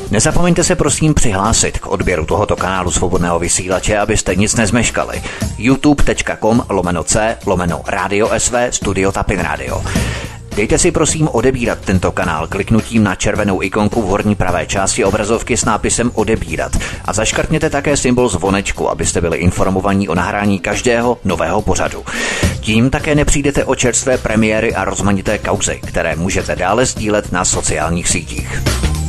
Nezapomeňte se prosím přihlásit k odběru tohoto kanálu Svobodného vysílače, abyste nic nezmeškali. youtube.com/c/Radio SV Studio Tapin Radio. Dejte si prosím odebírat tento kanál kliknutím na červenou ikonku v horní pravé části obrazovky s nápisem odebírat a zaškrtněte také symbol zvonečku, abyste byli informovaní o nahrání každého nového pořadu. Tím také nepřijdete o čerstvé premiéry a rozmanité kauzy, které můžete dále sdílet na sociálních sítích.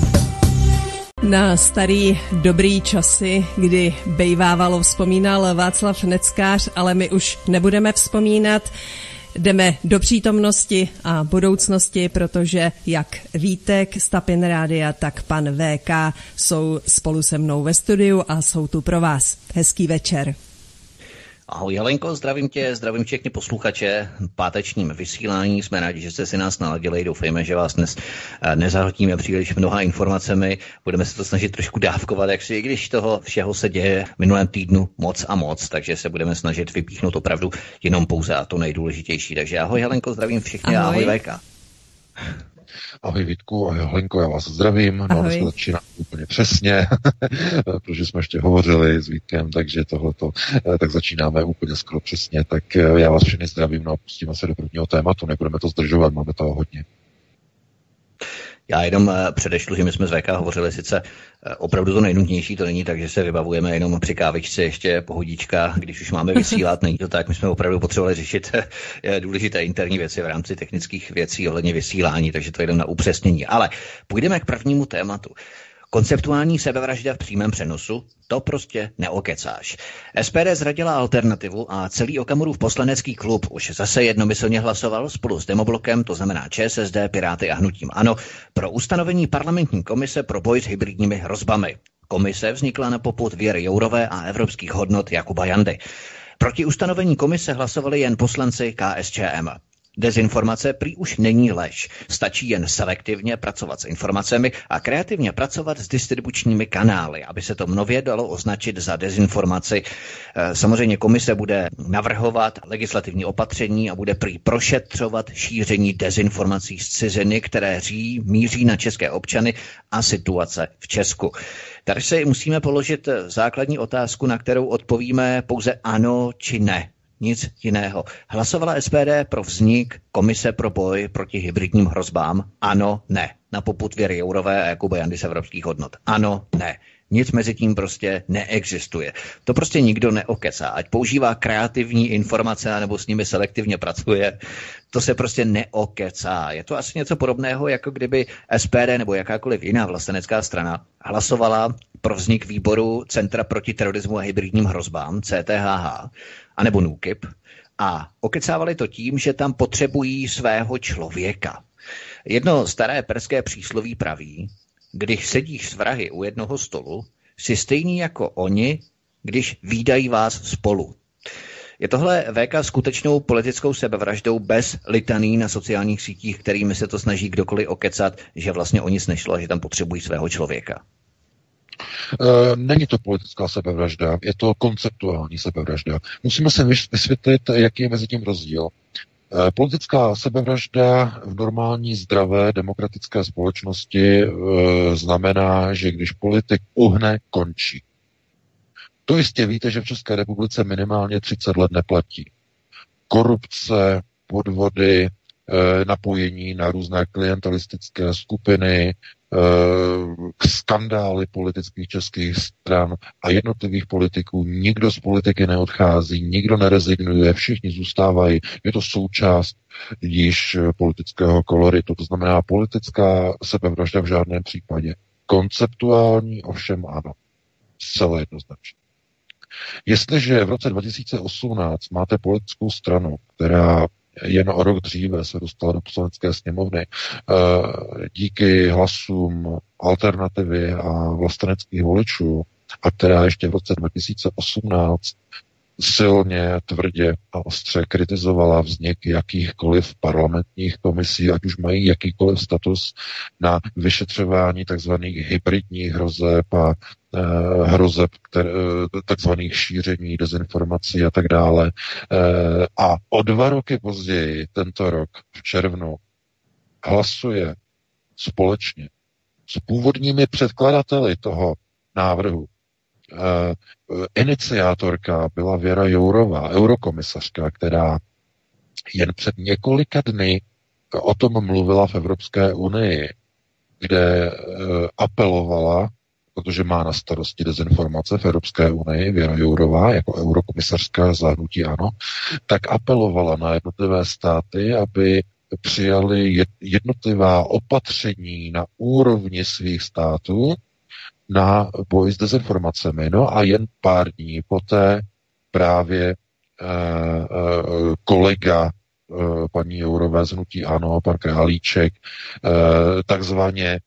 Na starý dobrý časy, kdy bejvávalo, vzpomínal Václav Neckář, ale my už nebudeme vzpomínat. Jdeme do přítomnosti a budoucnosti, protože jak Vítek z Tapin Rádia, tak pan VK jsou spolu se mnou ve studiu a jsou tu pro vás. Hezký večer. Ahoj Jelenko, zdravím tě všechny posluchače. Pátečním vysílání jsme rádi, že jste si nás naladili. Doufejme, že vás dnes nezahltíme příliš mnoha informacemi. Budeme se to snažit trošku dávkovat, i když toho všeho se děje v minulém týdnu moc a moc, takže se budeme snažit vypíchnout opravdu jenom pouze a to nejdůležitější. Takže ahoj Jelenko, zdravím všechny a ahoj VK. Ahoj Vítku, ahoj Helenko, já vás zdravím. No, dneska začíná úplně přesně, protože jsme ještě hovořili s Vítkem, takže tohleto, tak začínáme úplně skoro přesně. Tak já vás všechny zdravím, no a pustíme se do prvního tématu, nebudeme to zdržovat, máme toho hodně. Já jenom předešlu, že my jsme s VK hovořili sice opravdu to nejnutnější, to není tak, že se vybavujeme jenom při kávičce ještě pohodička, když už máme vysílat, není to tak, my jsme opravdu potřebovali řešit důležité interní věci v rámci technických věcí ohledně vysílání, takže to je jenom na upřesnění. Ale půjdeme k prvnímu tématu. Konceptuální sebevražda v přímém přenosu? To prostě neokecáš. SPD zradila alternativu a celý Okamurův poslanecký klub už zase jednomyslně hlasoval spolu s Demoblokem, to znamená ČSSD, Piráty a hnutím ANO, pro ustanovení parlamentní komise pro boj s hybridními hrozbami. Komise vznikla na popud Věry Jourové a evropských hodnot Jakuba Jandy. Proti ustanovení komise hlasovali jen poslanci KSČM. Dezinformace prý už není lež. Stačí jen selektivně pracovat s informacemi a kreativně pracovat s distribučními kanály, aby se to nově dalo označit za dezinformaci. Samozřejmě komise bude navrhovat legislativní opatření a bude prý prošetřovat šíření dezinformací z ciziny, které míří na české občany a situace v Česku. Tady si musíme položit základní otázku, na kterou odpovíme pouze ano či ne. Nic jiného. Hlasovala SPD pro vznik komise pro boj proti hybridním hrozbám? Ano, ne. Na popud Věry Jourové a Jakuba Jandy z evropských hodnot? Ano, ne. Nic mezi tím prostě neexistuje. To prostě nikdo neokecá. Ať používá kreativní informace nebo s nimi selektivně pracuje, to se prostě neokecá. Je to asi něco podobného, jako kdyby SPD nebo jakákoliv jiná vlastenecká strana hlasovala pro vznik výboru Centra proti terorismu a hybridním hrozbám, CTHH, anebo NÚKIP, a okecávali to tím, že tam potřebují svého člověka. Jedno staré perské přísloví praví, když sedíš s vrahy u jednoho stolu, jsi stejný jako oni, když vídají vás spolu. Je tohle VK skutečnou politickou sebevraždou bez litaný na sociálních sítích, kterými se to snaží kdokoliv okecat, že vlastně o nic nešlo a že tam potřebují svého člověka? Není to politická sebevražda, je to konceptuální sebevražda. Musíme si vysvětlit, jaký je mezi tím rozdíl. Politická sebevražda v normální, zdravé, demokratické společnosti znamená, že když politik uhne, končí. To jistě víte, že v České republice minimálně 30 let neplatí. Korupce, podvody, napojení na různé klientelistické skupiny, skandály politických českých stran a jednotlivých politiků. Nikdo z politiky neodchází, nikdo nerezignuje, všichni zůstávají. Je to součást již politického koloritu. To znamená politická sebevražda v žádném případě. Konceptuální ovšem ano. Zcela jednoznačně. Jestliže v roce 2018 máte politickou stranu, která jen o rok dříve se dostala do poslanecké sněmovny díky hlasům alternativy a vlasteneckých voličů, a která ještě v roce 2018 silně, tvrdě a ostře kritizovala vznik jakýchkoliv parlamentních komisí, ať už mají jakýkoliv status na vyšetřování takzvaných hybridních hrozeb a hrozeb takzvaných šíření, dezinformací a tak dále. A o 2 roky později, tento rok v červnu, hlasuje společně s původními předkladateli toho návrhu. Iniciátorka byla Věra Jourová, eurokomisařka, která jen před několika dny o tom mluvila v Evropské unii, kde apelovala, protože má na starosti dezinformace v Evropské unii, Věra Jourová jako eurokomisařka za hnutí ANO, tak apelovala na jednotlivé státy, aby přijali jednotlivá opatření na úrovni svých států na boj s dezinformacemi. No a jen pár dní poté právě kolega paní Jourové z hnutí ANO, pan Králíček, takzvaně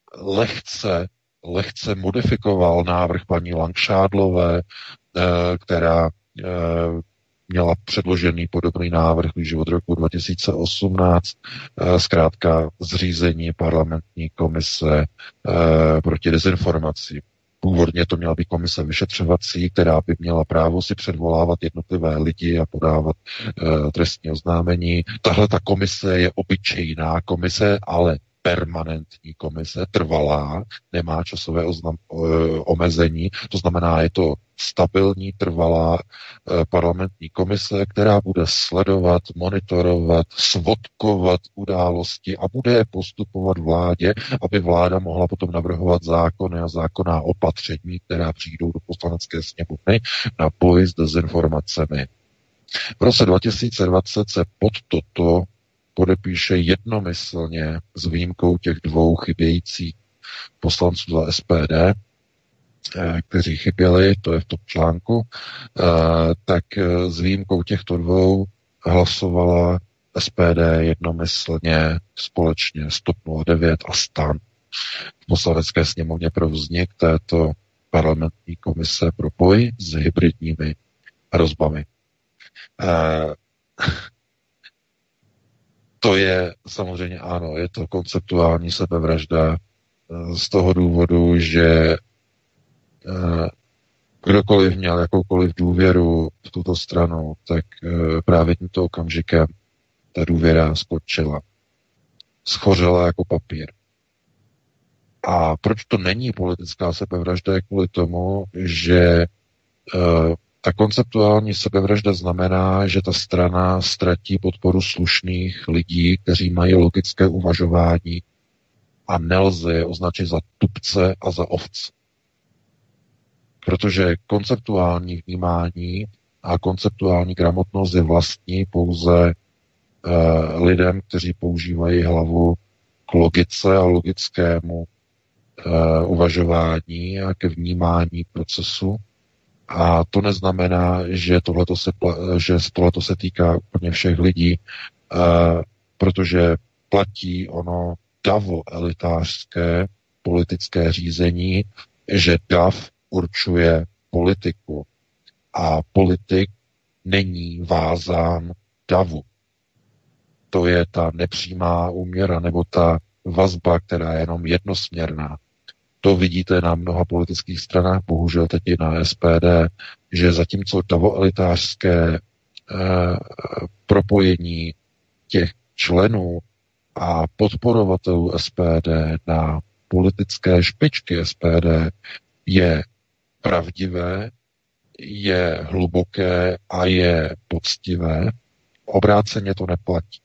lehce modifikoval návrh paní Langšádlové, která měla předložený podobný návrh již od roku 2018, zkrátka zřízení parlamentní komise proti dezinformaci. Původně to měla být komise vyšetřovací, která by měla právo si předvolávat jednotlivé lidi a podávat trestní oznámení. Tahle ta komise je obyčejná komise, ale permanentní komise, trvalá, nemá časové omezení, to znamená, je to stabilní, trvalá parlamentní komise, která bude sledovat, monitorovat, svodkovat události a bude postupovat vládě, aby vláda mohla potom navrhovat zákony a zákonná opatření, která přijdou do poslanecké sněmovny na boj s dezinformacemi. V roce 2020 se pod toto podepíše jednomyslně s výjimkou těch dvou chybějících poslanců za SPD, kteří chyběli, to je v tom článku, tak s výjimkou těchto dvou hlasovala SPD jednomyslně společně s TOP 09 a STAN v poslanecké sněmovně pro vznik této parlamentní komise pro boj s hybridními hrozbami. To je samozřejmě ano, je to konceptuální sebevražda z toho důvodu, že kdokoliv měl jakoukoliv důvěru v tuto stranu, tak právě tímto okamžikem ta důvěra skočila. Schořela jako papír. A proč to není politická sebevražda? Je kvůli tomu, že ta konceptuální sebevražda znamená, že ta strana ztratí podporu slušných lidí, kteří mají logické uvažování a nelze je označit za tupce a za ovce. Protože konceptuální vnímání a konceptuální gramotnost je vlastní pouze lidem, kteří používají hlavu k logice a logickému uvažování a ke vnímání procesu. A to neznamená, že tohleto se týká úplně všech lidí, protože platí ono davo-elitářské politické řízení, že dav určuje politiku a politik není vázán davu. To je ta nepřímá úměra nebo ta vazba, která je jenom jednosměrná. To vidíte na mnoha politických stranách, bohužel teď i na SPD, že zatímco davoelitářské propojení těch členů a podporovatelů SPD na politické špičky SPD je pravdivé, je hluboké a je poctivé, obráceně to neplatí.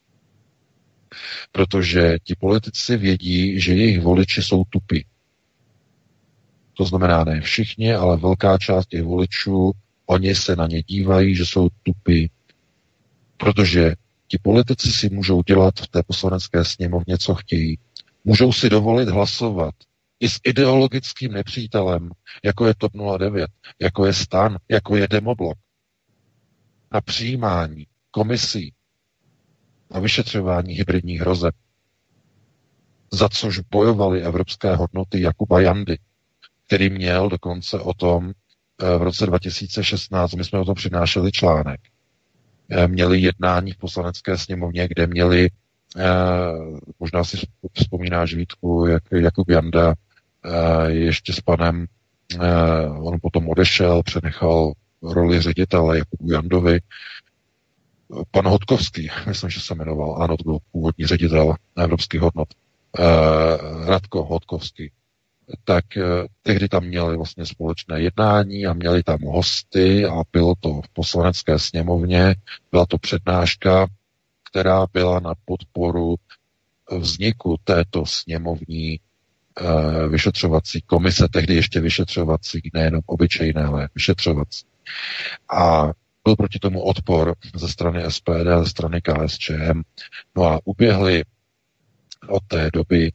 Protože ti politici vědí, že jejich voliči jsou tupí. To znamená ne všichni, ale velká část těch voličů, oni se na ně dívají, že jsou tupí. Protože ti politici si můžou dělat v té poslanecké sněmovně, co chtějí. Můžou si dovolit hlasovat i s ideologickým nepřítelem, jako je TOP 09, jako je STAN, jako je Demoblok, na přijímání komisí, na vyšetřování hybridních hrozeb, za což bojovali evropské hodnoty Jakuba Jandy, který měl dokonce o tom v roce 2016, my jsme o tom přinášeli článek, měli jednání v poslanecké sněmovně, kde měli, možná si vzpomínáš, Vítku, jak Jakub Janda ještě s panem, on potom odešel, přenechal roli ředitele Jakubu Jandovi, pan Hodkovský, myslím, že se jmenoval, ano, to byl původní ředitel evropských hodnot, Radko Hodkovský, tak tehdy tam měli vlastně společné jednání a měli tam hosty a bylo to v Poslanecké sněmovně, byla to přednáška, která byla na podporu vzniku této sněmovní vyšetřovací komise, tehdy ještě vyšetřovací, nejenom obyčejné, ale vyšetřovací. A byl proti tomu odpor ze strany SPD a ze strany KSČM. No a uběhly od té doby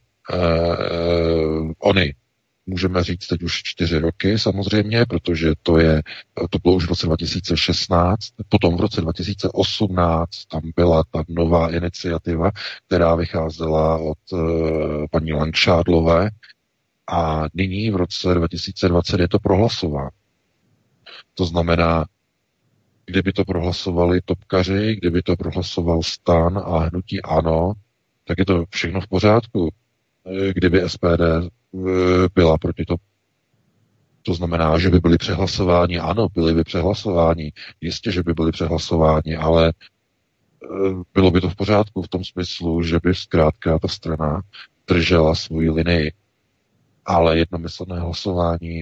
oni, můžeme říct teď už 4 roky samozřejmě, protože to bylo už v roce 2016, potom v roce 2018 tam byla ta nová iniciativa, která vycházela od paní Langšádlové a nyní v roce 2020 je to prohlasováno. To znamená, kdyby to prohlasovali topkaři, kdyby to prohlasoval STAN a hnutí ANO, tak je to všechno v pořádku. Kdyby SPD byla proti to. To znamená, že by byli přehlasováni. Ano, byli by přehlasováni. Jistě, že by byli přehlasováni, ale bylo by to v pořádku v tom smyslu, že by zkrátka ta strana držela svoji linii. Ale jednomyslné hlasování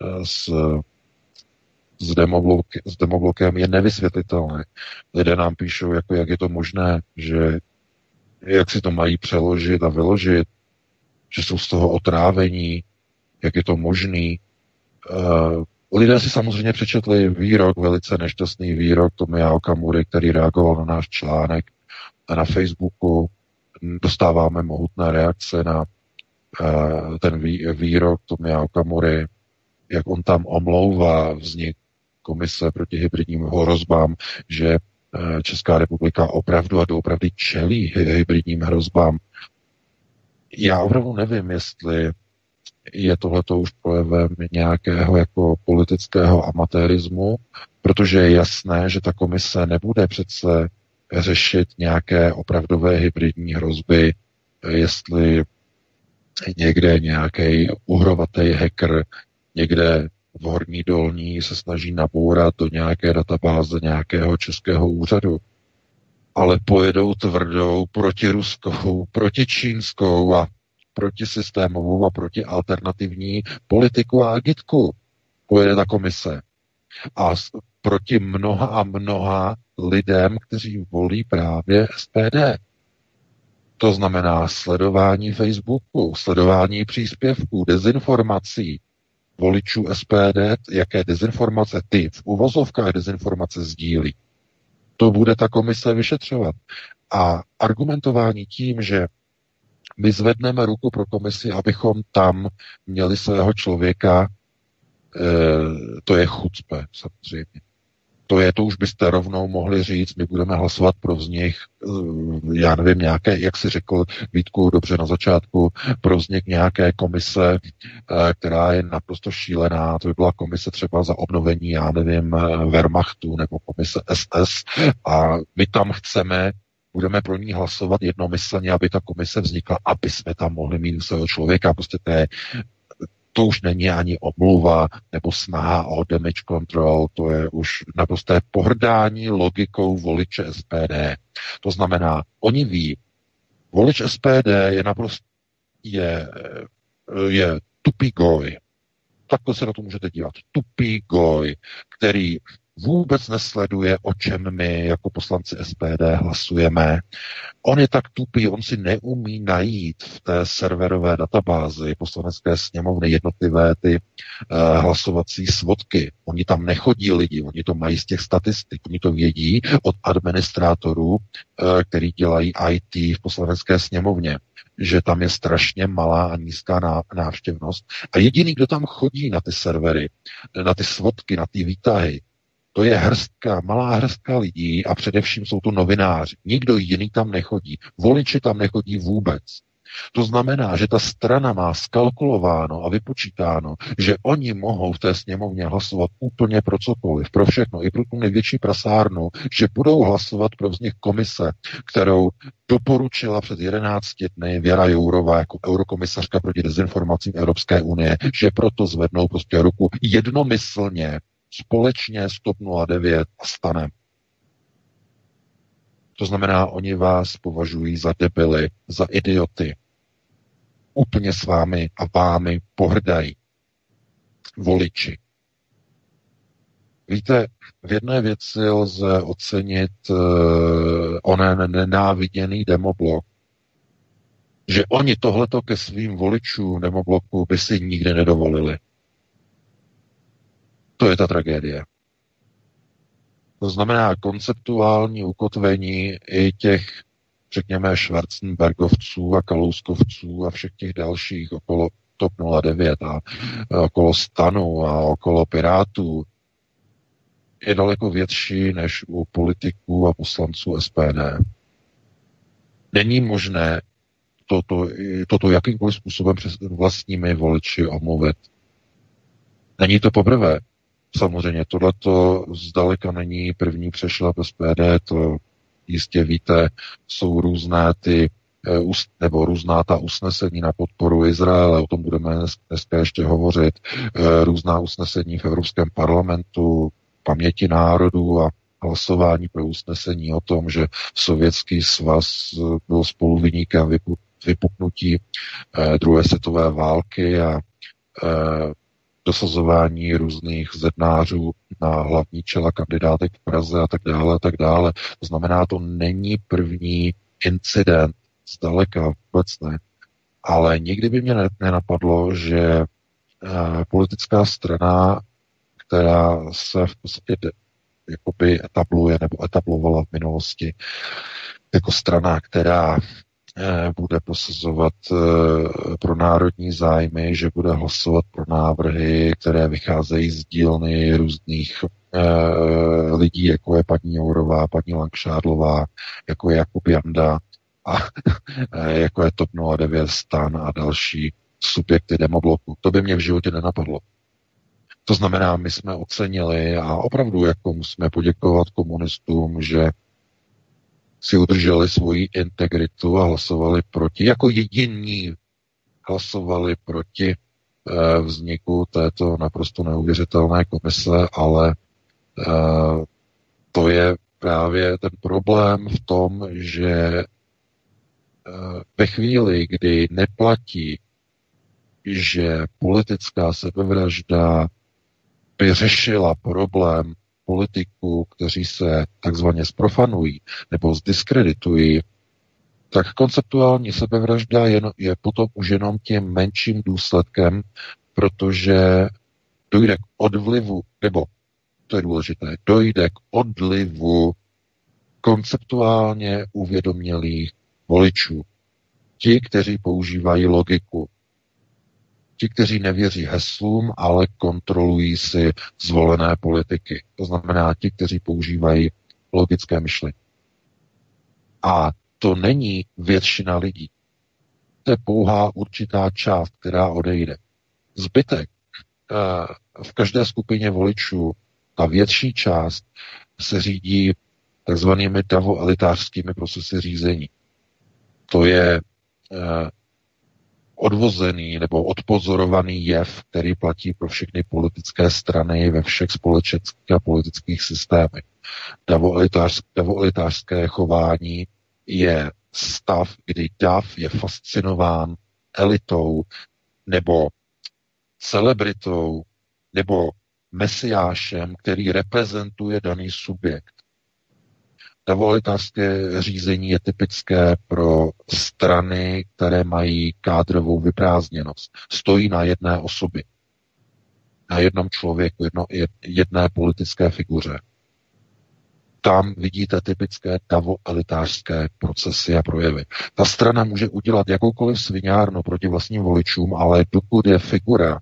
s demoblokem je nevysvětlitelné. Lidé nám píšou, jako jak je to možné, že jak si to mají přeložit a vyložit, že jsou z toho otrávení, jak je to možný. Lidé si samozřejmě přečetli výrok, velice nešťastný výrok Tomia Okamury, který reagoval na náš článek na Facebooku. Dostáváme mohutné reakce na ten výrok Tomia Okamury, jak on tam omlouvá vznik komise proti hybridním hrozbám, že Česká republika opravdu a doopravdy čelí hybridním hrozbám. Já opravdu nevím, jestli je tohleto už projevem nějakého jako politického amatérismu, protože je jasné, že ta komise nebude přece řešit nějaké opravdové hybridní hrozby, jestli někde nějaký uhrovatý hacker někde v Horní Dolní se snaží nabourat do nějaké databáze nějakého českého úřadu. Ale pojedou tvrdou protiruskou, protičínskou a protisystémovou a protialternativní politiku a agitku. Pojede ta komise. A proti mnoha a mnoha lidem, kteří volí právě SPD. To znamená sledování Facebooku, sledování příspěvků, dezinformací voličů SPD, jaké dezinformace ty v uvozovkách dezinformace sdílí. To bude ta komise vyšetřovat. A argumentování tím, že my zvedneme ruku pro komisi, abychom tam měli svého člověka, to je chucpe, samozřejmě. To už byste rovnou mohli říct, my budeme hlasovat pro vznik, já nevím, nějaké, jak si řekl Vítku dobře na začátku, pro vznik nějaké komise, která je naprosto šílená, to by byla komise třeba za obnovení, já nevím, Wehrmachtu nebo komise SS a my tam budeme pro ní hlasovat jednomyslně, aby ta komise vznikla, aby jsme tam mohli mít svého člověka, prostě to už není ani omluva nebo snaha o damage control, to je už naprosté pohrdání logikou voliče SPD. To znamená, oni ví, volič SPD je naprosto je tupý goj. Takhle se na to můžete dívat. Tupý goj, který vůbec nesleduje, o čem my jako poslanci SPD hlasujeme. On je tak tupý, on si neumí najít v té serverové databázi poslanecké sněmovny jednotlivé ty hlasovací svodky. Oni tam nechodí lidi, oni to mají z těch statistik, oni to vědí od administrátorů, který dělají IT v poslanecké sněmovně, že tam je strašně malá a nízká návštěvnost. A jediný, kdo tam chodí na ty servery, na ty svodky, na ty výtahy, to je malá hrstka lidí a především jsou to novináři. Nikdo jiný tam nechodí. Voliči tam nechodí vůbec. To znamená, že ta strana má skalkulováno a vypočítáno, že oni mohou v té sněmovně hlasovat úplně pro cokoliv, pro všechno, i pro tu největší prasárnu, že budou hlasovat pro vznik komise, kterou doporučila před 11 dny Věra Jourová jako eurokomisařka proti dezinformacím Evropské unie, že proto zvednou prostě ruku jednomyslně společně s TOP 09 a STANem. To znamená, oni vás považují za debily, za idioty. úplně s vámi a vámi pohrdají voliči. Víte, v jedné věci lze ocenit onen nenáviděný demoblok, že oni tohleto ke svým voličům demobloku by si nikdy nedovolili. To je ta tragédie. To znamená konceptuální ukotvení i těch, řekněme, Schwarzenbergovců a Kalouskovců a všech těch dalších okolo TOP 09 a okolo STANu a okolo Pirátů je daleko větší než u politiků a poslanců SPD. Není možné toto jakýmkoliv způsobem přes vlastními voliči omluvit. Není to poprvé. Samozřejmě, tohleto zdaleka není první přešlap SPD, to jistě víte, jsou různá ta usnesení na podporu Izraele, o tom budeme dneska ještě hovořit, různá usnesení v Evropském parlamentu, paměti národů a hlasování pro usnesení o tom, že Sovětský svaz byl spoluviníkem vypuknutí druhé světové války a dosazování různých zednářů na hlavní čela kandidátek v Praze a tak dále, a tak dále. To znamená, to není první incident, zdaleka vůbec ne. Ale nikdy by mě nenapadlo, že politická strana, která se v podstatě jakoby etabluje nebo etablovala v minulosti jako strana, která bude prosazovat pro národní zájmy, že bude hlasovat pro návrhy, které vycházejí z dílny různých lidí, jako je paní Jourová, paní Langšádlová, jako je Jakub Janda a jako je TOP 09, STAN a další subjekty demobloku. To by mě v životě nenapadlo. To znamená, my jsme ocenili a opravdu jako musíme poděkovat komunistům, že si udrželi svoji integritu a hlasovali proti, jako jediní hlasovali proti vzniku této naprosto neuvěřitelné komise, ale to je právě ten problém v tom, že ve chvíli, kdy neplatí, že politická sebevražda by řešila problém politiků, kteří se takzvaně zprofanují nebo zdiskreditují, tak konceptuální sebevražda je potom už jenom tím menším důsledkem, protože dojde k odlivu, nebo to je důležité, dojde k odlivu konceptuálně uvědomělých voličů. Ti, kteří používají logiku. Ti, kteří nevěří heslům, ale kontrolují si zvolené politiky. To znamená ti, kteří používají logické myšlení. A to není většina lidí. To je pouhá určitá část, která odejde. Zbytek v každé skupině voličů, ta větší část se řídí takzvanými davoelitářskými procesy řízení. To je odvozený nebo odpozorovaný jev, který platí pro všechny politické strany ve všech společenských a politických systémech. Davoelitářské chování je stav, kdy dav je fascinován elitou nebo celebritou nebo mesiášem, který reprezentuje daný subjekt. Davoelitářské řízení je typické pro strany, které mají kádrovou vyprázdněnost. Stojí na jedné osobě, na jednom člověku, jedné politické figuře. Tam vidíte typické davoelitářské procesy a projevy. Ta strana může udělat jakoukoliv sviňárnu proti vlastním voličům, ale dokud je figura,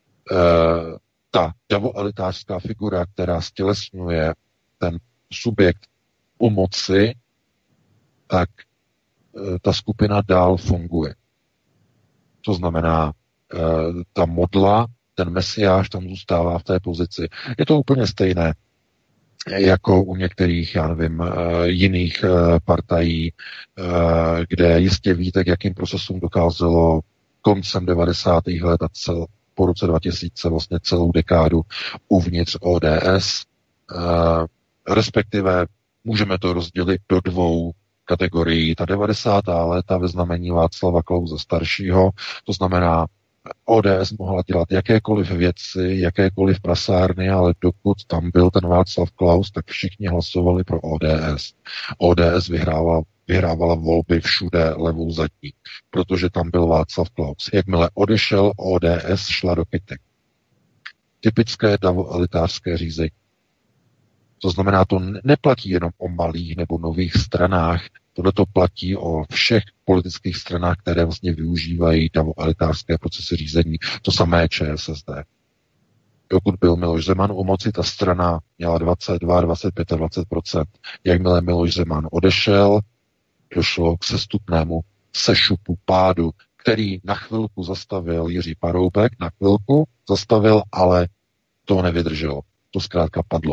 ta davoelitářská figura, která stělesňuje ten subjekt u moci, tak ta skupina dál funguje. To znamená, ta modla, ten mesiáš tam zůstává v té pozici. Je to úplně stejné jako u některých, já nevím, jiných partají, kde jistě víte, k jakým procesům dokázalo koncem 90. let a po roce 2000 vlastně celou dekádu uvnitř ODS, respektive můžeme to rozdělit do dvou kategorii. Ta 90. léta ve znamení Václava Klause staršího, to znamená, ODS mohla dělat jakékoliv věci, jakékoliv prasárny, ale dokud tam byl ten Václav Klaus, tak všichni hlasovali pro ODS. ODS vyhrávala volby všude levou zadní, protože tam byl Václav Klaus. Jakmile odešel, ODS šla do kytek. Typické davoelitářské řízení. To znamená, to neplatí jenom o malých nebo nových stranách, tohle to platí o všech politických stranách, které vlastně využívají davoelitářské procesy řízení. To samé ČSSD. Dokud byl Miloš Zeman u moci, ta strana měla 22, 25 a 20%. Jakmile Miloš Zeman odešel, došlo k sestupnému sešupu pádu, který na chvilku zastavil Jiří Paroubek, na chvilku zastavil, ale to nevydrželo. To zkrátka padlo.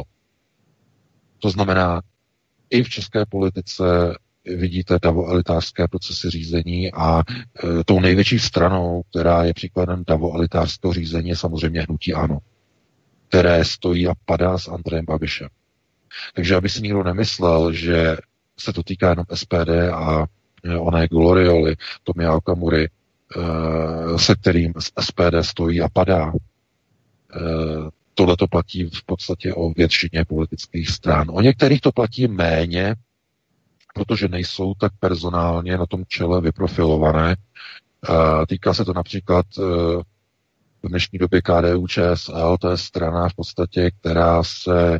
To znamená, i v české politice vidíte davoelitářské procesy řízení a tou největší stranou, která je příkladem davoelitářského řízení, je samozřejmě hnutí ANO, které stojí a padá s Andrejem Babišem. Takže aby si nikdo nemyslel, že se to týká jenom SPD a oné Glorioly, Tomia Okamury, se kterým SPD stojí a padá. Tohle to platí v podstatě o většině politických stran. O některých to platí méně, protože nejsou tak personálně na tom čele vyprofilované. Týká se to například v dnešní době KDU-ČSL, to je strana v podstatě, která se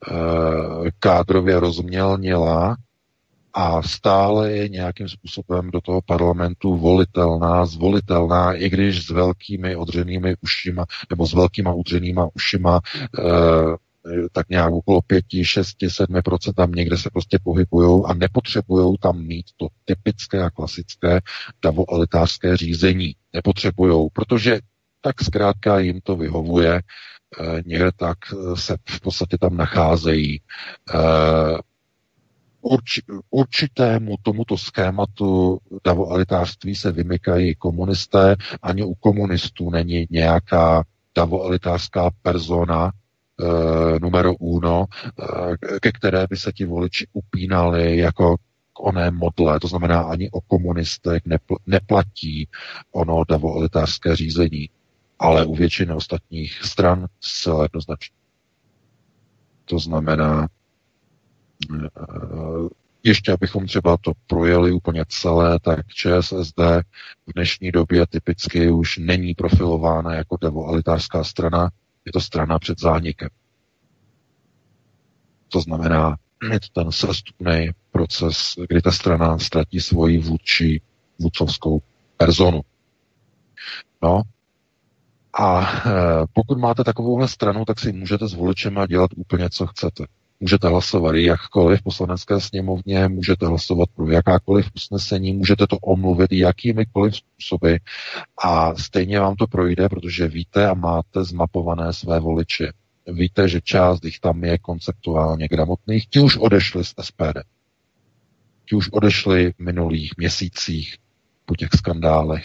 kádrově rozmělnila a stále je nějakým způsobem do toho parlamentu zvolitelná, i když s velkými odřenými ušima, nebo s velkýma udřenýma ušima, tak nějak okolo 5, 6, 7% tam někde se prostě pohybujou a nepotřebujou tam mít to typické a klasické davoelitářské řízení. Nepotřebujou, protože tak zkrátka jim to vyhovuje, někde tak se v podstatě tam nacházejí. Určitému tomuto schématu davoelitářství se vymykají komunisté, ani u komunistů není nějaká davoelitářská persona numero uno, ke které by se ti voliči upínali jako k oné modle. To znamená, ani o komunistech neplatí ono davoelitářské řízení, ale u většiny ostatních stran zcela jednoznačně. To znamená, ještě abychom třeba to projeli úplně celé, tak ČSSD v dnešní době typicky už není profilována jako davoelitářská strana, je to strana před zánikem. To znamená, je to ten sestupný proces, kdy ta strana ztratí svoji vůdcovskou personu. No, a pokud máte takovouhle stranu, tak si můžete s voličema dělat úplně, co chcete. Můžete hlasovat jakkoliv v poslanecké sněmovně, můžete hlasovat pro jakákoliv usnesení, můžete to omluvit jakýmikoliv způsoby a stejně vám to projde, protože víte a máte zmapované své voliče. Víte, že část jich tam je konceptuálně gramotných, ti už odešli z SPD. Ti už odešli v minulých měsících po těch skandálech.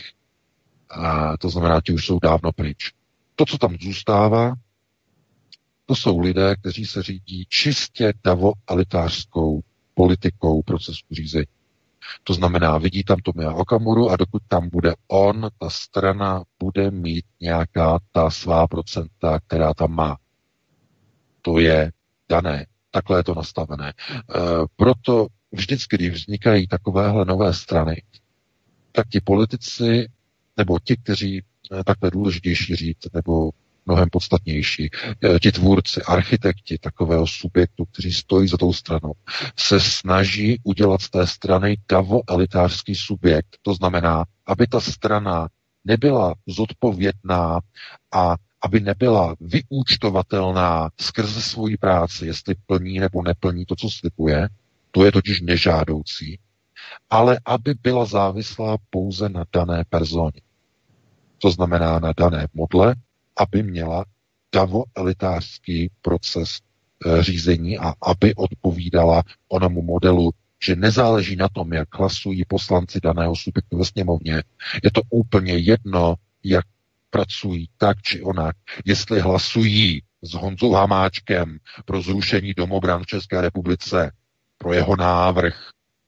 A to znamená, ti už jsou dávno pryč. To, co tam zůstává, to jsou lidé, kteří se řídí čistě davoelitářskou politikou procesu řízení. To znamená, vidí tam Tomia Okamuru a dokud tam bude on, ta strana bude mít nějaká ta svá procenta, která tam má. To je dané. Takhle je to nastavené. Proto vždycky, když vznikají takovéhle nové strany, tak ti politici, nebo ti, kteří takhle důležitější říct, nebo mnohem podstatnější, ti tvůrci, architekti takového subjektu, kteří stojí za tou stranou, se snaží udělat z té strany davoelitářský subjekt. To znamená, aby ta strana nebyla zodpovědná a aby nebyla vyúčtovatelná skrze svoji práci, jestli plní nebo neplní to, co slibuje, to je totiž nežádoucí, ale aby byla závislá pouze na dané personě. To znamená na dané modle, aby měla davoelitářský proces řízení a aby odpovídala onomu modelu, že nezáleží na tom, jak hlasují poslanci daného subjektu ve sněmovně. Je to úplně jedno, jak pracují tak či onak. Jestli hlasují s Honzou Hamáčkem pro zrušení domobran v České republice, pro jeho návrh,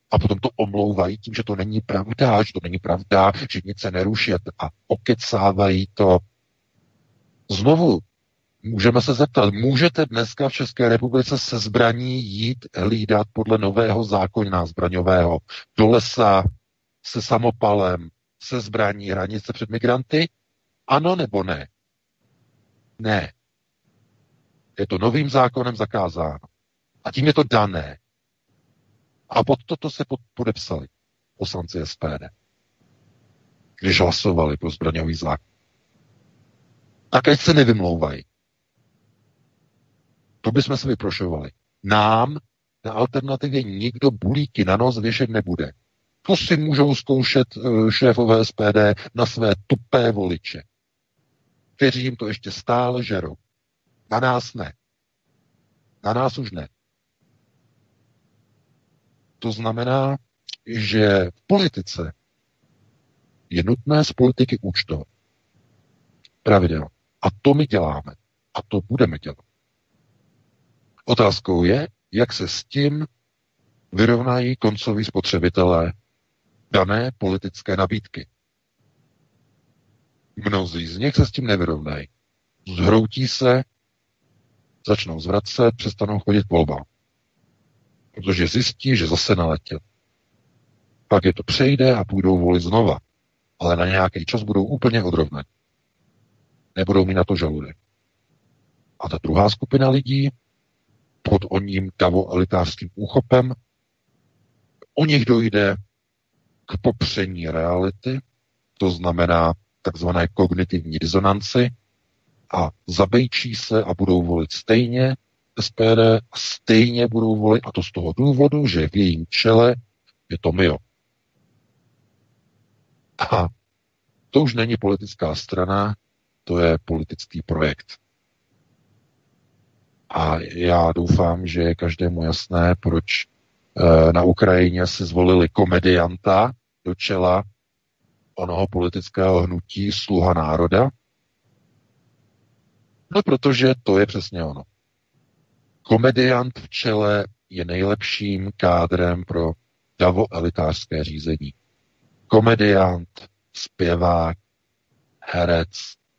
A potom to omlouvají tím, že to není pravda, že nic se neruší a okecávají to. Znovu, můžeme se zeptat, můžete dneska v České republice se zbraní jít hlídat podle nového zákona zbraňového do lesa, se samopalem, se zbraní hranice před migranty? Ano nebo ne? Ne. Je to novým zákonem zakázáno. A tím je to dané. A pod toto se podepsali poslanci SPD, když hlasovali pro zbraňový zákon. Tak ať se nevymlouvají. To bychom se vyprošovali. Nám na alternativě nikdo bulíky na nos věšet nebude. To si můžou zkoušet šéfové SPD na své tupé voliče, kteří jim to ještě stále žerou. Na nás ne. Na nás už ne. To znamená, že v politice je nutné z politiky účtovat. Pravidelně. A to my děláme. A to budeme dělat. Otázkou je, jak se s tím vyrovnají koncoví spotřebitelé dané politické nabídky. Mnozí z nich se s tím nevyrovnají. Zhroutí se, začnou zvracet, přestanou chodit k volbám. Protože zjistí, že zase naletěl. Pak je to přejde a půjdou volit znova. Ale na nějaký čas budou úplně odrovnaní. Nebudou mít na to žaludek. A ta druhá skupina lidí pod oním davoelitářským úchopem, o nich dojde k popření reality, to znamená takzvané kognitivní disonanci, a zabejčí se a budou volit stejně SPD a stejně budou volit, a to z toho důvodu, že v jejím čele je Tomio. A to už není politická strana, to je politický projekt. A já doufám, že je každému jasné, proč na Ukrajině si zvolili komedianta do čela onoho politického hnutí Sluha národa. No, protože to je přesně ono. Komediant v čele je nejlepším kádrem pro davoelitářské řízení. Komediant, zpěvák, herec,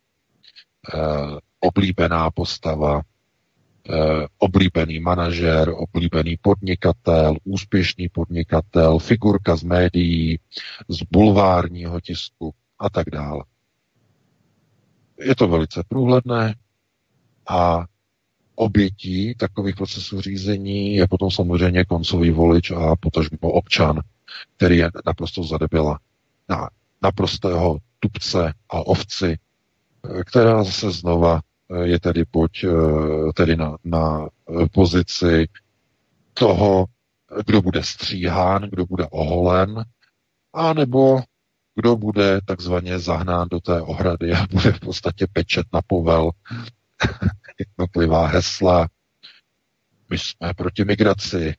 oblíbená postava, oblíbený manažer, oblíbený podnikatel, úspěšný podnikatel, figurka z médií, z bulvárního tisku a tak dále. Je to velice průhledné a obětí takových procesů řízení je potom samozřejmě koncový volič a potažmo občan, který je naprosto zadebila na naprostého tupce a ovci, která zase znova je tedy tedy na pozici toho, kdo bude stříhán, kdo bude oholen, anebo kdo bude takzvaně zahnán do té ohrady a bude v podstatě pečet na povel jednotlivá hesla. My jsme proti migraci.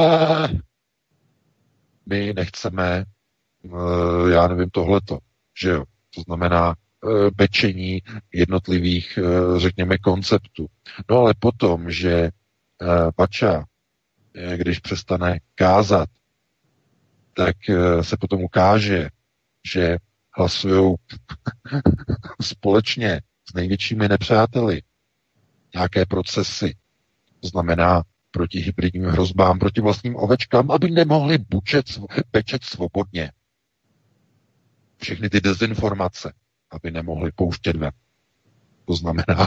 My nechceme, já nevím, tohleto, že jo. To znamená pečení jednotlivých, řekněme, konceptů. No ale potom, že Bača, když přestane kázat, tak se potom ukáže, že hlasují společně s největšími nepřáteli nějaké procesy. To znamená proti hybridním hrozbám, proti vlastním ovečkám, aby nemohli pečet svobodně. Všechny ty dezinformace, aby nemohli pouštět ven. To znamená,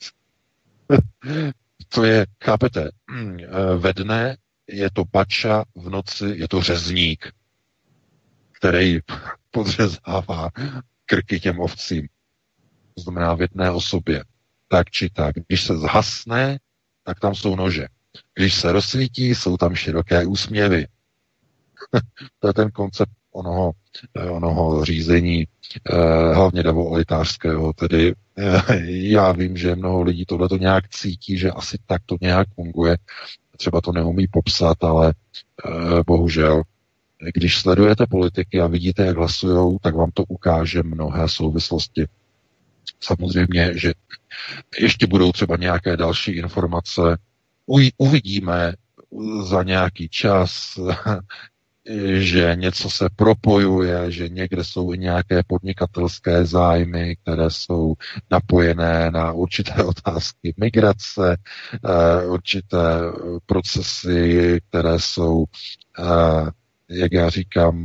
to je, chápete, ve dne je to Bača, v noci je to řezník, který podřezává krky těm ovcím. To znamená v jedné osobě. Tak či tak. Když se zhasne, tak tam jsou nože. Když se rozsvítí, jsou tam široké úsměvy. To je ten koncept onoho řízení, hlavně davoelitářského. Tedy já vím, že mnoho lidí tohleto nějak cítí, že asi tak to nějak funguje. Třeba to neumí popsat, ale bohužel, když sledujete politiky a vidíte, jak hlasujou, tak vám to ukáže mnohé souvislosti. Samozřejmě, že ještě budou třeba nějaké další informace. Uvidíme za nějaký čas, že něco se propojuje, že někde jsou i nějaké podnikatelské zájmy, které jsou napojené na určité otázky migrace, určité procesy, které jsou, jak já říkám,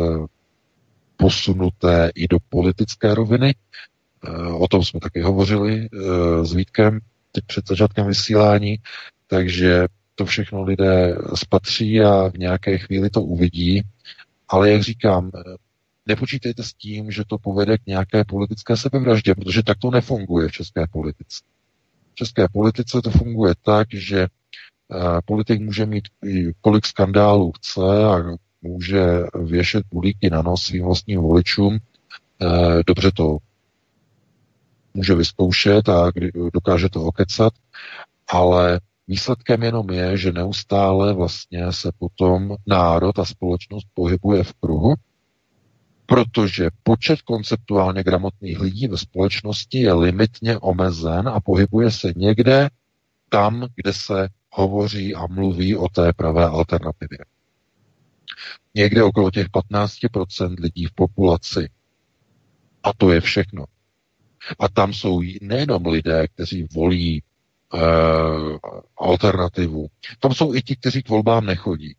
posunuté i do politické roviny. O tom jsme taky hovořili s Vítkem teď před začátkem vysílání, takže to všechno lidé spatří a v nějaké chvíli to uvidí, ale jak říkám, nepočítejte s tím, že to povede k nějaké politické sebevraždě, protože tak to nefunguje v české politice. V české politice to funguje tak, že politik může mít kolik skandálů chce a může věšet bulíky na nos svým vlastním voličům. Dobře to může vyzkoušet a dokáže to okecat, ale výsledkem jenom je, že neustále vlastně se potom národ a společnost pohybuje v kruhu, protože počet konceptuálně gramotných lidí ve společnosti je limitně omezen a pohybuje se někde tam, kde se hovoří a mluví o té pravé alternativě. Někde okolo těch 15% lidí v populaci. A to je všechno. A tam jsou nejenom lidé, kteří volí alternativu. Tam jsou i ti, kteří k volbám nechodí.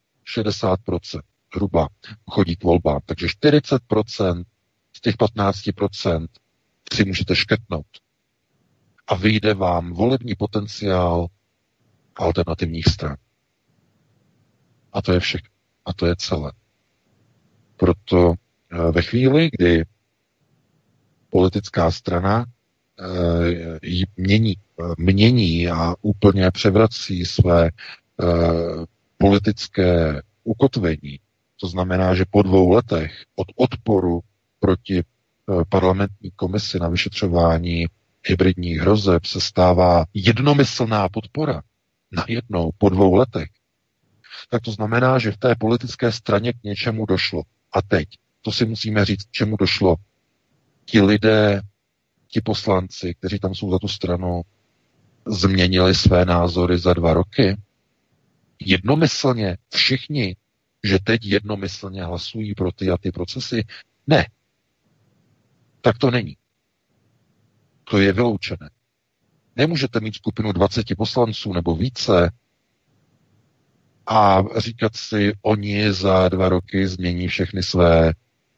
60% zhruba chodí k volbám. Takže 40% z těch 15% si můžete škrtnout. A vyjde vám volební potenciál alternativních stran. A to je všechno. A to je celé. Proto ve chvíli, kdy politická strana ji mění a úplně převrací své politické ukotvení. To znamená, že po 2 letech od odporu proti parlamentní komisi na vyšetřování hybridních hrozeb se stává jednomyslná podpora najednou po 2 letech, tak to znamená, že v té politické straně k něčemu došlo. A teď, to si musíme říct, k čemu došlo. Ti lidé, ti poslanci, kteří tam jsou za tu stranu, změnili své názory za 2 roky. Jednomyslně všichni, že teď jednomyslně hlasují pro ty a ty procesy. Ne. Tak to není. To je vyloučené. Nemůžete mít skupinu 20 poslanců nebo více a říkat si, oni za 2 roky změní všechny své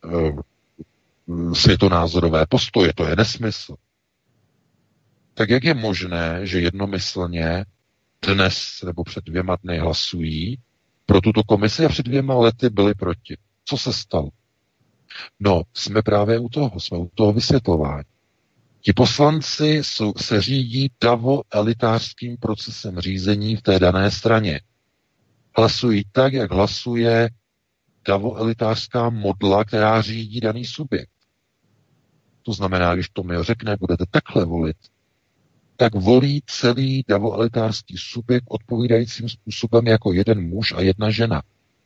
světonázorové postoje. To je nesmysl. Tak jak je možné, že jednomyslně dnes nebo před 2 dny hlasují pro tuto komisi a před 2 lety byli proti? Co se stalo? No, jsme právě u toho vysvětlování. Ti poslanci se řídí davo-elitářským procesem řízení v té dané straně. Hlasují tak, jak hlasuje davo-elitářská modla, která řídí daný subjekt. To znamená, když to mi řekne, budete takhle volit, tak volí celý davo-elitářský subjekt odpovídajícím způsobem jako jeden muž a jedna žena.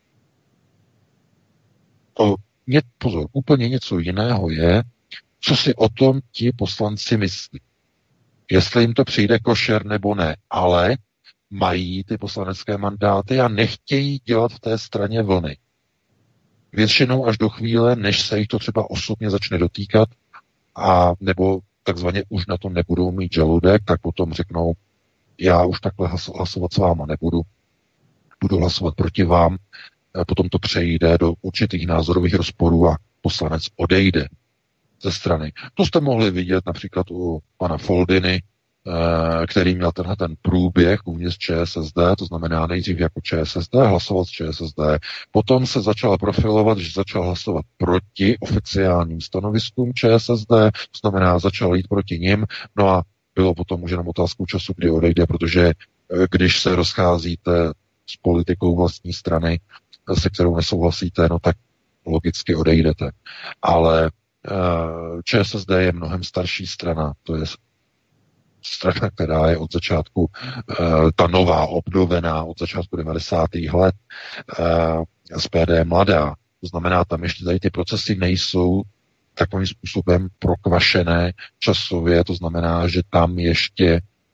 Pozor, úplně něco jiného je, co si o tom ti poslanci myslí. Jestli jim to přijde košer nebo ne, ale mají ty poslanecké mandáty a nechtějí dělat v té straně vlny. Většinou až do chvíle, než se jich to třeba osobně začne dotýkat, a nebo takzvaně už na to nebudou mít žaludek, tak potom řeknou, já už takhle hlasovat s váma nebudu, budu hlasovat proti vám, potom to přejde do určitých názorových rozporů a poslanec odejde ze strany. To jste mohli vidět například u pana Foldiny, který měl ten průběh uvnitř ČSSD, to znamená nejdřív jako ČSSD, hlasoval s ČSSD, potom se začal profilovat, že začal hlasovat proti oficiálním stanoviskům ČSSD, to znamená začal jít proti nim, no a bylo potom už jenom otázkou času, kdy odejde, protože když se rozcházíte s politikou vlastní strany, se kterou nesouhlasíte, no tak logicky odejdete. Ale ČSSD je mnohem starší strana, to je strana, která je od začátku, ta nová, obnovená od začátku 90. let, SPD je mladá, to znamená, tam ještě tady ty procesy nejsou takovým způsobem prokvašené časově, to znamená, že tam ještě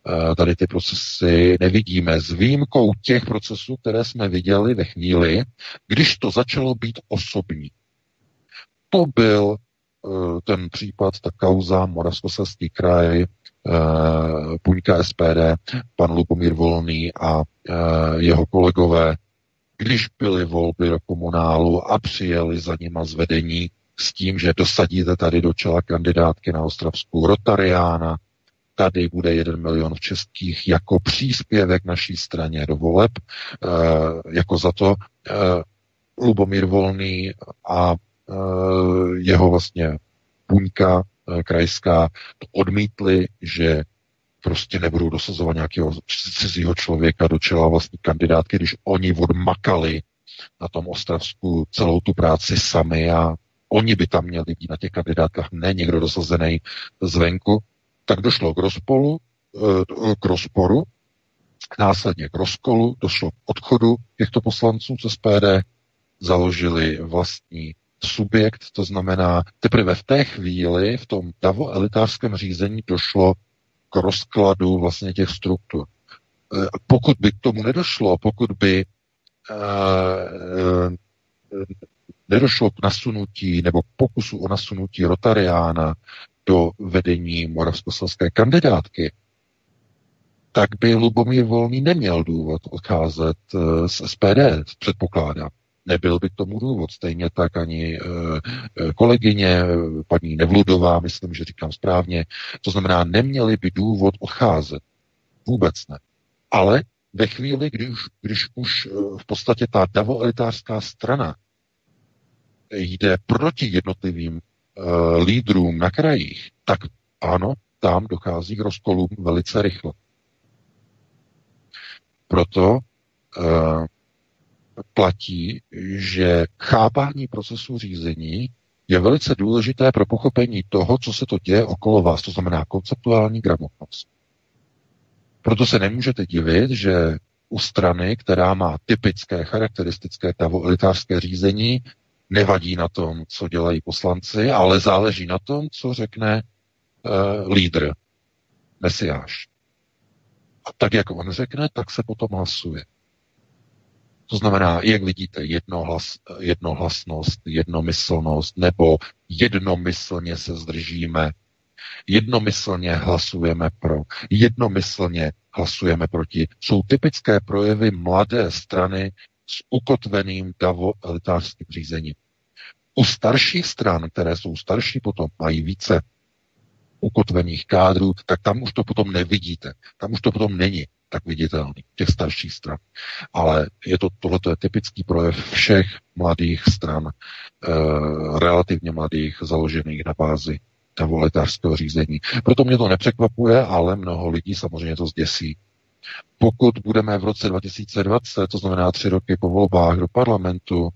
tady ty procesy nevidíme, s výjimkou těch procesů, které jsme viděli ve chvíli, když to začalo být osobní. To byl ten případ, ta kauza Moravskoslezský kraj, Puňka SPD, pan Lubomír Volný a jeho kolegové, když byly volby do komunálu a přijeli za nima z vedení s tím, že dosadíte tady do čela kandidátky na Ostravsku Rotariána, tady bude 1 milion v českých jako příspěvek naší straně do voleb, jako za to Lubomír Volný a jeho vlastně Puňka krajská to odmítli, že prostě nebudou dosazovat nějakého cizího člověka do čela vlastní kandidátky, když oni odmakali na tom Ostravsku celou tu práci sami a oni by tam měli být na těch kandidátkách, ne někdo dosazený zvenku, tak došlo k rozporu, následně k rozkolu, došlo k odchodu těchto poslanců z SPD, založili vlastní subjekt, to znamená, teprve v té chvíli, v tom davoelitářském řízení došlo k rozkladu vlastně těch struktur. Pokud by k tomu nedošlo, pokud by nedošlo k nasunutí nebo k pokusu o nasunutí Rotariána do vedení moravskoslezské kandidátky, tak by Lubomír Volný neměl důvod odcházet z SPD, předpokládám. Nebyl by k tomu důvod, stejně tak ani kolegyně, paní Nevludová, myslím, že říkám správně. To znamená, neměli by důvod odcházet. Vůbec ne. Ale ve chvíli, když už v podstatě ta davoelitářská strana jde proti jednotlivým lídrům na krajích, tak ano, tam dochází k rozkolům velice rychle. Proto platí, že chápání procesu řízení je velice důležité pro pochopení toho, co se to děje okolo vás, to znamená konceptuální gramotnost. Proto se nemůžete divit, že u strany, která má typické charakteristické davoelitářské řízení, nevadí na tom, co dělají poslanci, ale záleží na tom, co řekne lídr, mesiáš. A tak, jak on řekne, tak se potom hlasuje. To znamená, jak vidíte, jednohlasnost, jednomyslnost, nebo jednomyslně se zdržíme, jednomyslně hlasujeme pro, jednomyslně hlasujeme proti. Jsou typické projevy mladé strany s ukotveným davoelitářským řízením. U starších stran, které jsou starší, potom mají více ukotvených kádrů, tak tam už to potom nevidíte. Tam už to potom není tak viditelný, těch starších stran. Ale tohleto je typický projev všech mladých stran, relativně mladých, založených na bázi davoelitářského řízení. Proto mě to nepřekvapuje, ale mnoho lidí samozřejmě to zděsí. Pokud budeme v roce 2020, to znamená 3 roky po volbách do parlamentu,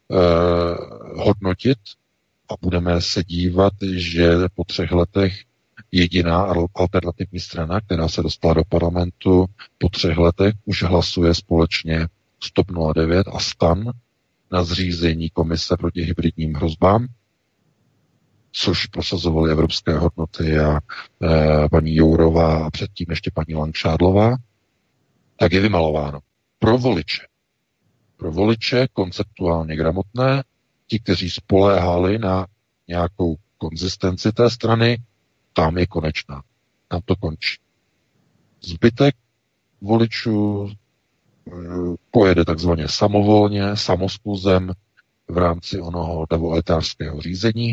hodnotit a budeme se dívat, že po 3 letech jediná alternativní strana, která se dostala do parlamentu, po 3 letech už hlasuje společně s TOP 09 a STAN na zřízení komise proti hybridním hrozbám, což prosazovaly evropské hodnoty a paní Jourová a předtím ještě paní Langšádlová, tak je vymalováno pro voliče. Pro voliče konceptuálně gramotné, ti, kteří spoléhali na nějakou konzistenci té strany, tam je konečná. Tam to končí. Zbytek voličů pojede takzvaně samovolně, samoskluzem v rámci onoho davoelitářského řízení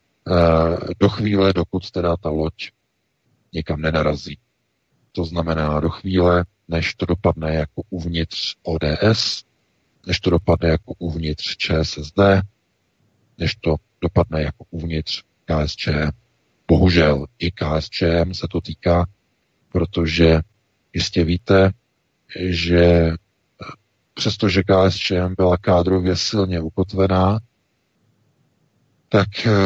do chvíle, dokud teda ta loď někam nenarazí. To znamená do chvíle, než to dopadne jako uvnitř ODS, než to dopadne jako uvnitř ČSSD, než to dopadne jako uvnitř KSČM. Bohužel i KSČM se to týká, protože jistě víte, že přestože KSČM byla kádrově silně ukotvená, tak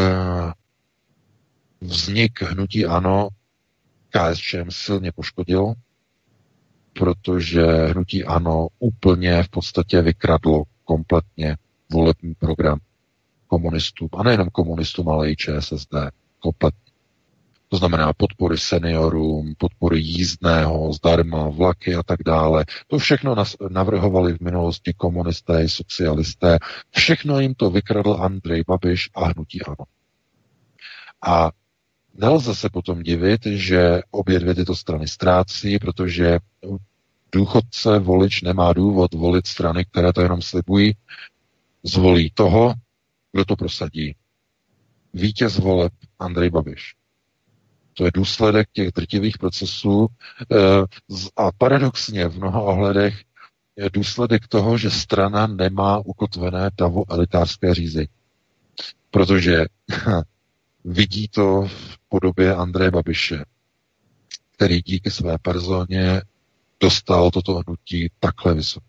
vznik hnutí ANO KSČM silně poškodil, protože hnutí ANO úplně v podstatě vykradlo kompletně volební program komunistům, a nejenom komunistům, ale i ČSSD. Kompletně. To znamená podpory seniorům, podpory jízdného, zdarma, vlaky a tak dále. To všechno navrhovali v minulosti komunisté, socialisté. Všechno jim to vykradl Andrej Babiš a hnutí ANO. A nelze se potom divit, že obě dvě tyto strany ztrácí, protože důchodce, volič nemá důvod volit strany, které to jenom slibují, zvolí toho, kdo to prosadí. Vítěz voleb Andrej Babiš. To je důsledek těch drtivých procesů a paradoxně v mnoha ohledech je důsledek toho, že strana nemá ukotvené davoelitářské řízení. Protože vidí to v podobě Andreje Babiše, který díky své personě dostal toto hnutí takhle vysoko.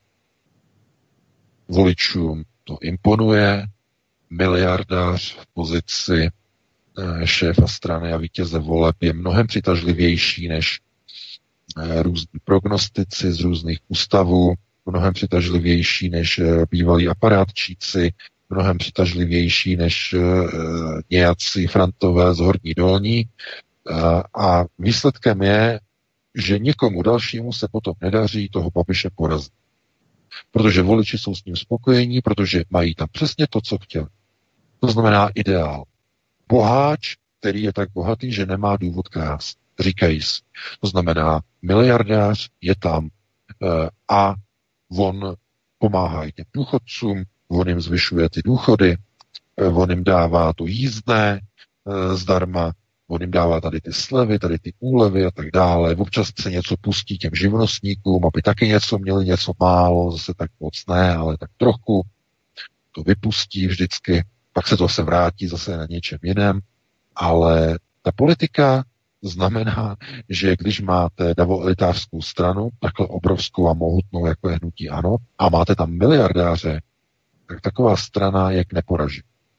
Voličům to imponuje, miliardář v pozici šéfa strany a vítěze voleb je mnohem přitažlivější než různí prognostici z různých ústavů, mnohem přitažlivější než bývalí aparátčíci, mnohem přitažlivější než nějací frantové z Horní Dolní. A výsledkem je, že nikomu dalšímu se potom nedaří toho Babiše porazit. Protože voliči jsou s ním spokojení, protože mají tam přesně to, co chtěli. To znamená ideál. Boháč, který je tak bohatý, že nemá důvod krást. Říkají si. To znamená, miliardář je tam a on pomáhá i těm důchodcům, on jim zvyšuje ty důchody, on jim dává to jízdné zdarma, on jim dává tady ty slevy, tady ty úlevy a tak dále. Občas se něco pustí těm živnostníkům, aby taky něco měli, něco málo, zase tak moc ne, ale tak trochu. To vypustí vždycky, pak se to se vrátí zase na něčem jiném, ale ta politika znamená, že když máte davoelitářskou stranu, takhle obrovskou a mohutnou, jako je hnutí ANO, a máte tam miliardáře, tak taková strana je k neporaži.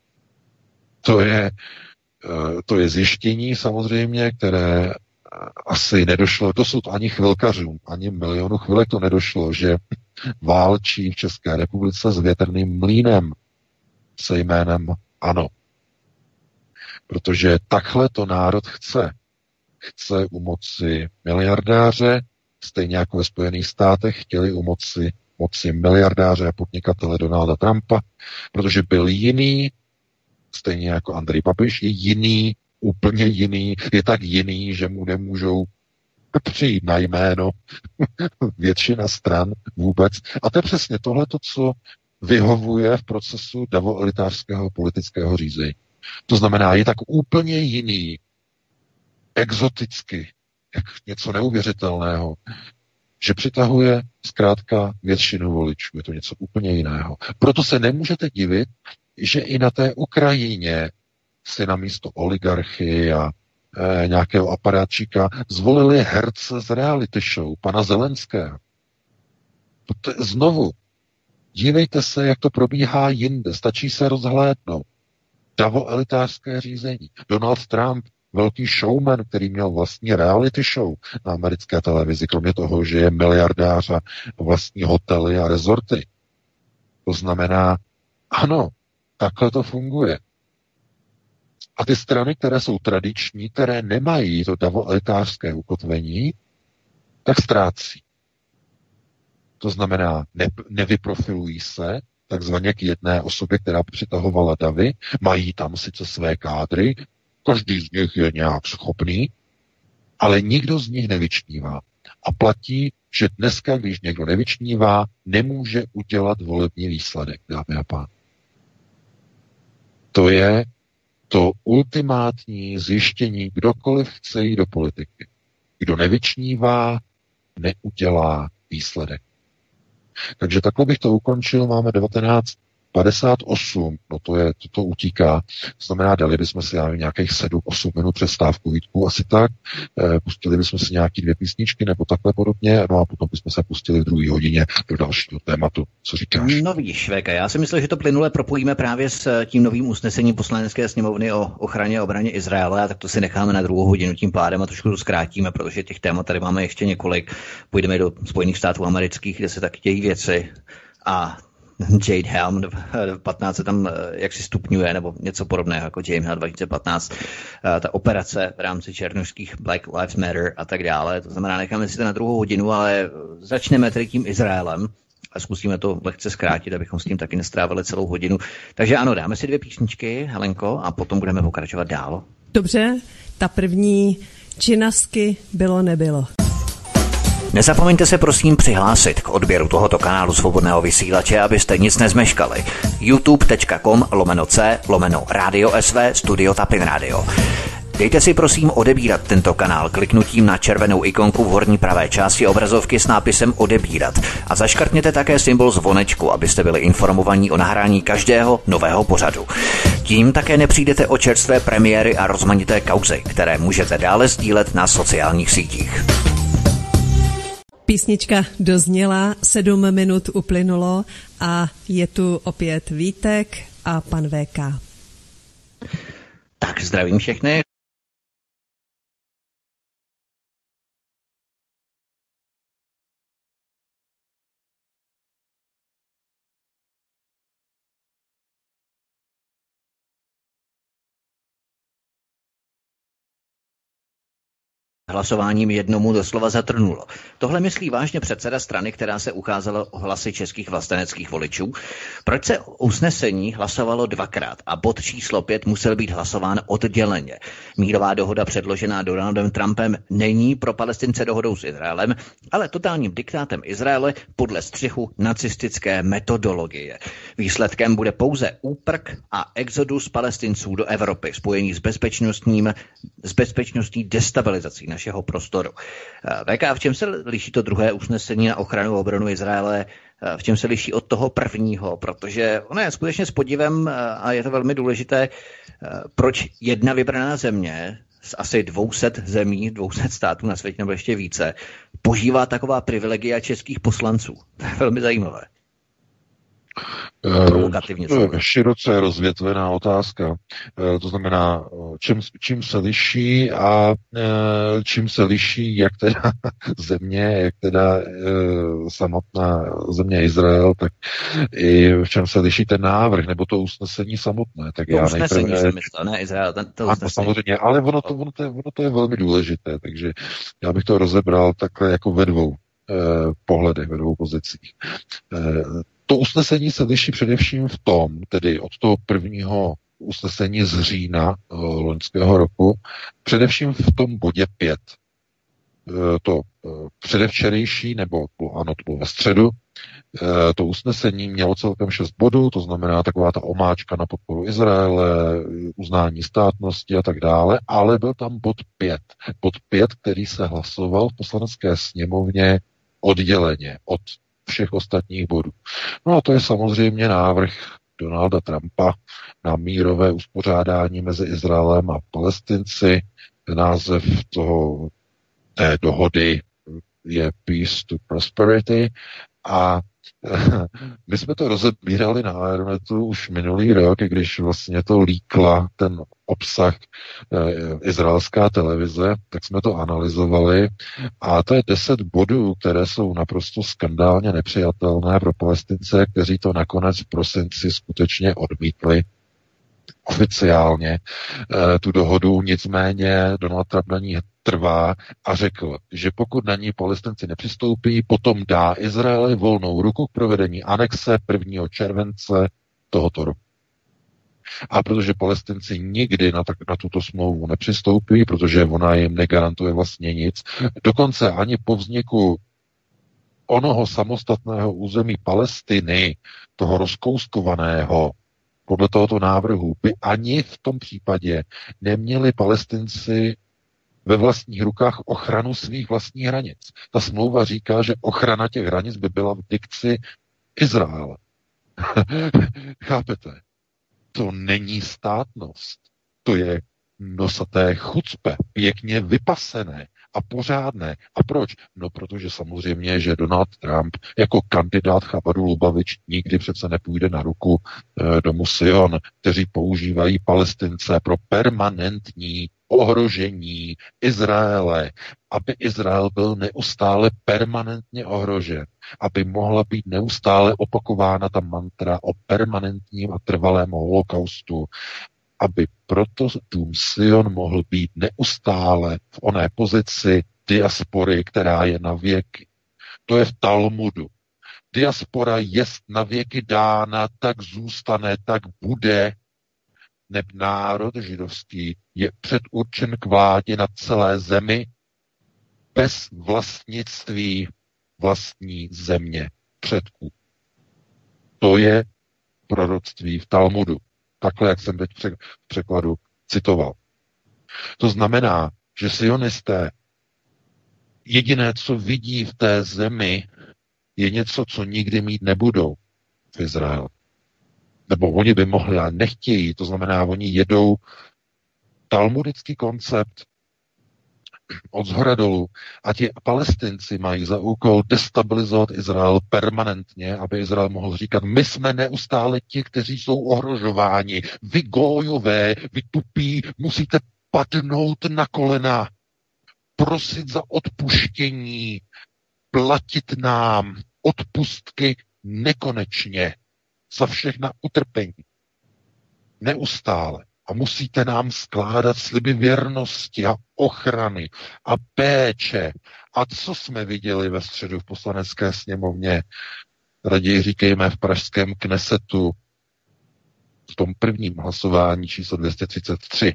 To je zjištění samozřejmě, které asi nedošlo dosud ani chvilkařům, ani milionu chvilek to nedošlo, že válčí v České republice s větrným mlýnem se jménem ANO. Protože takhle to národ chce. Chce u moci miliardáře, stejně jako ve Spojených státech chtěli u moci miliardáře a podnikatele Donalda Trumpa, protože byl jiný, stejně jako Andrej Babiš, je jiný, úplně jiný, je tak jiný, že mu nemůžou přijít na jméno většina stran vůbec. A to je přesně tohleto, co vyhovuje v procesu davoelitářského politického řízení. To znamená, je tak úplně jiný, exoticky, jak něco neuvěřitelného, že přitahuje zkrátka většinu voličů. Je to něco úplně jiného. Proto se nemůžete divit, že i na té Ukrajině si na místo oligarchy a nějakého aparátčíka zvolili herce z reality show, pana Zelenského. Znovu, dívejte se, jak to probíhá jinde. Stačí se rozhlédnout. Davoelitářské řízení. Donald Trump, velký showman, který měl vlastní reality show na americké televizi, kromě toho, že je miliardář a vlastní hotely a rezorty. To znamená, ano, takhle to funguje. A ty strany, které jsou tradiční, které nemají to davoelitářské ukotvení, tak ztrácí. To znamená, nevyprofilují se takzvaně k jedné osobě, která přitahovala davy, mají tam sice své kádry, každý z nich je nějak schopný, ale nikdo z nich nevyčnívá. A platí, že dneska, když někdo nevyčnívá, nemůže udělat volební výsledek, dámy a pánové. To je to ultimátní zjištění, kdokoliv chce jít do politiky. Kdo nevyčnívá, neudělá výsledek. Takže takhle bych to ukončil, máme 19:58, no to utíká, to znamená, dali bychom si nějakých 7-8 minut přestávku, Vítku, asi tak, pustili bychom si nějaký 2 písničky nebo takhle podobně, no a potom bychom se pustili v 2. hodině do dalšího tématu. Co říkáš? No víš, VK, já si myslím, že to plynule propojíme právě s tím novým usnesením Poslanecké sněmovny o ochraně a obraně Izraele, a tak to si necháme na 2. hodinu tím pádem a trošku to zkrátíme, protože těch témat tady máme ještě několik. Půjdeme do Spojených států amerických, kde se taky dějí věci a Jade Helm 15 se tam jaksi stupňuje, nebo něco podobného jako Jade Helm 2015, ta operace v rámci černošských Black Lives Matter a tak dále. To znamená, necháme si to na druhou hodinu, ale začneme tedy tím Izraelem a zkusíme to lehce zkrátit, abychom s tím taky nestrávili celou hodinu. Takže ano, dáme si 2 písničky, Helenko, a potom budeme pokračovat dál. Dobře, ta první Činasky bylo nebylo. Nezapomeňte se prosím přihlásit k odběru tohoto kanálu Svobodného vysílače, abyste nic nezmeškali. youtube.com/c/Radio SV Studio Tapin Radio. Dejte si prosím odebírat tento kanál kliknutím na červenou ikonku v horní pravé části obrazovky s nápisem odebírat a zaškrtněte také symbol zvonečku, abyste byli informovaní o nahrání každého nového pořadu. Tím také nepřijdete o čerstvé premiéry a rozmanité kauzy, které můžete dále sdílet na sociálních sítích. Písnička dozněla, 7 minut uplynulo a je tu opět Vítek a pan VK. Tak zdravím všechny. Hlasováním jednomu doslova zatrnulo. Tohle myslí vážně předseda strany, která se ucházela o hlasy českých vlasteneckých voličů. Proč se usnesení hlasovalo 2krát a bod číslo 5 musel být hlasován odděleně? Mírová dohoda předložená Donaldem Trumpem není pro Palestince dohodou s Izraelem, ale totálním diktátem Izraele podle střihu nacistické metodologie. Výsledkem bude pouze úprk a exodus Palestinců do Evropy, spojený s bezpečnostní destabilizací našeho prostoru. VK, v čem se liší to druhé usnesení na ochranu a obranu Izraele? V čem se liší od toho prvního? Protože ono je skutečně s podivem a je to velmi důležité, proč jedna vybraná země z asi 200 zemí, 200 států na světě nebo ještě více, požívá taková privilegia českých poslanců. To je velmi zajímavé. To je široce rozvětvená otázka. To znamená, čím se liší a čím se liší jak teda země, jak teda samotná země Izrael, tak i v čem se liší ten návrh, nebo to usnesení samotné. Tak to já usnesení nejprve... jsem myslel, ne Izrael, to usnesení. Samozřejmě, ale ono to je velmi důležité, takže já bych to rozebral takhle jako ve 2 pohledech, ve 2 pozicích. To usnesení se liší především v tom, tedy od toho prvního usnesení z října loňského roku, především v tom bodě 5. To předevčerejší, nebo to bylo ve středu, to usnesení mělo celkem 6 bodů, to znamená taková ta omáčka na podporu Izraele, uznání státnosti a tak dále, ale byl tam bod 5. Bod 5, který se hlasoval v poslanecké sněmovně odděleně od všech ostatních bodů. No a to je samozřejmě návrh Donalda Trumpa na mírové uspořádání mezi Izraelem a Palestinci. Název té dohody je Peace to Prosperity a my jsme to rozebírali na Aeronetu už minulý rok, když vlastně to líkla ten obsah izraelská televize, tak jsme to analyzovali a to je 10 bodů, které jsou naprosto skandálně nepřijatelné pro Palestince, kteří to nakonec v prosinci skutečně odmítli oficiálně tu dohodu, nicméně Donald Trump na ní trvá a řekl, že pokud na ní Palestinci nepřistoupí, potom dá Izraeli volnou ruku k provedení anexe 1. července tohoto roku. A protože Palestinci nikdy na tuto smlouvu nepřistoupí, protože ona jim negarantuje vlastně nic, dokonce ani po vzniku onoho samostatného území Palestiny, toho rozkouskovaného, podle tohoto návrhu by ani v tom případě neměli Palestinci ve vlastních rukách ochranu svých vlastních hranic. Ta smlouva říká, že ochrana těch hranic by byla v dikci Izraele. Chápete? To není státnost. To je nosaté chucpe, pěkně vypasené a pořádné. A proč? No, protože samozřejmě, že Donald Trump jako kandidát Chabadu Lubavič nikdy přece nepůjde na ruku domu Sion, kteří používají Palestince pro permanentní ohrožení Izraele, aby Izrael byl neustále permanentně ohrožen, aby mohla být neustále opakována ta mantra o permanentním a trvalém holokaustu, aby proto dům Sion mohl být neustále v oné pozici diaspory, která je na věky. To je v Talmudu. Diaspora jest na věky dána, tak zůstane, tak bude. Neb národ židovský je předurčen k vládě na celé zemi bez vlastnictví vlastní země předků. To je proroctví v Talmudu. Takhle, jak jsem teď v překladu citoval. To znamená, že sionisté jediné, co vidí v té zemi, je něco, co nikdy mít nebudou v Izraeli. Nebo oni by mohli, ale nechtějí. To znamená, oni jedou talmudický koncept od zhora dolů a ti Palestinci mají za úkol destabilizovat Izrael permanentně, aby Izrael mohl říkat, my jsme neustále ti, kteří jsou ohrožováni. Vy gojové, vy tupí, musíte padnout na kolena, prosit za odpuštění, platit nám odpustky nekonečně za všechna utrpení. Neustále. A musíte nám skládat sliby věrnosti a ochrany a péče. A co jsme viděli ve středu v Poslanecké sněmovně? Raději říkejme v pražském Knesetu v tom prvním hlasování číslo 233.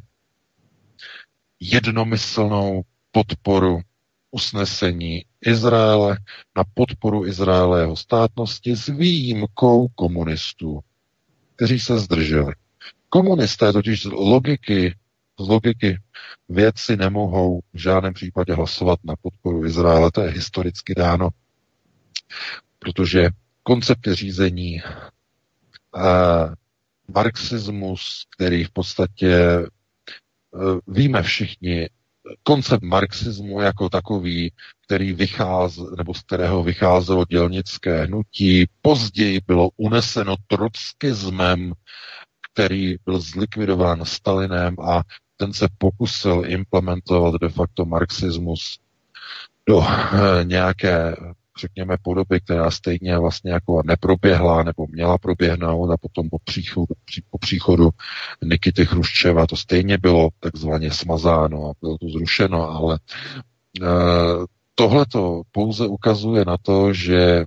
Jednomyslnou podporu usnesení Izraele na podporu Izraele jeho státnosti s výjimkou komunistů, kteří se zdrželi. Komunisté totiž z logiky věci nemohou v žádném případě hlasovat na podporu Izraele, to je historicky dáno, protože koncept řízení, marxismus, který v podstatě víme všichni, koncept marxismu jako takový, který nebo z kterého vycházelo dělnické hnutí, později bylo uneseno trockismem, který byl zlikvidován Stalinem a ten se pokusil implementovat de facto marxismus do nějaké, řekněme, podoby, která stejně vlastně jako neproběhla nebo měla proběhnout a potom po příchodu Nikity Chruščeva to stejně bylo takzvaně smazáno a bylo to zrušeno, ale tohleto pouze ukazuje na to, že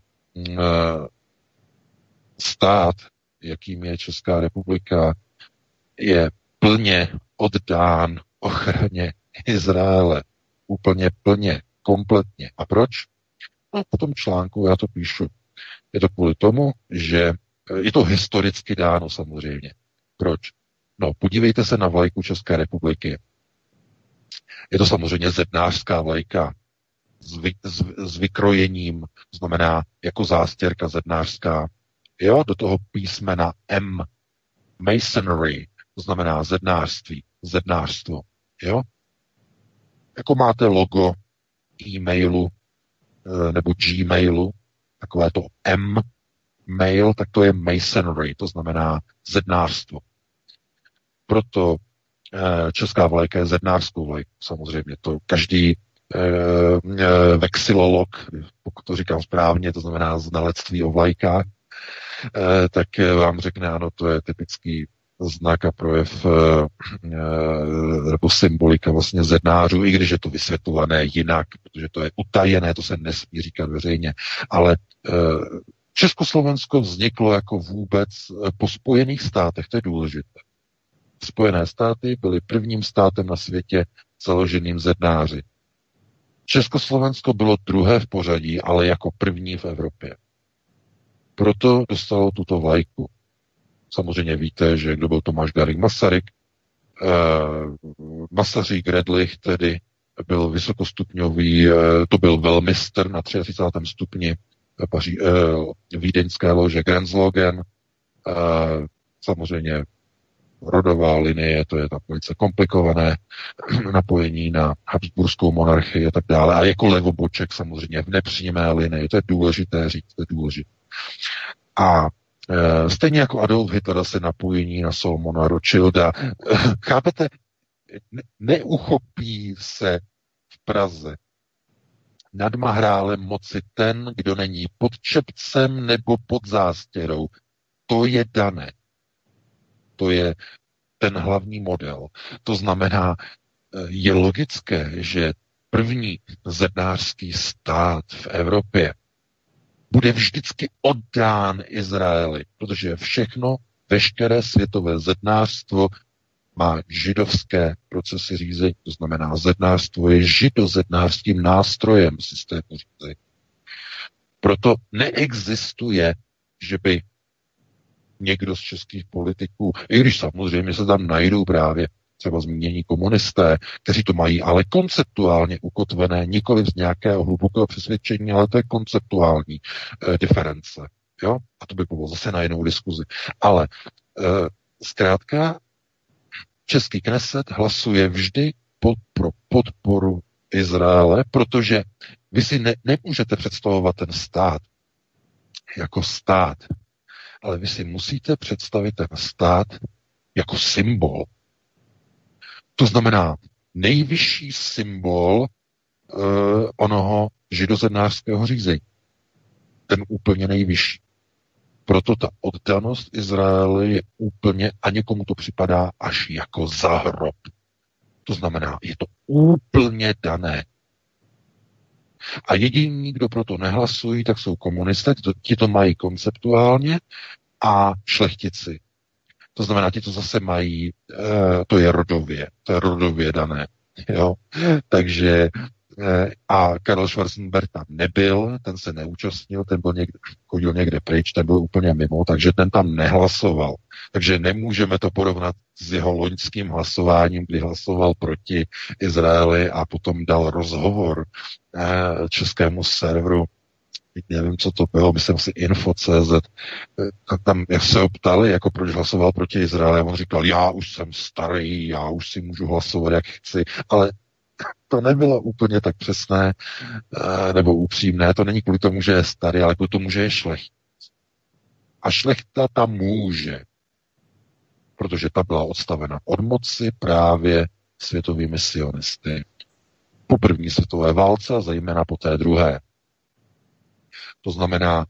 stát, jakým je Česká republika, je plně oddán ochraně Izraele. Úplně plně, kompletně. A proč? No, po tom článku já to píšu. Je to kvůli tomu, že je to historicky dáno samozřejmě. Proč? No, podívejte se na vlajku České republiky. Je to samozřejmě zednářská vlajka s vykrojením, to znamená jako zástěrka zednářská. Jo, do toho písmena M. Masonry, to znamená zednářstvo. Jo? Jako máte logo e-mailu nebo Gmailu, takové to M. Mail, tak to je Masonry, to znamená zednářstvo. Proto česká vlajka je zednářskou vlajkou, samozřejmě. To každý vexilolog, pokud to říkám správně, to znamená znalectví o vlajkách, tak vám řekne, ano, to je typický znak a projev nebo symbolika vlastně zednářů, i když je to vysvětlované jinak, protože to je utajené, to se nesmí říkat veřejně, ale Československo vzniklo jako vůbec po Spojených státech, to je důležité. Spojené státy byly prvním státem na světě založeným zednáři. Československo bylo druhé v pořadí, ale jako první v Evropě. Proto dostalo tuto vlajku. Samozřejmě víte, že kdo byl Tomáš Garrigue Masaryk. Masařík Redlich tedy byl vysokostupňový, to byl velmistr na 33. stupni vídeňské lože Grenzlogen. Samozřejmě rodová linie, to je tak velice komplikované napojení na habsburskou monarchii a tak dále. A jako levoboček samozřejmě v nepřímé linii, to je důležité říct, to je důležité. A stejně jako Adolf Hitler se napojení na Salomona Rothschilda. Chápete? Neuchopí se v Praze nad mahrálem moci ten, kdo není pod čepcem nebo pod zástěrou. To je dané. To je ten hlavní model. To znamená, je logické, že první zednářský stát v Evropě bude vždycky oddán Izraeli, protože všechno, veškeré světové zednářstvo má židovské procesy řízení, to znamená, zednářstvo je židozednářským nástrojem systému řízení. Proto neexistuje, že by někdo z českých politiků, i když samozřejmě se tam najdou právě třeba zmínění komunisté, kteří to mají ale konceptuálně ukotvené, nikoli z nějakého hlubokého přesvědčení, ale to je konceptuální diference. Jo? A to by bylo zase na jinou diskuzi. Ale zkrátka český Kneset hlasuje vždy pro podporu Izraele, protože vy si nemůžete představovat ten stát jako stát, ale vy si musíte představit ten stát jako symbol. To znamená nejvyšší symbol onoho židozednářského řízení. Ten úplně nejvyšší. Proto ta oddanost Izraele je úplně, a někomu to připadá až jako za hrob. To znamená, je to úplně dané. A jediní, kdo proto nehlasují, tak jsou komunisté, ti to mají konceptuálně, a šlechtici. To znamená, ti to zase mají, to je rodově dané. Jo? Takže a Karel Schwarzenberg tam nebyl, ten se neúčastnil, ten byl chodil někde pryč, ten byl úplně mimo, takže ten tam nehlasoval. Takže nemůžeme to porovnat s jeho loňským hlasováním, kdy hlasoval proti Izraeli a potom dal rozhovor českému serveru, nevím, co to bylo, myslím si Info.cz, tam jak se ho ptali, jako proč hlasoval proti Izraeli, a on říkal, já už jsem starý, já už si můžu hlasovat, jak chci, ale to nebylo úplně tak přesné nebo upřímné, to není kvůli tomu, že je starý, ale kvůli tomu, že je šlechtic. A šlechta tam může, protože ta byla odstavena od moci právě světovými sionisty. Po první světové válce a zejména po té druhé. To znamená,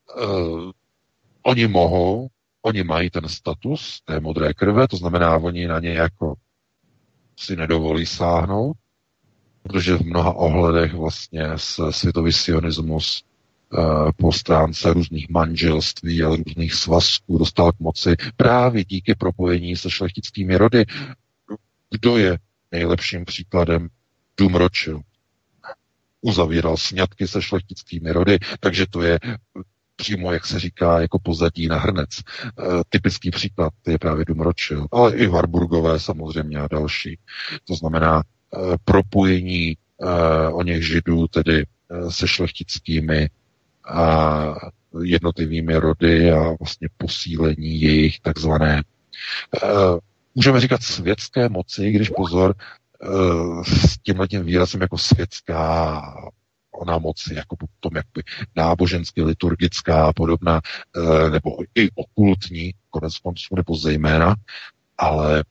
oni mají ten status té modré krve, to znamená, oni na ně jako si nedovolí sáhnout, protože v mnoha ohledech vlastně světový sionismus po stránce různých manželství a různých svazků dostal k moci právě díky propojení se šlechtickými rody. Kdo je nejlepším příkladem? Dům Rothschild. Uzavíral sňatky se šlechtickými rody, takže to je přímo, jak se říká, jako pozadí na hrnec. Typický příklad je právě Dům Rothschild, ale i Warburgové samozřejmě a další. To znamená propojení oněch židů, tedy se šlechtickými a jednotlivými rody a vlastně posílení jejich takzvané, můžeme říkat světské moci, když pozor, s tímhletím výrazem jako světská ona moc, jako potom jakoby nábožensky liturgická a podobná, nebo i okultní, konec konců, nebo zejména, ale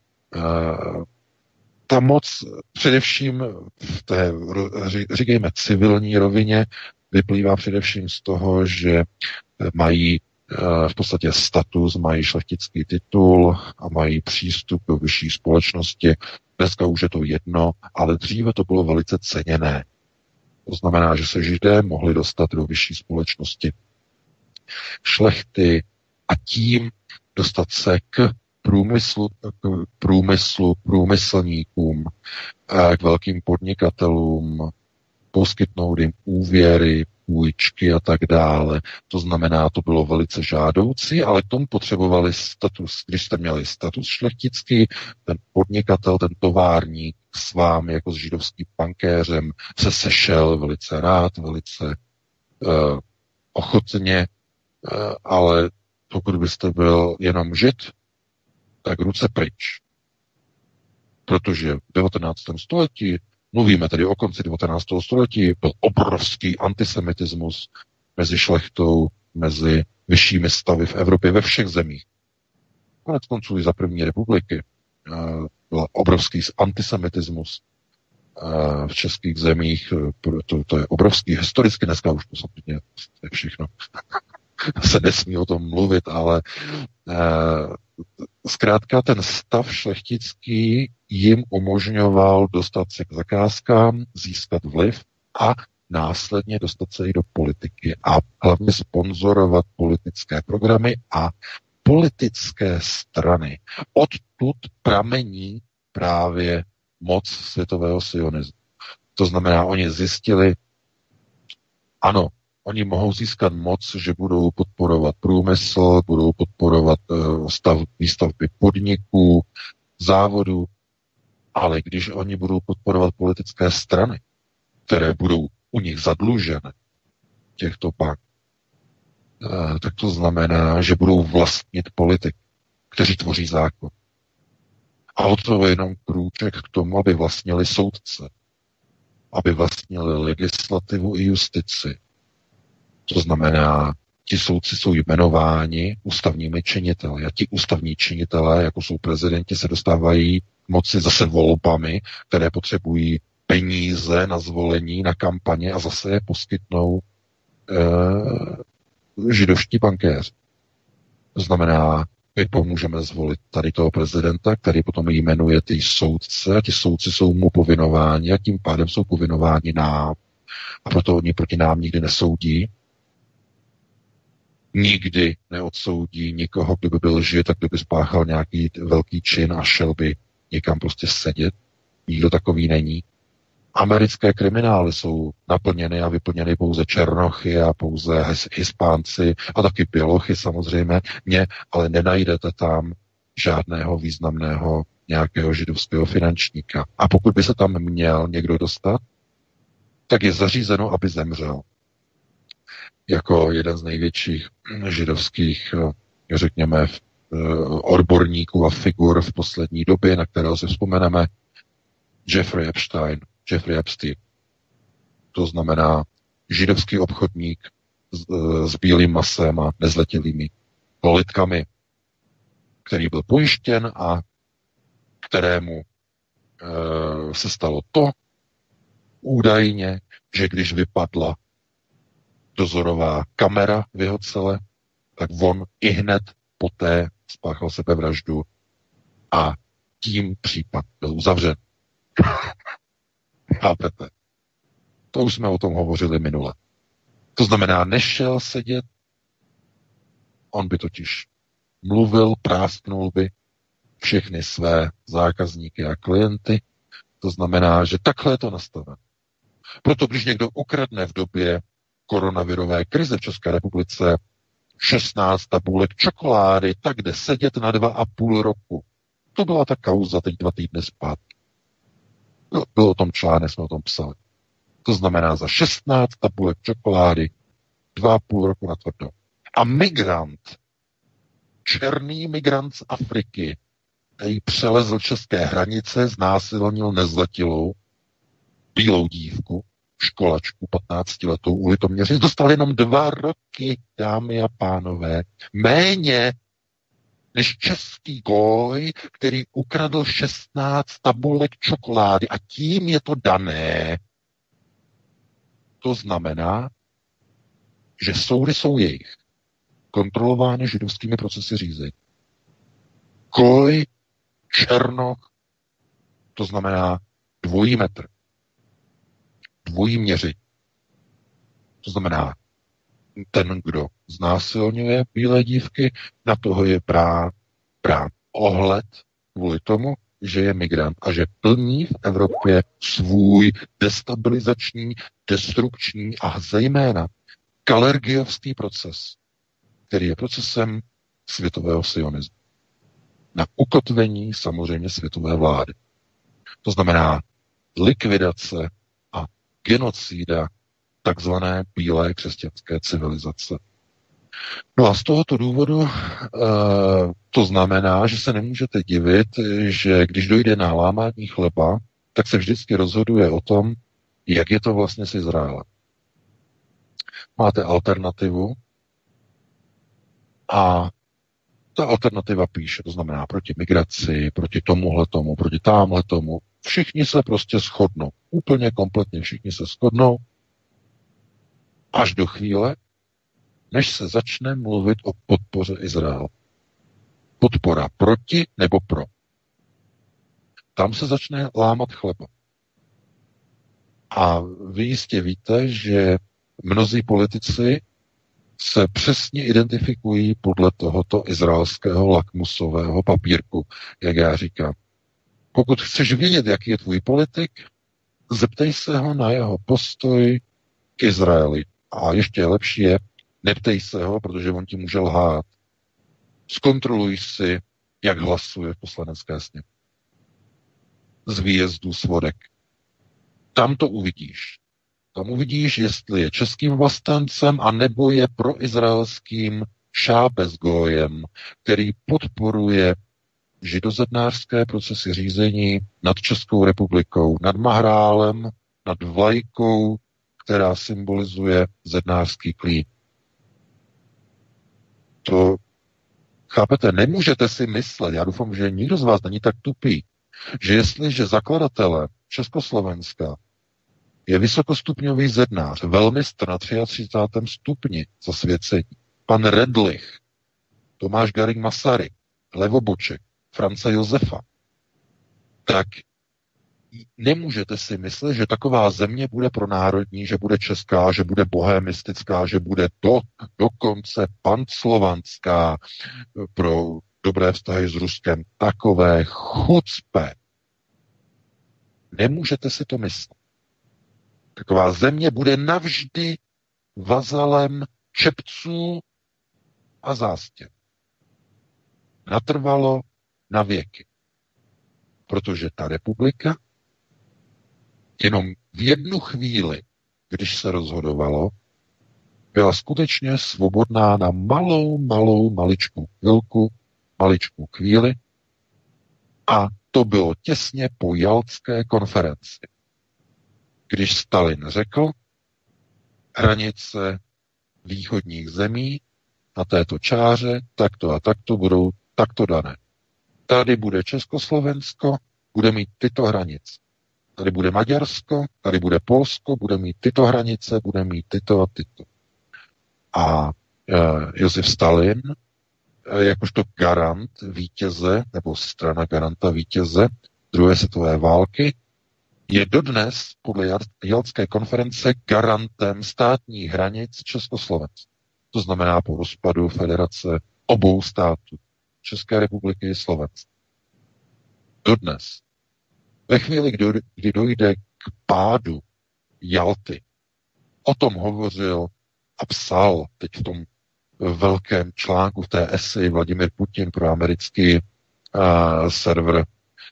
ta moc především v té, říkejme, civilní rovině vyplývá především z toho, že mají v podstatě status, mají šlechtický titul a mají přístup do vyšší společnosti. Dneska už je to jedno, ale dříve to bylo velice ceněné. To znamená, že se Židé mohli dostat do vyšší společnosti šlechty a tím dostat se k průmyslníkům, k velkým podnikatelům, poskytnout jim úvěry, půjčky a tak dále. To znamená, to bylo velice žádoucí, ale k tomu potřebovali status. Když jste měli status šlechtický, ten podnikatel, ten továrník s vámi jako s židovským bankéřem se sešel velice rád, velice ochotně, ale pokud byste byl jenom žid, tak ruce pryč. Protože v 19. století, mluvíme tedy o konci 19. století, byl obrovský antisemitismus mezi šlechtou, mezi vyššími stavy v Evropě ve všech zemích. Konec konců i za první republiky byl obrovský antisemitismus v českých zemích. To je obrovský. Historicky dneska už to samozřejmě je všechno. Se nesmí o tom mluvit, ale zkrátka ten stav šlechtický jim umožňoval dostat se k zakázkám, získat vliv a následně dostat se i do politiky a hlavně sponzorovat politické programy a politické strany. Odtud pramení právě moc světového sionismu. To znamená, oni zjistili, ano, oni mohou získat moc, že budou podporovat průmysl, budou podporovat výstavby podniků, závodů, ale když oni budou podporovat politické strany, které budou u nich zadlužené, těchto bank, tak to znamená, že budou vlastnit politik, kteří tvoří zákon. A od toho je jenom krůček k tomu, aby vlastnili soudce, aby vlastnili legislativu i justici. To znamená, ti soudci jsou jmenováni ústavními činiteli a ti ústavní činitelé, jako jsou prezidenti, se dostávají k moci zase volbami, které potřebují peníze na zvolení, na kampaně a zase je poskytnou židovští bankéři. To znamená, my pomůžeme zvolit tady toho prezidenta, který potom jmenuje ty soudce a ti soudci jsou mu povinováni a tím pádem jsou povinováni nám. A proto oni proti nám nikdy nesoudí. Nikdy neodsoudí nikoho, kdo by byl žid, tak kdo by spáchal nějaký velký čin a šel by někam prostě sedět. Nikdo takový není. Americké kriminály jsou naplněny a vyplněny pouze černochy a pouze Hispánci a taky bělochy samozřejmě, ale nenajdete tam žádného významného nějakého židovského finančníka. A pokud by se tam měl někdo dostat, tak je zařízeno, aby zemřel. Jako jeden z největších židovských, řekněme, odborníků a figur v poslední době, na kterého si vzpomeneme, Jeffrey Epstein. To znamená židovský obchodník s bílým masem a nezletilými politkami, který byl pojištěn a kterému se stalo to údajně, že když vypadla dozorová kamera v jeho cele, tak on i hned poté spáchal sebevraždu a tím případ byl uzavřen. Chápete? To už jsme o tom hovořili minule. To znamená, nešel sedět, on by totiž mluvil, prásknul by všechny své zákazníky a klienty. To znamená, že takhle je to nastavené. Proto když někdo ukradne v době koronavirové krize v České republice 16 tabulek čokolády, tak jde sedět na 2,5 roku. To byla ta kauza teď 2 týdny zpátky. Byl o tom článek, jsme o tom psali. To znamená za 16 tabulek čokolády 2,5 roku na tvrdo. A migrant, černý migrant z Afriky, který přelezl české hranice, znásilnil nezletilou bílou dívku, školačku 15letou u Litoměřic, dostal jenom 2 roky, dámy a pánové, méně než český goj, který ukradl 16 tabulek čokolády a tím je to dané. To znamená, že soudy jsou jejich, kontrolovány židovskými procesy řízení. Goj, černoch, to znamená dvojí metr, dvojí měření. To znamená, ten, kdo znásilňuje bílé dívky, na toho je brán ohled kvůli tomu, že je migrant a že plní v Evropě svůj destabilizační, destrukční a zejména kalergiovský proces, který je procesem světového sionismu. Na ukotvení samozřejmě světové vlády. To znamená likvidace a genocída takzvané bílé křesťanské civilizace. No a z tohoto důvodu to znamená, že se nemůžete divit, že když dojde na lámání chleba, tak se vždycky rozhoduje o tom, jak je to vlastně s Izraelem. Máte alternativu a ta alternativa píše, to znamená proti migraci, proti tomuhletomu, proti támhletomu. Všichni se prostě shodnou. Úplně kompletně všichni se shodnou až do chvíle, než se začne mluvit o podpoře Izraele. Podpora proti nebo pro. Tam se začne lámat chleba. A vy jistě víte, že mnozí politici se přesně identifikují podle tohoto izraelského lakmusového papírku, jak já říkám. Pokud chceš vědět, jaký je tvůj politik, zeptej se ho na jeho postoj k Izraeli. A ještě lepší je, neptej se ho, protože on ti může lhát. Zkontroluj si, jak hlasuje v poslanecké sněmu. Z výjezdu z vodek. Tam to uvidíš. Tam uvidíš, jestli je českým vlastencem, anebo je proizraelským šábezgojem, který podporuje židozednářské procesy řízení nad Českou republikou, nad Mahrálem, nad vlajkou, která symbolizuje zednářský klín. To, chápete, nemůžete si myslet, já doufám, že nikdo z vás není tak tupý, že jestliže zakladatele Československa je vysokostupňový zednář, velmistr na 33. stupni zasvěcení, pan Redlich, Tomáš Garrigue Masaryk, Levoboček, France Josefa, tak nemůžete si myslet, že taková země bude pronárodní, že bude česká, že bude bohemistická, že bude dokonce panslovanská pro dobré vztahy s Ruskem. Takové chucpe. Nemůžete si to myslet. Taková země bude navždy vazalem čepců a zástěn. Natrvalo na věky. Protože ta republika jenom v jednu chvíli, když se rozhodovalo, byla skutečně svobodná na maličkou chvilku, maličkou chvíli a to bylo těsně po Jaltské konferenci. Když Stalin řekl, hranice východních zemí na této čáře takto a takto budou takto dané. Tady bude Československo, bude mít tyto hranice. Tady bude Maďarsko, tady bude Polsko, bude mít tyto hranice, bude mít tyto a tyto. A Josef Stalin, jakožto garant vítěze, nebo strana garanta vítěze druhé světové války, je dodnes podle Jaltské konference garantem státních hranic Československa. To znamená po rozpadu federace obou států, České republiky i Slovenska. Dodnes. Ve chvíli, kdy dojde k pádu Jalty, o tom hovořil a psal teď v tom velkém článku v té esej Vladimir Putin pro americký server.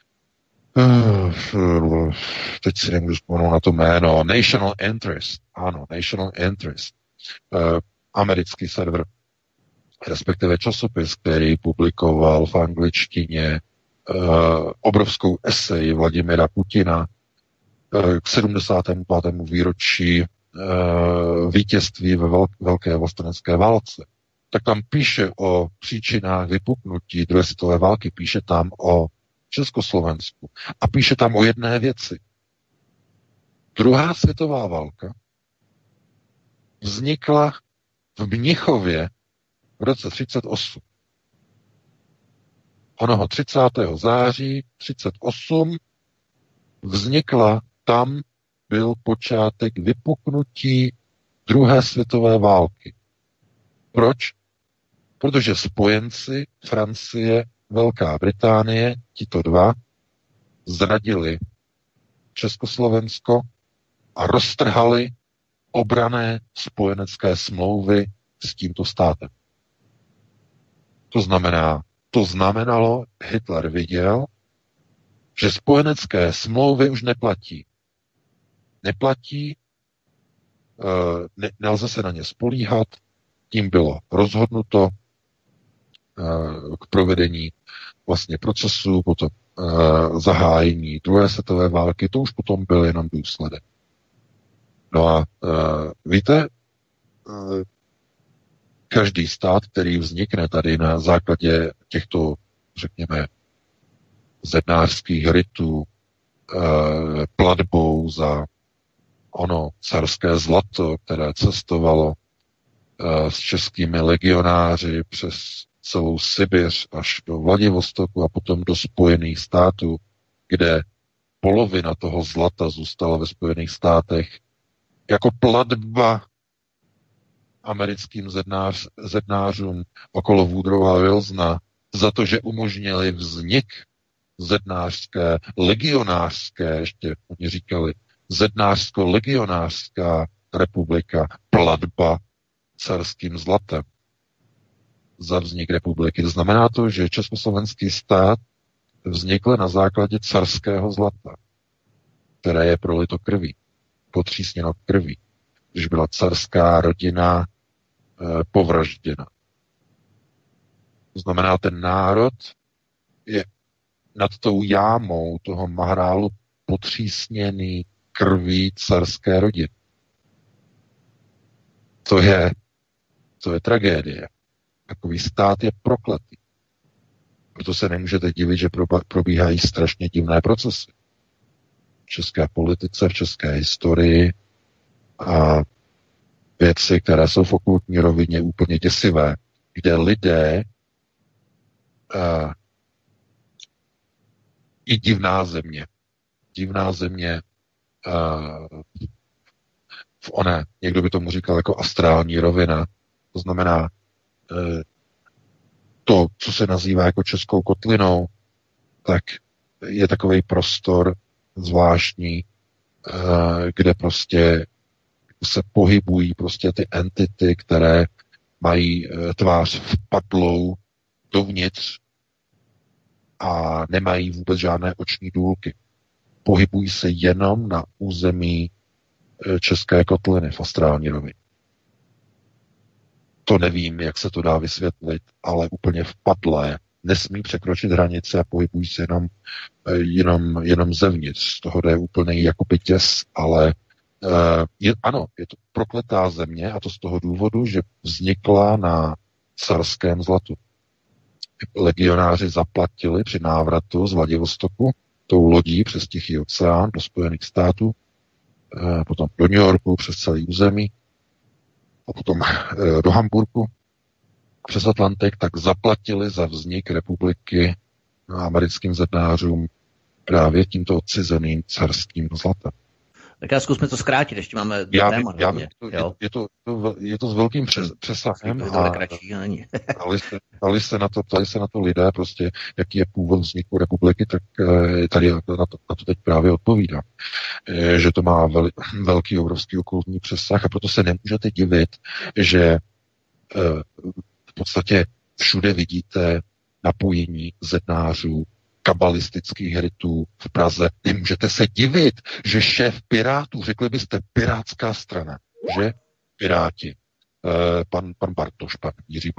Teď si nemůžu vzpomenout na to jméno. National Interest. Ano, National Interest. Americký server, respektive časopis, který publikoval v angličtině obrovskou esej Vladimira Putina k 75. výročí vítězství ve velké vlastenecké válce. Tak tam píše o příčinách vypuknutí druhé světové války, píše tam o Československu a píše tam o jedné věci. Druhá světová válka vznikla v Mnichově v roce 1938. Onoho 30. září 1938 vznikla, tam byl počátek vypuknutí druhé světové války. Proč? Protože spojenci Francie, Velká Británie, tito dva, zradili Československo a roztrhali obranné spojenecké smlouvy s tímto státem. To znamenalo, Hitler viděl, že spojenecké smlouvy už neplatí. Neplatí, nelze se na ně spolíhat, Tím bylo rozhodnuto k provedení vlastně procesu, potom zahájení druhé světové války, to už potom byl jenom důsledek. No a víte, každý stát, který vznikne tady na základě těchto, řekněme, zednářských rytů, platbou za ono carské zlato, které cestovalo s českými legionáři přes celou Sibiř až do Vladivostoku a potom do Spojených států, kde polovina toho zlata zůstala ve Spojených státech jako platba americkým zednářům okolo Woodrowa Wilsona za to, že umožnili vznik zednářské, legionářské, ještě oni říkali, zednářsko-legionářská republika, platba carským zlatem za vznik republiky. To znamená to, že československý stát vznikl na základě carského zlata, které je prolito krví, potřísněno krví, když byla carská rodina povražděna. To znamená, ten národ je nad tou jámou toho mahrálu potřísněný krví carské rodiny. To je tragédie. Takový stát je prokletý. Proto se nemůžete divit, že probíhají strašně divné procesy. V české politice, v české historii a věci, které jsou v okultní rovině úplně děsivé, kde lidé i divná země v oné, někdo by tomu říkal jako astrální rovina, to znamená to, co se nazývá jako českou kotlinou, tak je takový prostor zvláštní, kde prostě se pohybují prostě ty entity, které mají tvář vpadlou dovnitř a nemají vůbec žádné oční důlky. Pohybují se jenom na území české kotliny v astrální rovině. To nevím, jak se to dá vysvětlit, ale úplně vpadlé. Nesmí překročit hranice a pohybují se jenom zevnitř. Z toho jde úplný jakoby těs, ale ano, je to prokletá země a to z toho důvodu, že vznikla na carském zlatu. Legionáři zaplatili při návratu z Vladivostoku tou lodí přes Tichý oceán do Spojených států, potom do New Yorku přes celý území a potom do Hamburku přes Atlantik, tak zaplatili za vznik republiky americkým zednářům právě tímto odcizeným carským zlatem. Tak já zkusme to zkrátit, ještě máme téma. Je to s velkým přesahem. Je to kratší, není. Ptali se na to lidé, prostě, jaký je původ vzniku republiky, tak tady na to teď právě odpovídám. Že to má velký, obrovský okultní přesah a proto se nemůžete divit, že v podstatě všude vidíte napojení zednářů, kabalistických rytů v Praze. Nemůžete se divit, že šéf Pirátů, řekli byste pirátská strana, že Piráti, pan Bartoš, pan Jiří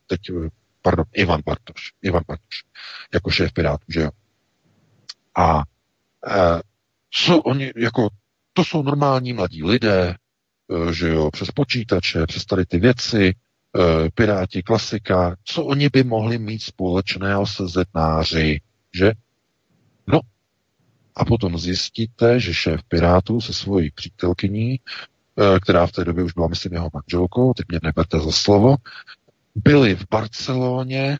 Ivan Bartoš, jako šéf Pirátů, že jo. A co oni, jako, to jsou normální mladí lidé, že jo, přes počítače, přes tady ty věci, Piráti, klasika, co oni by mohli mít společného se zednáři, že? No, a potom zjistíte, že šéf Pirátů se svojí přítelkyní, která v té době už byla, myslím, jeho manželkou, teď mě neberte za slovo, byli v Barceloně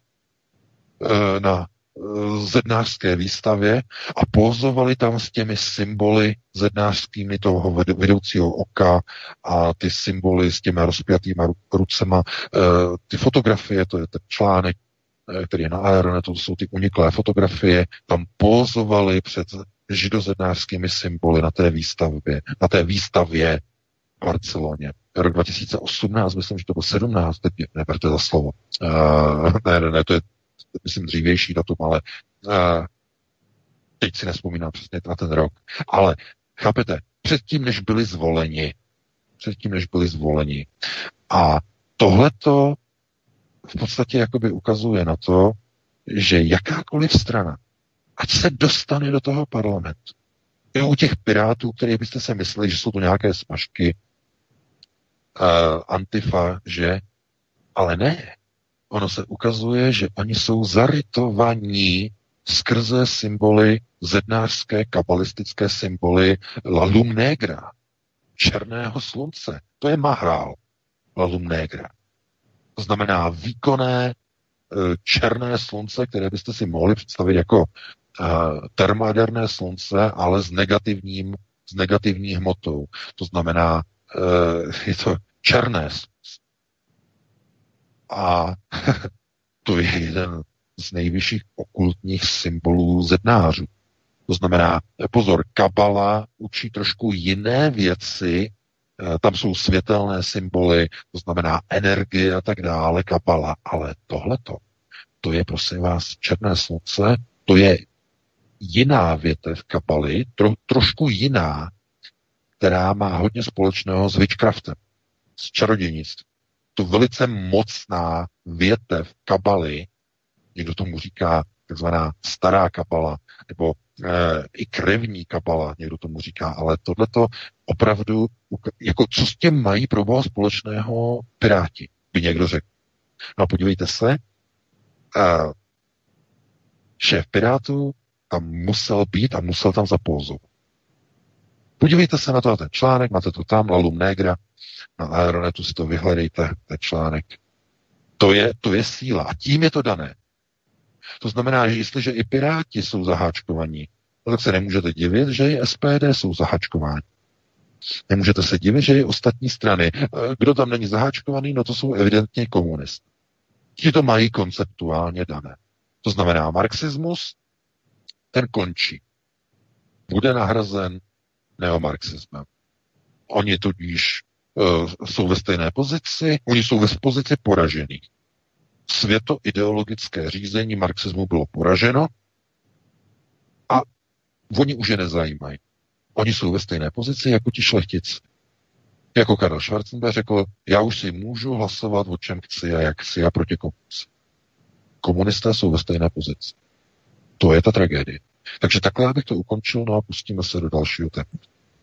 na zednářské výstavě a pozovali tam s těmi symboly zednářskými toho vedoucího oka a ty symboly s těmi rozpjatýma rucema. Ty fotografie, to je ten článek, který je na Aeronetu, to jsou ty uniklé fotografie, tam pozovali před židozednářskými symboly na té výstavě v Barceloně. Rok 2018, myslím, že to bylo 17, teď neberte za slovo. Ne, to je myslím dřívější datum, ale teď si nespomínám přesně na ten rok. Ale chápete, předtím, než byli zvoleni a tohleto v podstatě jakoby ukazuje na to, že jakákoliv strana, ať se dostane do toho parlamentu, i u těch pirátů, které byste se mysleli, že jsou to nějaké smažky, Antifa, že? Ale ne. Ono se ukazuje, že oni jsou zarytovaní skrze symboly, zednářské, kabalistické symboly La Lum Negra, černého slunce. To je Mahrál, La Lum Negra. To znamená výkonné černé slunce, které byste si mohli představit jako termojaderné slunce, ale s negativní hmotou. To znamená, je to černé slunce. A to je jeden z nejvyšších okultních symbolů zednářů. To znamená, pozor, kabala učí trošku jiné věci, tam jsou světelné symboly, to znamená energie a tak dále, kabala, ale tohleto, to je, prosím vás, černé slunce, to je jiná větev kabaly, trošku jiná, která má hodně společného s witchcraftem, s čarodějnictvím. To velice mocná větev kabaly, někdo tomu říká takzvaná stará kabala, nebo i krevní kabala, někdo tomu říká, ale tohleto opravdu, jako co s tím mají pro boha společného piráti, by někdo řekl. No a podívejte se, šéf pirátů tam musel být a musel tam zapózovat. Podívejte se na to, ten článek, máte to tam, La Lum Negra, na Aeronetu si to vyhledejte, ten článek. To je síla a tím je to dané. To znamená, že jestliže i piráti jsou zaháčkovaní, tak se nemůžete divit, že i SPD jsou zaháčkováni. Nemůžete se divit, že i ostatní strany. Kdo tam není zaháčkovaný, no to jsou evidentně komunisté. Ti to mají konceptuálně dané. To znamená, marxismus, ten končí. Bude nahrazen neomarxismem. Oni tudíž jsou ve stejné pozici, oni jsou ve pozici poražených. Světoideologické řízení marxismu bylo poraženo a oni už je nezajímají. Oni jsou ve stejné pozici jako ti šlechtici. Jako Karel Schwarzenberg řekl, já už si můžu hlasovat o čem chci a jak chci a proti komunismu. Komunisté jsou ve stejné pozici. To je ta tragédie. Takže takhle bych to ukončil, no a pustíme se do dalšího tématu.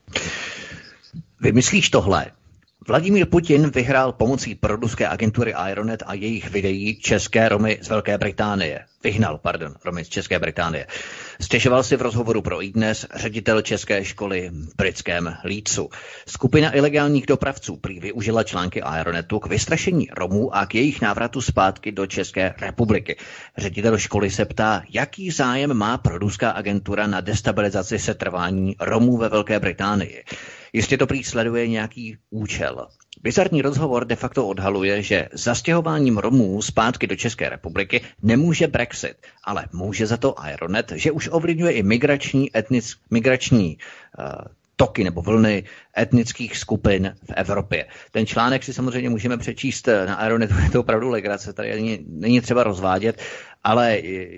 Vymyslíš tohle? Vladimír Putin vyhrál pomocí proruské agentury Aeronet a jejich videí české Romy z Velké Británie. Vyhnal Romy z České Británie. Stěžoval si v rozhovoru pro iDnes ředitel české školy v britském Leedsu. Skupina ilegálních dopravců prý využila články Aeronetu k vystrašení Romů a k jejich návratu zpátky do České republiky. Ředitel školy se ptá, jaký zájem má proruská agentura na destabilizaci setrvání Romů ve Velké Británii. Jistě to prý sleduje nějaký účel. Bizarní rozhovor de facto odhaluje, že zastěhováním Romů zpátky do České republiky nemůže Brexit, ale může za to Aeronet, že už ovlivňuje i migrační toky nebo vlny etnických skupin v Evropě. Ten článek si samozřejmě můžeme přečíst na Aeronetu, je to opravdu legrace, tady není třeba rozvádět, ale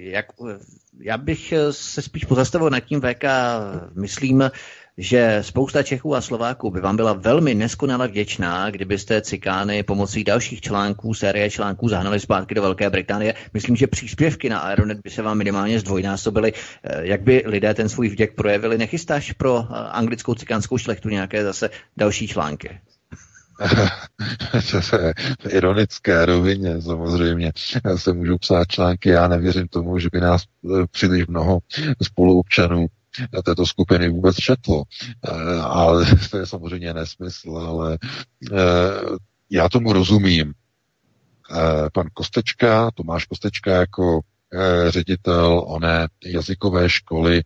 já bych se spíš pozastavil nad tím, VK, myslím, že spousta Čechů a Slováků by vám byla velmi neskonale vděčná, kdybyste Cikány pomocí dalších článků, série článků zahnali zpátky do Velké Británie. Myslím, že příspěvky na Aeronet by se vám minimálně zdvojnásobily. Jak by lidé ten svůj vděk projevili? Nechystáš pro anglickou cikánskou šlechtu nějaké zase další články? To je v ironické rovině samozřejmě. Já se můžu psát články, já nevěřím tomu, že by nás příliš mnoho spoluobčanů této skupiny vůbec četlo. Ale to je samozřejmě nesmysl, ale já tomu rozumím. Pan Kostečka, Tomáš Kostečka jako ředitel oné jazykové školy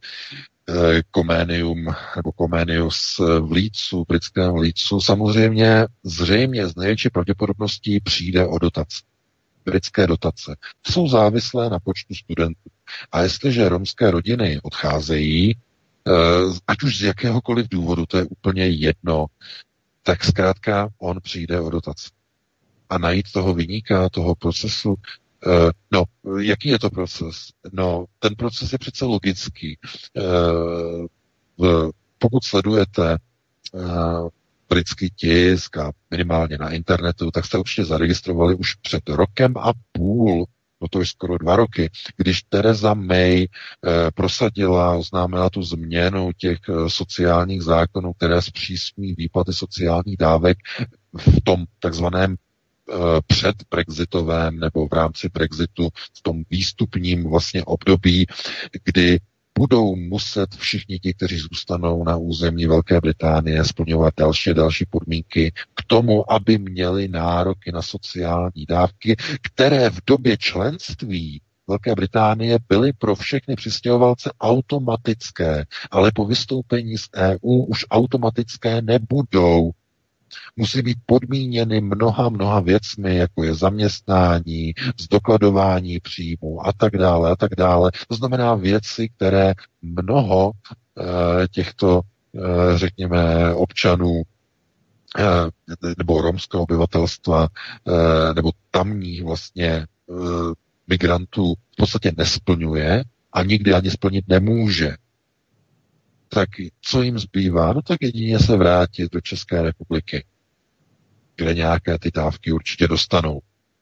Comenius v Leedsu, britském Leedsu, samozřejmě zřejmě z největší pravděpodobností přijde o dotace. Britské dotace. Jsou závislé na počtu studentů. A jestliže romské rodiny odcházejí, ať už z jakéhokoliv důvodu, to je úplně jedno, tak zkrátka on přijde o dotace. A najít toho viníka, toho procesu, jaký je to proces? No, ten proces je přece logický. Pokud sledujete britský tisk a minimálně na internetu, tak jste určitě zaregistrovali už před rokem a půl, no to je skoro 2 roky, když Theresa May oznámila tu změnu těch sociálních zákonů, které zpřísňují výplaty sociálních dávek v tom takzvaném předbrexitovém nebo v rámci Brexitu v tom výstupním vlastně období, kdy budou muset všichni ti, kteří zůstanou na území Velké Británie, splňovat další podmínky k tomu, aby měli nároky na sociální dávky, které v době členství Velké Británie byly pro všechny přistěhovalce automatické, ale po vystoupení z EU už automatické nebudou. Musí být podmíněny mnoha věcmi, jako je zaměstnání, zdokladování příjmů a tak dále, a tak dále. To znamená věci, které mnoho těchto, řekněme, občanů nebo romského obyvatelstva nebo tamních vlastně migrantů v podstatě nesplňuje a nikdy ani splnit nemůže. Tak co jim zbývá? No tak jedině se vrátit do České republiky, kde nějaké ty dávky určitě dostanou.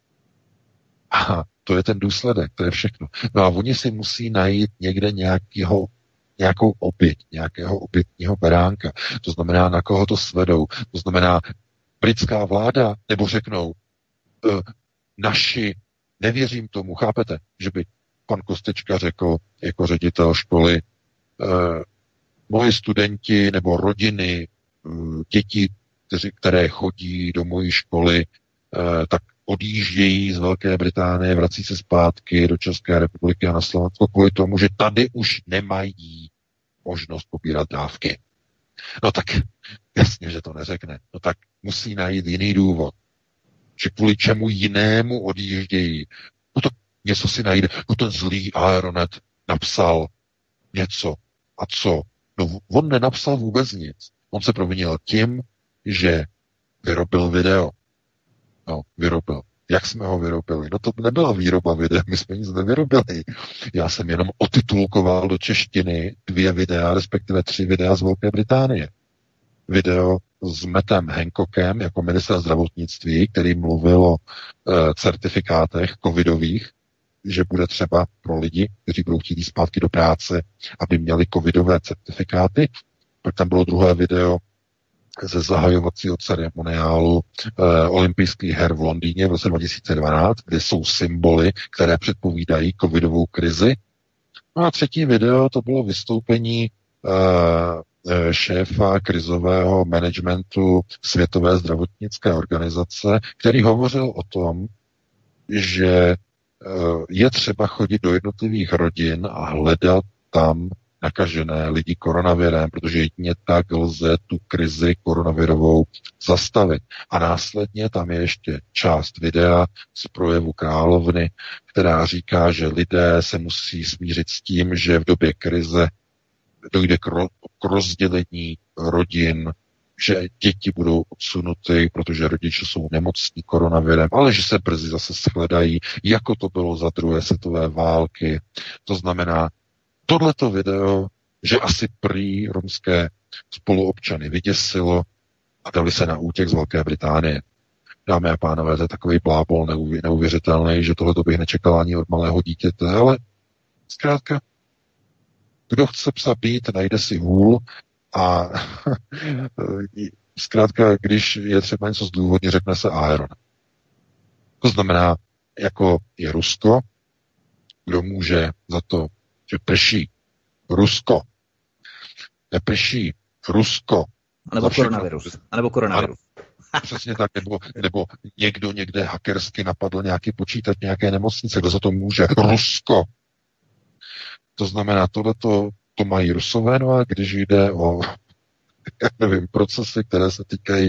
A to je ten důsledek, to je všechno. No a oni si musí najít někde nějakou oběť, nějakého obětního beránka. To znamená, na koho to svedou. To znamená, britská vláda, nebo řeknou, nevěřím tomu, chápete, že by pan Kostečka řekl jako ředitel školy, moji studenti nebo rodiny, děti, které chodí do mojí školy, tak odjíždějí z Velké Británie, vrací se zpátky do České republiky a na Slovensko kvůli tomu, že tady už nemají možnost pobírat dávky. No tak jasně, že to neřekne. No tak musí najít jiný důvod. Že kvůli čemu jinému odjíždějí. No tak něco si najde. No ten zlý Aeronet napsal něco. A co? No on nenapsal vůbec nic. On se provinil tím, že vyrobil video. No, vyrobil. Jak jsme ho vyrobili? No to nebyla výroba videa, my jsme nic nevyrobili. Já jsem jenom otitulkoval do češtiny 2 videa, respektive 3 videa z Velké Británie. Video s Mattem Hancockem jako ministra zdravotnictví, který mluvil o certifikátech covidových, že bude třeba pro lidi, kteří budou chtít jít zpátky do práce, aby měli covidové certifikáty. Pak tam bylo druhé video ze zahajovacího ceremoniálu olympijských her v Londýně v roce 2012, kde jsou symboly, které předpovídají covidovou krizi. No a třetí video to bylo vystoupení šéfa krizového managementu Světové zdravotnické organizace, který hovořil o tom, že je třeba chodit do jednotlivých rodin a hledat tam nakažené lidi koronavirem, protože jedině tak lze tu krizi koronavirovou zastavit. A následně tam je ještě část videa z projevu královny, která říká, že lidé se musí smířit s tím, že v době krize dojde k rozdělení rodin, že děti budou odsunuty, protože rodiče jsou nemocní koronavirem, ale že se brzy zase shledají, jako to bylo za 2. světové války. To znamená, tohleto video, že asi prý romské spoluobčany vyděsilo a dali se na útěk z Velké Británie. Dámy a pánové, to je takový blábol neuvěřitelný, že tohleto bych nečekal ani od malého dítěte, ale zkrátka, kdo chce psa být, najde si hůl a zkrátka, když je třeba něco zdůvodnit, řekne se Aeronet. To znamená, jako je Rusko, kdo může za to, že prší Rusko, neprší Rusko. A nebo koronavirus. Přesně tak, nebo někdo někde hackersky napadl nějaký počítač, nějaké nemocnice, kdo za to může? Rusko. To znamená, tohleto to mají Rusové, no a když jde o procesy, které se týkají,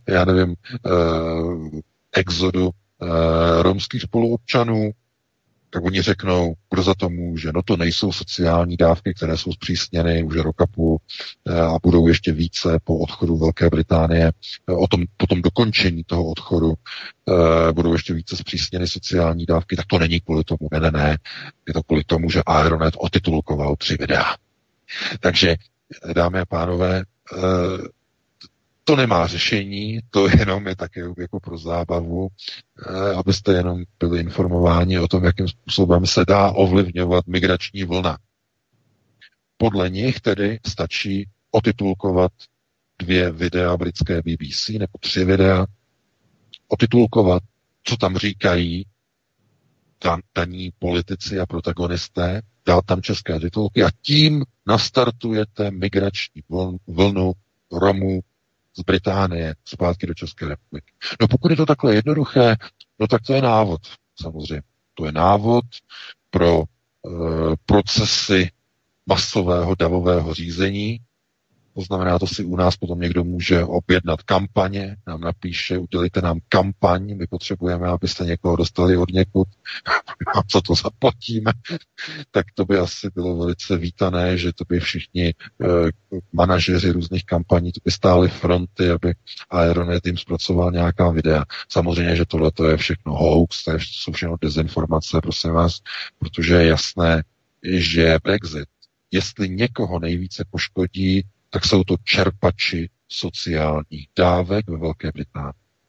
exodu romských spoluobčanů, tak oni řeknou, kdo za to může. No to nejsou sociální dávky, které jsou zpřísněny už rok a půl a budou ještě více po odchodu Velké Británie. Po tom dokončení toho odchodu budou ještě více zpřísněny sociální dávky, tak to není kvůli tomu. Ne. Je to kvůli tomu, že Aeronet otitulkoval 3 videa. Takže, dámy a pánové, To nemá řešení, to jenom je také jako pro zábavu, abyste jenom byli informováni o tom, jakým způsobem se dá ovlivňovat migrační vlna. Podle nich tedy stačí otitulkovat 2 videa britské BBC nebo 3 videa, otitulkovat, co tam říkají daní politici a protagonisté, dát tam české titulky a tím nastartujete migrační vlnu Romů z Británie zpátky do České republiky. No pokud je to takhle jednoduché, no tak to je návod, samozřejmě. To je návod pro procesy masového davového řízení. To znamená, to si u nás potom někdo může objednat kampaně, nám napíše, udělejte nám kampaň, my potřebujeme, abyste někoho dostali od někud, a co to zaplatíme, tak to by asi bylo velice vítané, že to by všichni manažeři různých kampaní, to by stáli fronty, aby Aeronet jim zpracoval nějaká videa. Samozřejmě, že tohle to je všechno hoax, to jsou všechno dezinformace, prosím vás, protože je jasné, že Brexit, jestli někoho nejvíce poškodí, tak jsou to čerpači sociálních dávek ve Velké Británii.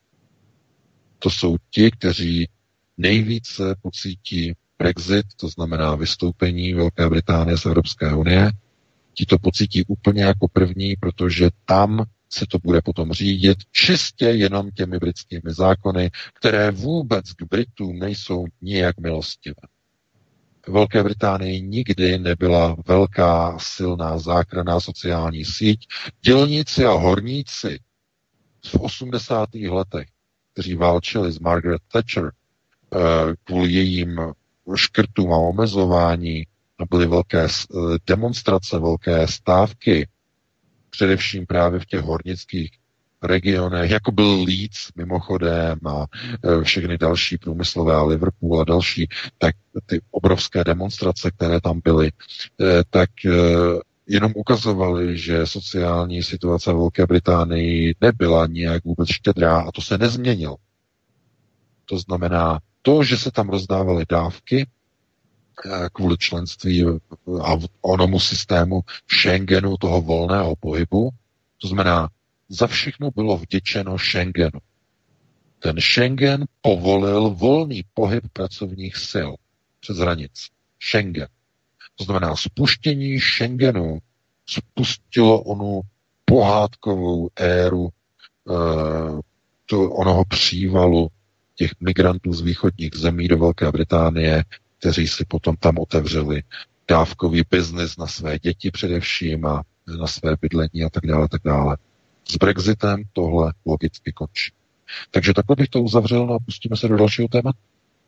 To jsou ti, kteří nejvíce pocítí Brexit, to znamená vystoupení Velké Británie z Evropské unie. Ti to pocítí úplně jako první, protože tam se to bude potom řídit čistě jenom těmi britskými zákony, které vůbec k Britům nejsou nijak milostivé. V Velké Británii nikdy nebyla velká, silná, záchranná sociální síť. Dělníci a horníci v 80. letech, kteří válčili s Margaret Thatcher kvůli jejím škrtům a omezování, byly velké demonstrace, velké stávky, především právě v těch hornických regionech, jako byl Leeds mimochodem a všechny další průmyslové a Liverpool a další, tak ty obrovské demonstrace, které tam byly, tak jenom ukazovaly, že sociální situace v Velké Británii nebyla nijak vůbec štědrá a to se nezměnilo. To znamená, to, že se tam rozdávaly dávky kvůli členství a onomu systému Schengenu, toho volného pohybu, to znamená, za všechno bylo vděčeno Schengenu. Ten Schengen povolil volný pohyb pracovních sil přes hranice. Schengen. To znamená, spuštění Schengenu spustilo onu pohádkovou éru onoho přívalu těch migrantů z východních zemí do Velké Británie, kteří si potom tam otevřeli dávkový biznis na své děti především a na své bydlení a tak dále, tak dále. S Brexitem tohle logicky končí. Takže takhle bych to uzavřel a pustíme se do dalšího tématu.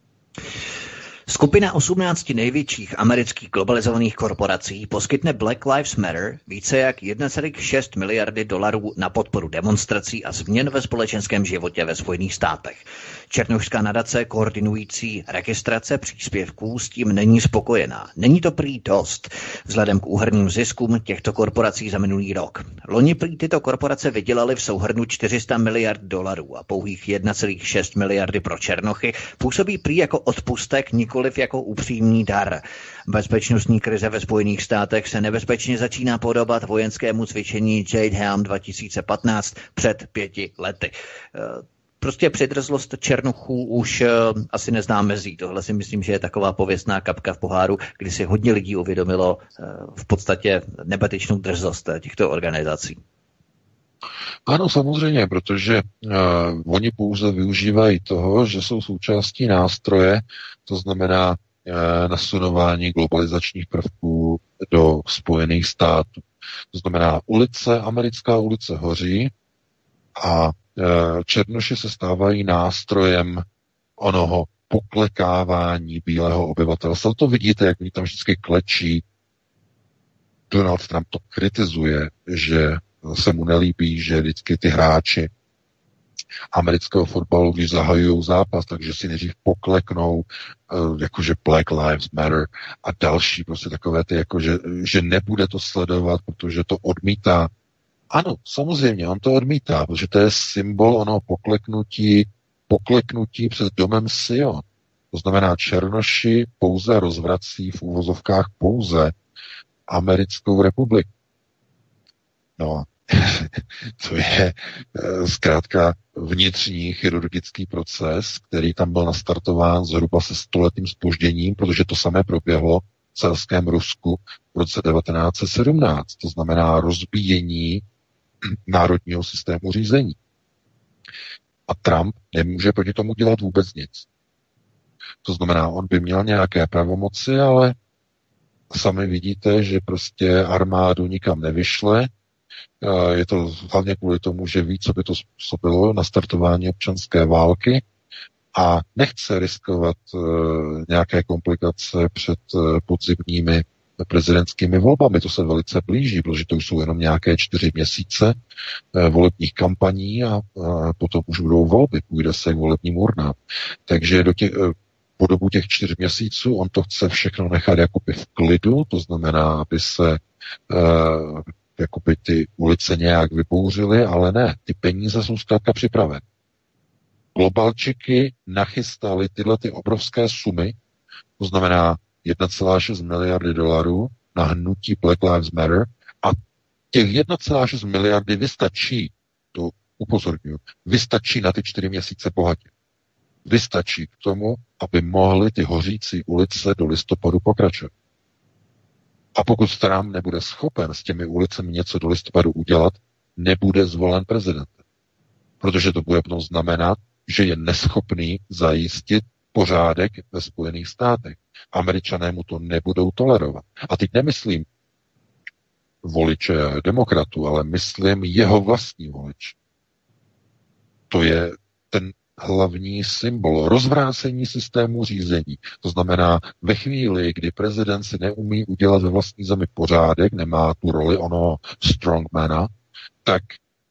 Skupina 18 největších amerických globalizovaných korporací poskytne Black Lives Matter více jak 1,6 miliardy dolarů na podporu demonstrací a změn ve společenském životě ve Spojených státech. Černošská nadace koordinující registrace příspěvků s tím není spokojená. Není to prý dost vzhledem k úhrnným ziskům těchto korporací za minulý rok. Loni prý tyto korporace vydělaly v souhrnu 400 miliard dolarů a pouhých 1,6 miliardy pro černochy působí prý jako odpustek, nikoliv jako upřímný dar. Bezpečnostní krize ve Spojených státech se nebezpečně začíná podobat vojenskému cvičení JDAM 2015 před 5 lety. Prostě předrzlost černochů už asi nezná mezí. Tohle si myslím, že je taková pověstná kapka v poháru, kdy si hodně lidí uvědomilo v podstatě nebetečnou drzost těchto organizací. Ano, samozřejmě, protože oni pouze využívají toho, že jsou součástí nástroje, to znamená nasunování globalizačních prvků do Spojených států. To znamená, americká ulice hoří a černoši se stávají nástrojem onoho poklekávání bílého obyvatelstva. To vidíte, jak oni tam vždycky klečí. Donald Trump to kritizuje, že se mu nelíbí, že vždycky ty hráči amerického fotbalu, když zahajují zápas, takže si nejdřív pokleknou, jakože Black Lives Matter a další prostě takové ty, jakože, že nebude to sledovat, protože to odmítá. Ano, samozřejmě, on to odmítá, protože to je symbol onoho pokleknutí před domem Sion. To znamená, černoši pouze rozvrací v úvozovkách pouze americkou republiku. No, to je zkrátka vnitřní chirurgický proces, který tam byl nastartován zhruba se 100letým zpožděním, protože to samé proběhlo v carském Rusku v roce 1917. To znamená rozbíjení národního systému řízení. A Trump nemůže proti tomu dělat vůbec nic. To znamená, on by měl nějaké pravomoci, ale sami vidíte, že prostě armádu nikam nevyšle. Je to hlavně kvůli tomu, že ví, co by to způsobilo na startování občanské války a nechce riskovat nějaké komplikace před podzimními prezidentskými volbami. To se velice blíží, protože to už jsou jenom nějaké 4 měsíce volebních kampaní a potom už budou volby, půjde se k volebním urnám. Takže po dobu těch 4 měsíců on to chce všechno nechat jakoby v klidu, to znamená, aby se jakoby ty ulice nějak vybouřily, ale ne, ty peníze jsou zkrátka připravené. Globalčiky nachystali tyhle ty obrovské sumy, to znamená 1,6 miliardy dolarů na hnutí Black Lives Matter a těch 1,6 miliardy vystačí, to upozorňuji, vystačí na ty 4 měsíce bohatě. Vystačí k tomu, aby mohly ty hořící ulice do listopadu pokračovat. A pokud Trump nebude schopen s těmi ulicemi něco do listopadu udělat, nebude zvolen prezident. Protože to bude potom znamenat, že je neschopný zajistit pořádek ve Spojených státech. Američané mu to nebudou tolerovat. A teď nemyslím voliče demokratů, ale myslím jeho vlastní volič. To je ten hlavní symbol rozvrácení systému řízení. To znamená, ve chvíli, kdy prezident si neumí udělat ve vlastní zemi pořádek, nemá tu roli ono strongmana, tak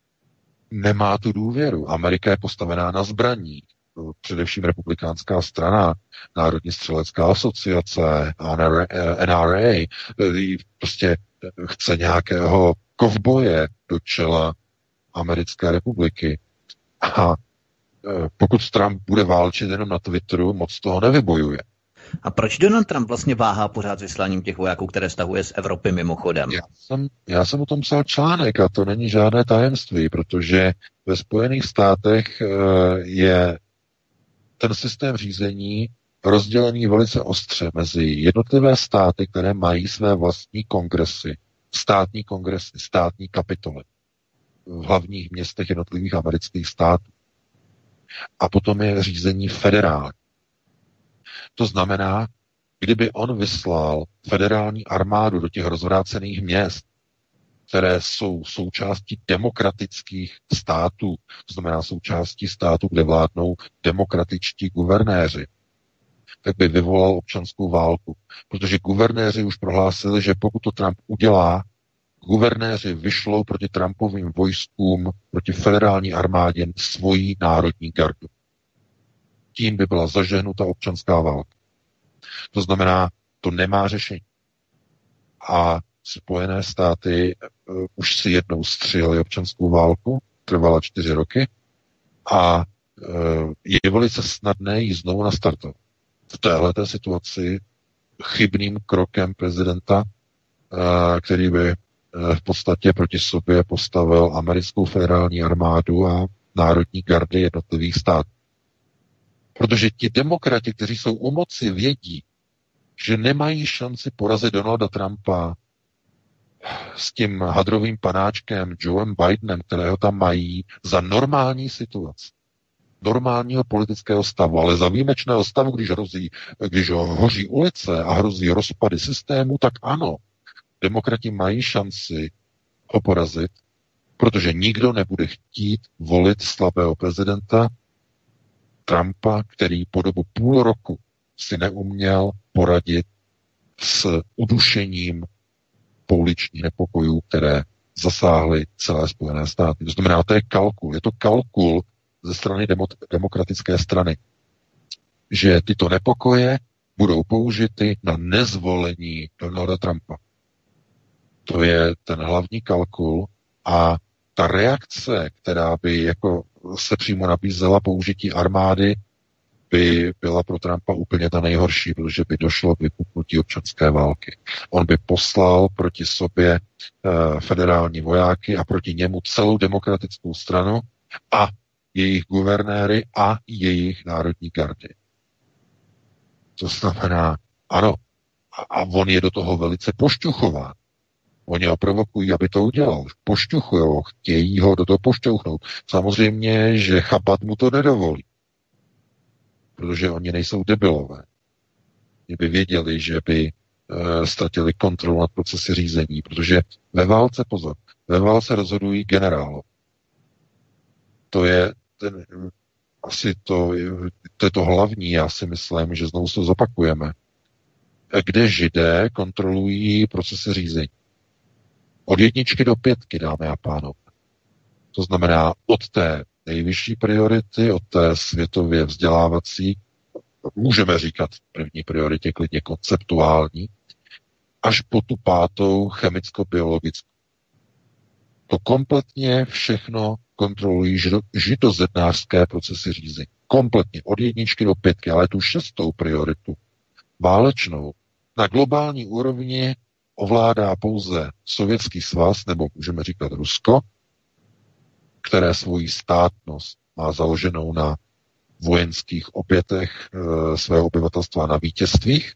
nemá tu důvěru. Amerika je postavená na zbraní. Především republikánská strana, Národní střelecká asociace, NRA, prostě chce nějakého kovboje do čela americké republiky. A pokud Trump bude válčit jenom na Twitteru, moc toho nevybojuje. A proč Donald Trump vlastně váhá pořád s vysláním těch vojáků, které stahuje z Evropy mimochodem? Já jsem o tom psal článek a to není žádné tajemství, protože ve Spojených státech je ten systém řízení rozdělený velice ostře mezi jednotlivé státy, které mají své vlastní kongresy, státní kapitoly v hlavních městech jednotlivých amerických států. A potom je řízení federální. To znamená, kdyby on vyslal federální armádu do těch rozvrácených měst, které jsou součástí demokratických států, to znamená součástí států, kde vládnou demokratičtí guvernéři, tak by vyvolal občanskou válku. Protože guvernéři už prohlásili, že pokud to Trump udělá, guvernéři vyšlou proti Trumpovým vojskům, proti federální armádě svoji národní gardu. Tím by byla zažehnuta občanská válka. To znamená, to nemá řešení. A Spojené státy už si jednou střihly občanskou válku, trvala 4 roky a je velice snadné ji znovu nastartovat. V téhleté situaci chybným krokem prezidenta, který by v podstatě proti sobě postavil americkou federální armádu a národní gardy jednotlivých států. Protože ti demokrati, kteří jsou u moci, vědí, že nemají šanci porazit Donalda Trumpa s tím hadrovým panáčkem Joem Bidenem, kterého tam mají, za normální situaci. Normálního politického stavu, ale za výjimečného stavu, když hoří ulice a hrozí rozpady systému, tak ano, demokrati mají šanci ho porazit, protože nikdo nebude chtít volit slabého prezidenta Trumpa, který po dobu půl roku si neuměl poradit s udušením pouličních nepokojů, které zasáhly celé Spojené státy. To znamená, to je kalkul. Je to kalkul ze strany demokratické strany, že tyto nepokoje budou použity na nezvolení Donalda Trumpa. To je ten hlavní kalkul a ta reakce, která by jako se přímo nabízela použití armády, by byla pro Trumpa úplně ta nejhorší, protože by došlo k vypuknutí občanské války. On by poslal proti sobě federální vojáky a proti němu celou demokratickou stranu a jejich guvernéry a jejich národní gardy. To znamená, ano, a on je do toho velice pošťuchován. Oni ho provokují, aby to udělal. Pošťuchují ho, chtějí ho do toho pošťouchnout. Samozřejmě, že Chabad mu to nedovolí. Protože oni nejsou debilové. Kdyby věděli, že by ztratili kontrolu nad procesy řízení. Protože ve válce, pozor, ve válce rozhodují generálové. To je to hlavní, já si myslím, že znovu se zopakujeme. Kde Židé kontrolují procesy řízení. Od 1 do 5, dámy a pánové. To znamená od té nejvyšší priority, od té světově vzdělávací, můžeme říkat první prioritě klidně konceptuální, až po tu 5. chemicko-biologickou. To kompletně všechno kontrolují židozednářské procesy řízení. Kompletně od 1 do 5, ale tu 6. prioritu, válečnou, na globální úrovni ovládá pouze Sovětský svaz, nebo můžeme říkat Rusko, které svoji státnost má založenou na vojenských obětech svého obyvatelstva, na vítězstvích.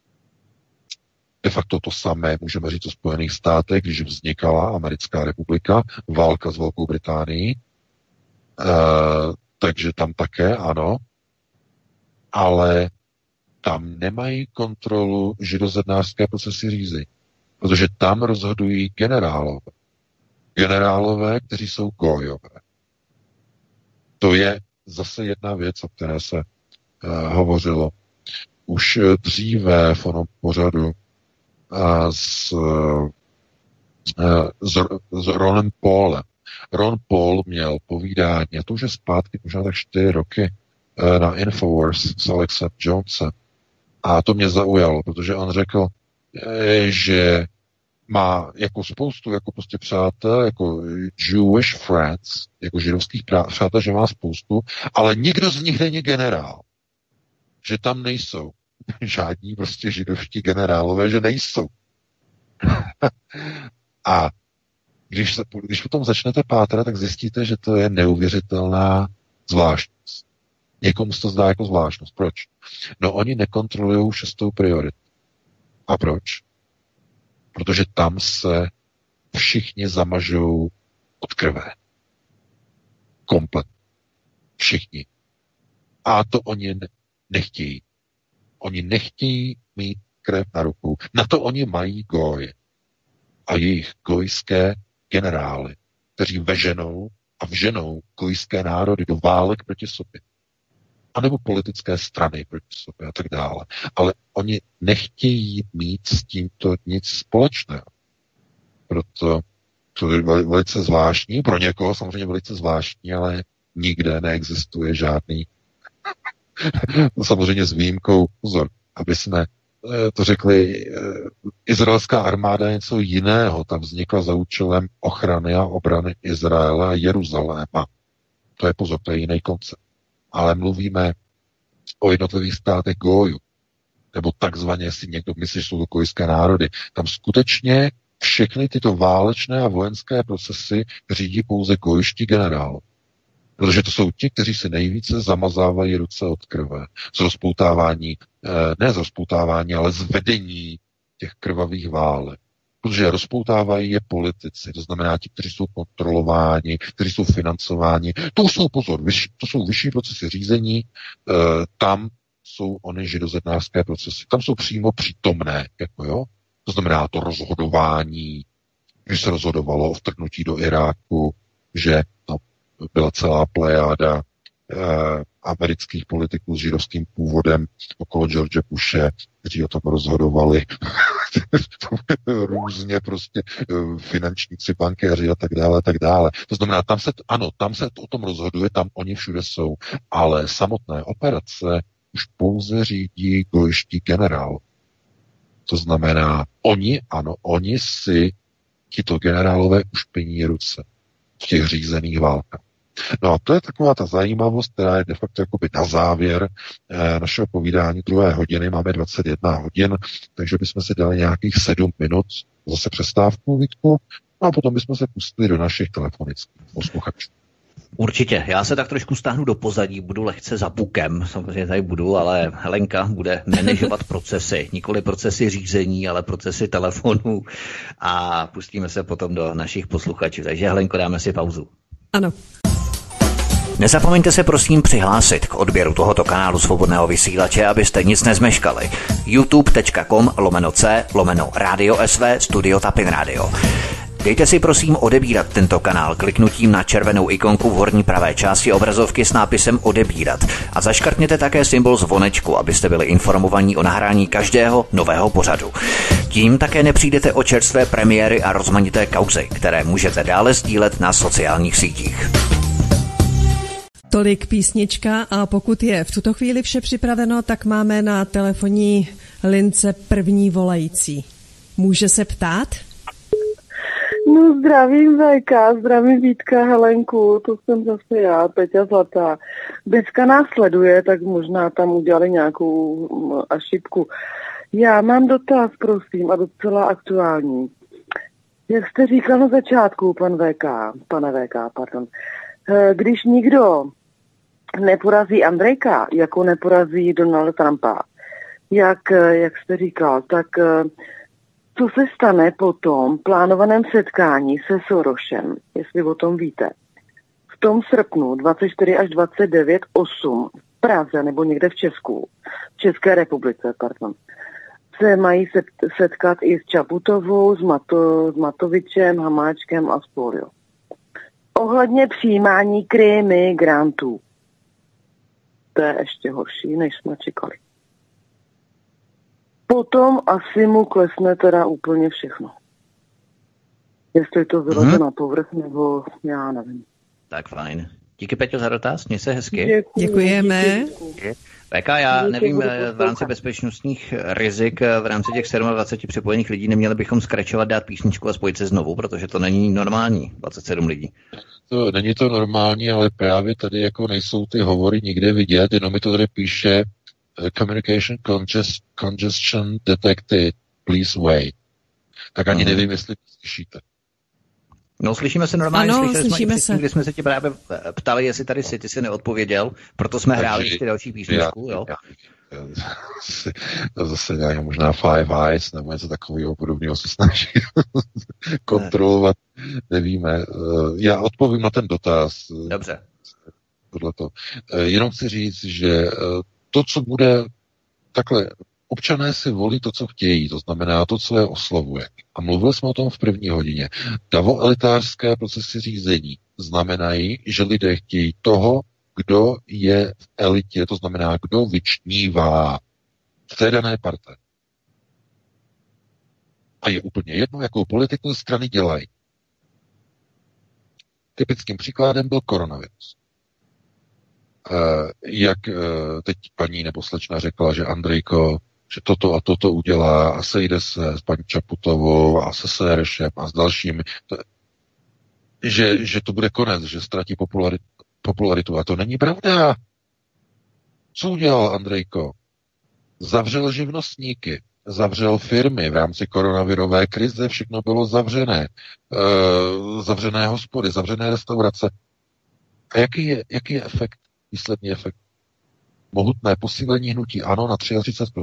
De facto to samé můžeme říct o Spojených státech, když vznikala Americká republika, válka s Velkou Británií, takže tam také ano, ale tam nemají kontrolu židozednářské procesy řízení, protože tam rozhodují generálové. Generálové, kteří jsou gojové. To je zase jedna věc, o které se hovořilo už dříve v onom pořadu s Ronem Paulem. Ron Paul měl povídání, a to už je zpátky, možná tak 4 roky, na Infowars s Alexem Jonesem. A to mě zaujalo, protože on řekl, že má jako spoustu, jako prostě přátel, jako Jewish friends, jako židovských přátel, že má spoustu, ale nikdo z nich není generál. Že tam nejsou žádní prostě židovští generálové, že nejsou. A když potom začnete pátrat, tak zjistíte, že to je neuvěřitelná zvláštnost. Někomu se to zdá jako zvláštnost. Proč? No oni nekontrolují 6. prioritu. A proč? Protože tam se všichni zamažou od krve. Komplet. Všichni. A to oni nechtějí. Oni nechtějí mít krev na ruku. Na to oni mají goje. A jejich gojské generály, kteří vženou gojské národy do válek proti sobě. A nebo politické strany proti sobě a tak dále. Ale oni nechtějí mít s tímto nic společného. Proto to je velice zvláštní, pro někoho samozřejmě velice zvláštní, ale nikde neexistuje žádný. Samozřejmě s výjimkou, pozor, aby jsme to řekli, izraelská armáda je něco jiného. Tam vznikla za účelem ochrany a obrany Izraele a Jeruzaléma. To je pozor, to je jiný koncept. Ale mluvíme o jednotlivých státech Góju, nebo takzvaně, jestli někdo myslí, že jsou to gojské národy. Tam skutečně všechny tyto válečné a vojenské procesy řídí pouze gojští generálové. Protože to jsou ti, kteří si nejvíce zamazávají ruce od krve. Z rozpoutávání, ne z rozpoutávání, ale z vedení těch krvavých válek. Protože rozpoutávají je politici, to znamená ti, kteří jsou kontrolováni, kteří jsou financováni. To jsou, pozor, to jsou vyšší procesy řízení, tam jsou ony židozednářské procesy. Tam jsou přímo přítomné, jako jo. To znamená to rozhodování, když se rozhodovalo o vtrhnutí do Iráku, že tam byla celá plejáda amerických politiků s židovským původem okolo George Bushe, kteří o tom rozhodovali různě prostě finančníci, bankéři a tak dále, tak dále. To znamená, tam se o tom rozhoduje, tam oni všude jsou, ale samotné operace už pouze řídí gojští generál. To znamená, oni si, tito generálové, už pení ruce v těch řízených válkách. No a to je taková ta zajímavost, která je de facto jakoby na závěr našeho povídání 2 hodiny, máme 21 hodin, takže bychom si dali nějakých 7 minut zase přestávku, Vítku, a potom bychom se pustili do našich telefonických posluchačů. Určitě. Já se tak trošku stáhnu do pozadí, budu lehce za pukem, samozřejmě tady budu, ale Helenka bude manažovat procesy, nikoli procesy řízení, ale procesy telefonů a pustíme se potom do našich posluchačů. Takže Helenko, dáme si pauzu. Ano. Nezapomeňte se prosím přihlásit k odběru tohoto kanálu Svobodného vysílače, abyste nic nezmeškali. youtube.com/c/Radio SV Studio Tapin Radio. Dejte si prosím odebírat tento kanál kliknutím na červenou ikonku v horní pravé části obrazovky s nápisem odebírat a zaškrtněte také symbol zvonečku, abyste byli informovaní o nahrání každého nového pořadu. Tím také nepřijdete o čerstvé premiéry a rozmanité kauzy, které můžete dále sdílet na sociálních sítích. Tolik písnička a pokud je v tuto chvíli vše připraveno, tak máme na telefonní lince první volající. Může se ptát? No zdravím VK, zdravím Vítka, Helenku, to jsem zase já, Peťa Zlatá. Bětka nás sleduje, tak možná tam udělali nějakou šipku. Já mám dotaz, prosím, a docela aktuální. Jak jste říkal na začátku, pane VK, když nikdo neporazí Andrejka, jako neporazí Donalda Trumpa, jak jste říkal, tak co se stane po tom plánovaném setkání se Sorosem, jestli o tom víte. V tom srpnu 24 až 29, 8 v Praze nebo někde v České republice, se mají setkat i s Čaputovou, s Matovičem, Hamáčkem a spol. Ohledně přijímání migrantů. To je ještě horší, než jsme čekali. Potom asi mu klesne teda úplně všechno. Jestli to vyleze na povrch, nebo já nevím. Tak fajn. Díky, Peťo, za dotaz, měj se hezky. Děkujeme. VK, já nevím, v rámci bezpečnostních rizik, v rámci těch 27 připojených lidí neměli bychom skračovat, dát písničku a spojit se znovu, protože to není normální, 27 lidí. Není to normální, ale právě tady jako nejsou ty hovory nikde vidět, jenom mi to tady píše Communication Congestion Detected, please wait. Tak ani nevím, jestli slyšíte. No, slyšíme se normálně, ano, slyšíme se. Když jsme se tě právě ptali, jestli tady ty jsi neodpověděl, proto jsme hráli ještě další písničku, jo? Zase nějak možná Five Eyes nebo něco takového podobného se snaží kontrolovat, nevíme. Já odpovím na ten dotaz. Dobře. Tohleto. Jenom chci říct, že to, co bude takhle, občané si volí to, co chtějí, to znamená to, co je oslovuje. A mluvili jsme o tom v první hodině. Davoelitářské procesy řízení znamenají, že lidé chtějí toho, kdo je v elitě, to znamená, kdo vyčnívá v té dané parte. A je úplně jedno, jakou politiku strany dělají. Typickým příkladem byl koronavirus. Jak teď paní nebo slečna řekla, že Andrejko, že toto a toto udělá a sejde se s paní Čaputovou a se Sérešem a s dalšími, že to bude konec, že ztratí popularitu. A to není pravda. Co udělal Andrejko? Zavřel živnostníky, zavřel firmy v rámci koronavirové krize, všechno bylo zavřené. Zavřené hospody, zavřené restaurace. A jaký je efekt? Výsledný efekt? Mohutné posílení hnutí ANO na 33%.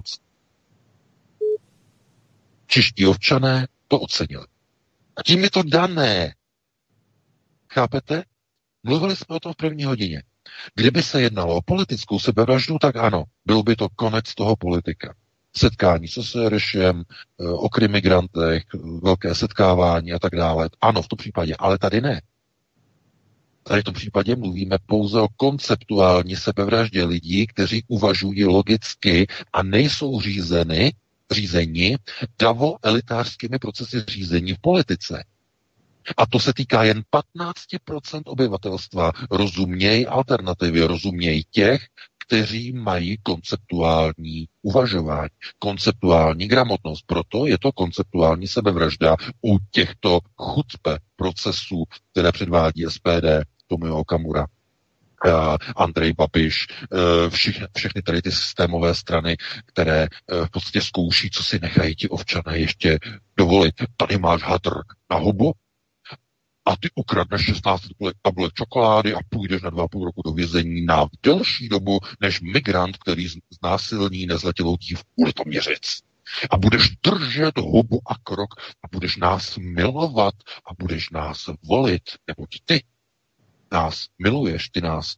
Čeští občané to ocenili. A tím je to dané. Chápete? Mluvili jsme o tom v první hodině. Kdyby se jednalo o politickou sebevraždu, tak ano, byl by to konec toho politika. Setkání se Sérešem, o krimigrantech, velké setkávání a tak dále. Ano, v tom případě, ale tady ne. Tady v tom případě mluvíme pouze o konceptuální sebevraždě lidí, kteří uvažují logicky a nejsou řízeni davoelitářskými procesy řízení v politice. A to se týká jen 15% obyvatelstva. Rozuměj alternativy, rozuměj těch, kteří mají konceptuální uvažování, konceptuální gramotnost. Proto je to konceptuální sebevražda u těchto chucpe procesů, které předvádí SPD, Tomio Okamura, Andrej Babiš, všechny tady ty systémové strany, které v podstatě zkouší, co si nechají ti občané ještě dovolit. Tady máš hadr na hubu a ty ukradneš 16 tabulek čokolády a půjdeš na 2,5 roku do vězení na delší dobu než migrant, který znásilní nezletilou dívku v Litoměřic. A budeš držet hubu a krok a budeš nás milovat a budeš nás volit, neboť ty nás miluješ, ty nás,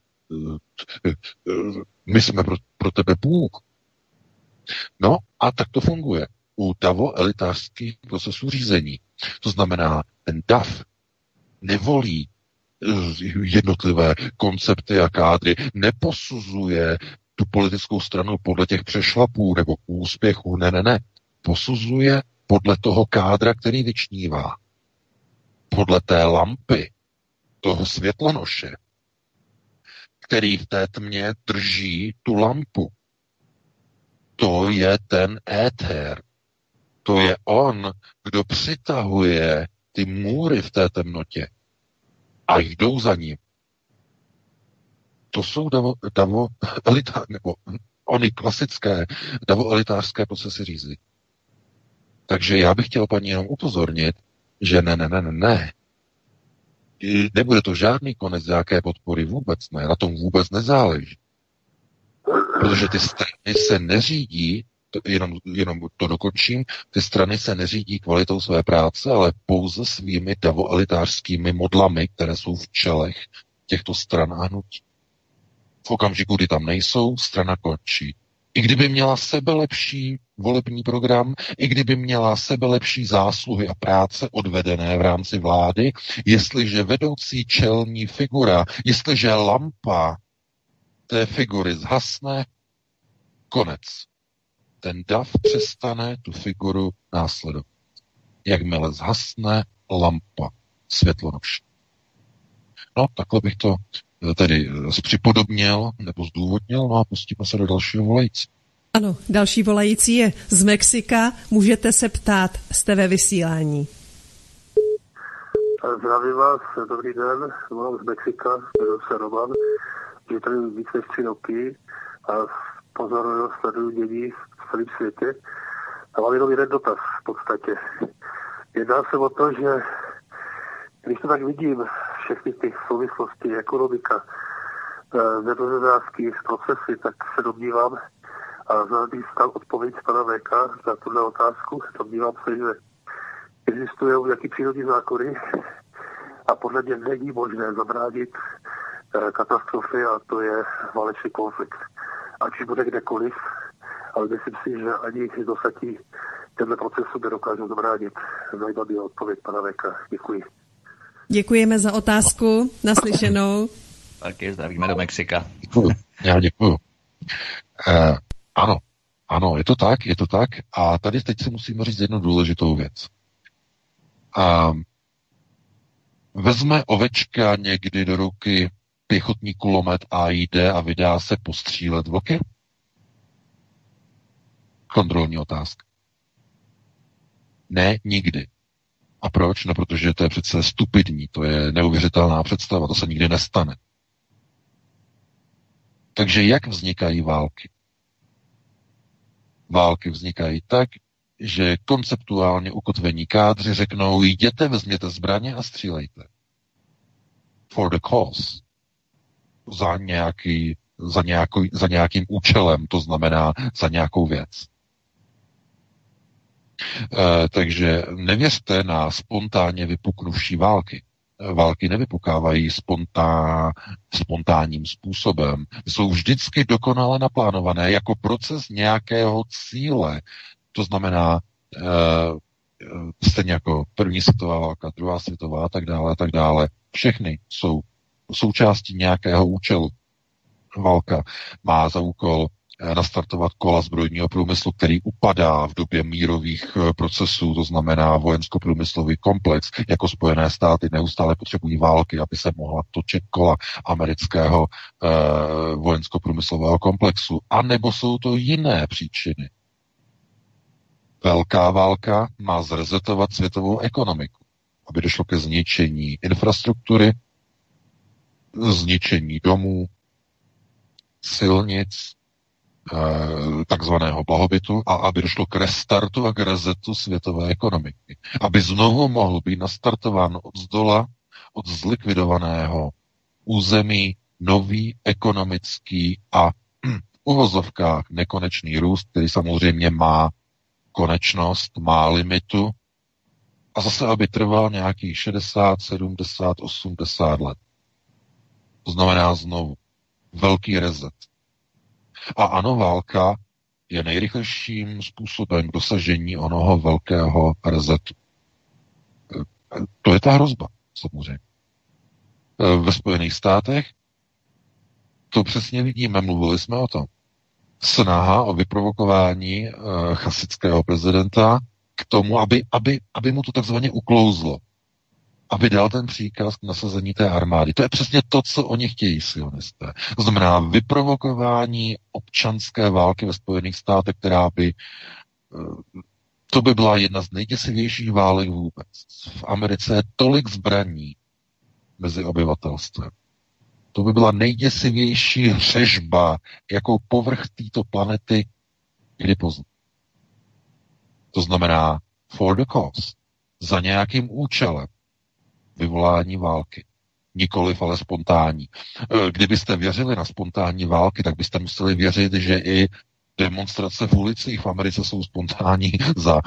my jsme pro tebe Bůh. No a tak to funguje u davo-elitářských procesů řízení. To znamená, ten DAF nevolí jednotlivé koncepty a kádry, neposuzuje tu politickou stranu podle těch přešlapů nebo úspěchů, ne. Posuzuje podle toho kádra, který vyčnívá. Podle té lampy, toho světlonoše, který v té tmě drží tu lampu. To je ten éter. To je on, kdo přitahuje ty můry v té temnotě. A jdou za ním. To jsou nebo ony klasické davo-elitářské procesy řízení. Takže já bych chtěl paní jenom upozornit, že ne. Nebude to žádný konec nějaké podpory, vůbec ne. Na tom vůbec nezáleží. Protože ty strany se neřídí, jenom to dokončím, ty strany se neřídí kvalitou své práce, ale pouze svými davo-elitářskými modlami, které jsou v čelech těchto stran a hnutí. V okamžiku, kdy tam nejsou, strana končí. I kdyby měla sebelepší volební program, i kdyby měla sebelepší zásluhy a práce odvedené v rámci vlády, jestliže vedoucí čelní figura, jestliže lampa té figury zhasne, konec. Ten dav přestane tu figuru následovat. Jakmile zhasne lampa světlonoše. No, takhle bych to tedy připodobnil nebo zdůvodnil, no a pustíme se do dalšího volající. Ano, další volající je z Mexika. Můžete se ptát, jste ve vysílání. Zdravím vás, dobrý den, volám z Mexika, jmenuji se Roman, žiju tady víc než 3 roky a pozoruju, sleduju dění v celém světě a mám jenom jeden dotaz v podstatě. Jedná se o to, že když to tak vidím, všechny ty souvislosti, ekonomika, veřejnozářský procesy, tak se domnívám, a bych stal odpověď z pana VK za tuhle otázku, domnívám se, že existují nějaký přírodní zákony a podle mě není možné zabránit katastrofy a to je válečný konflikt. Ať už bude kdekoliv, ale myslím si, že ani dostatí tenhle procesu nedokážou zabránit. Zajímavý odpověď pana VK. Děkuji. Děkujeme za otázku. Naslyšenou. Taky zdravíme do Mexika. Děkuju. Já děkuju. Ano, je to tak. A tady teď si musíme říct jednu důležitou věc. Vezme ovečka někdy do ruky pěchotní kulomet a jde a vydá se postřílet vlky? Kontrolní otázka. Ne, nikdy. A proč? No, protože to je přece stupidní, to je neuvěřitelná představa, to se nikdy nestane. Takže jak vznikají války? Války vznikají tak, že konceptuálně ukotvení kádři řeknou, jděte, vezměte zbraně a střílejte. For the cause. Za nějakým účelem, to znamená za nějakou věc. Takže nevěřte na spontánně vypuknuvší války. Války nevypukávají spontánním způsobem. Jsou vždycky dokonale naplánované jako proces nějakého cíle. To znamená, stejně jako první světová válka, druhá světová a tak dále. Všechny jsou součástí nějakého účelu. Válka má za úkol nastartovat kola zbrojního průmyslu, který upadá v době mírových procesů, to znamená vojensko-průmyslový komplex, jako Spojené státy neustále potřebují války, aby se mohla točit kola amerického vojensko-průmyslového komplexu. A nebo jsou to jiné příčiny. Velká válka má zresetovat světovou ekonomiku, aby došlo ke zničení infrastruktury, zničení domů, silnic, takzvaného blahobytu a aby došlo k restartu a k resetu světové ekonomiky. Aby znovu mohl být nastartován od zdola, od zlikvidovaného území nový ekonomický a v uvozovkách nekonečný růst, který samozřejmě má konečnost, má limitu a zase, aby trval nějakých 60, 70, 80 let. To znamená znovu velký reset. A ano, válka je nejrychlejším způsobem k dosažení onoho velkého resetu. To je ta hrozba, samozřejmě. Ve Spojených státech to přesně vidíme, mluvili jsme o tom. Snaha o vyprovokování chasického prezidenta k tomu, aby mu to takzvaně uklouzlo. Aby dal ten příkaz k nasazení té armády. To je přesně to, co oni chtějí, sionisté. To znamená vyprovokování občanské války ve Spojených státech, která by to by byla jedna z nejděsivějších válek vůbec. V Americe je tolik zbraní mezi obyvatelstvem. To by byla nejděsivější hřežba, jakou povrch této planety kdy poznal. To znamená for the cause, za nějakým účelem vyvolání války. Nikoliv, ale spontánní. Kdybyste věřili na spontánní války, tak byste museli věřit, že i demonstrace v ulicích v Americe jsou spontánní za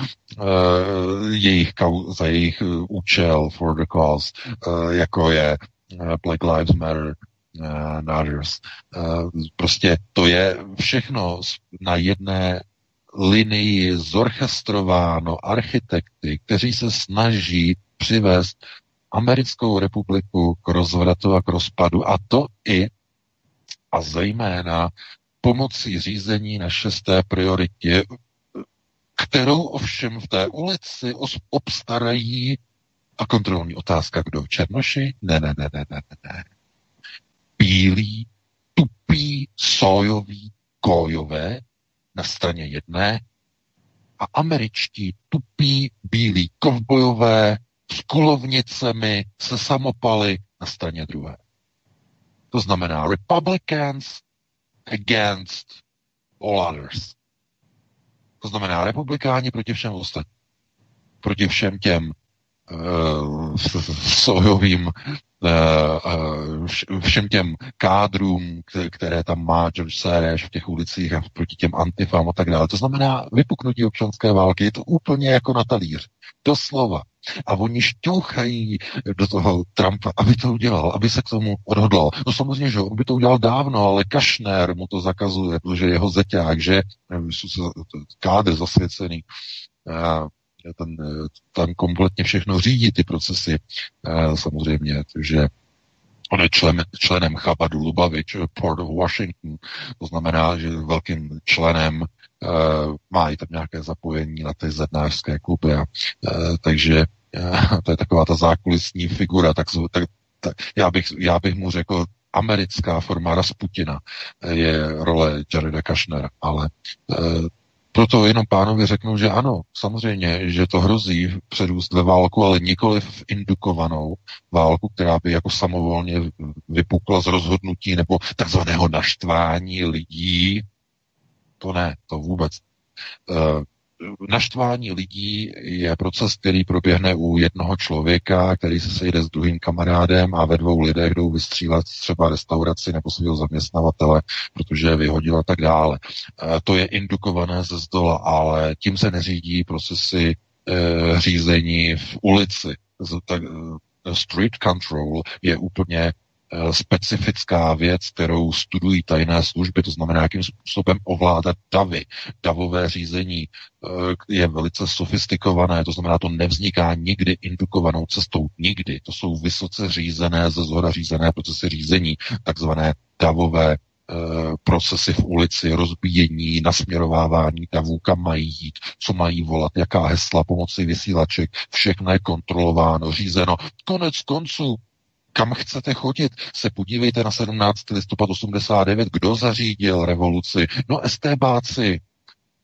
jejich účel for the cause, jako je Black Lives Matter, others. Prostě to je všechno na jedné linii zorchestrováno architekty, kteří se snaží přivést Americkou republiku k rozvratu a k rozpadu, a to i a zejména pomocí řízení na 6. prioritě, kterou ovšem v té ulici obstarají a kontrolní otázka, kdo? Černoši? Ne. Bílí, tupí, sojoví, kojové na straně jedné a američtí tupí, bílí kovbojové s kulovnicemi, se samopaly na straně druhé. To znamená Republicans against all others. To znamená republikáni proti všem ostatním. Proti všem těm sojovým, všem těm kádrům, které tam má George Soros v těch ulicích a proti těm antifám a tak dále. To znamená vypuknutí občanské války. Je to úplně jako na talíř. Doslova. A oni šťouchají do toho Trumpa, aby to udělal, aby se k tomu odhodlal. No samozřejmě, že on by to udělal dávno, ale Kushner mu to zakazuje, protože jeho zeťák, že kádr zasvěcený, tam kompletně všechno řídí ty procesy, samozřejmě, že on je členem Chabadu Lubavitch, Port of Washington, to znamená, že velkým členem má i tam nějaké zapojení na ty zednářské kluby, takže to je taková ta zákulisní figura, tak já bych mu řekl, americká forma Rasputina je role Jareda Kushnera, ale proto jenom pánovi řeknu, že ano, samozřejmě, že to hrozí předůst ve válku, ale nikoli v indukovanou válku, která by jako samovolně vypukla z rozhodnutí nebo takzvaného naštvání lidí. To ne, to vůbec. Naštvání lidí je proces, který proběhne u jednoho člověka, který se sejde s druhým kamarádem a ve dvou lidech jdou vystřílet třeba restauraci nebo svého zaměstnavatele, protože je vyhodil a tak dále. To je indukované ze zdola, ale tím se neřídí procesy řízení v ulici. Street control je úplně specifická věc, kterou studují tajné služby, to znamená, jakým způsobem ovládat davy. Davové řízení je velice sofistikované, to znamená, to nevzniká nikdy indukovanou cestou, nikdy. To jsou vysoce řízené, ze zhora řízené procesy řízení, takzvané davové procesy v ulici, rozbíjení, nasměrovávání davů, kam mají jít, co mají volat, jaká hesla pomocí vysílaček, všechno je kontrolováno, řízeno. Konec konců, kam chcete chodit? Se podívejte na 17. listopad 89, kdo zařídil revoluci? No estébáci.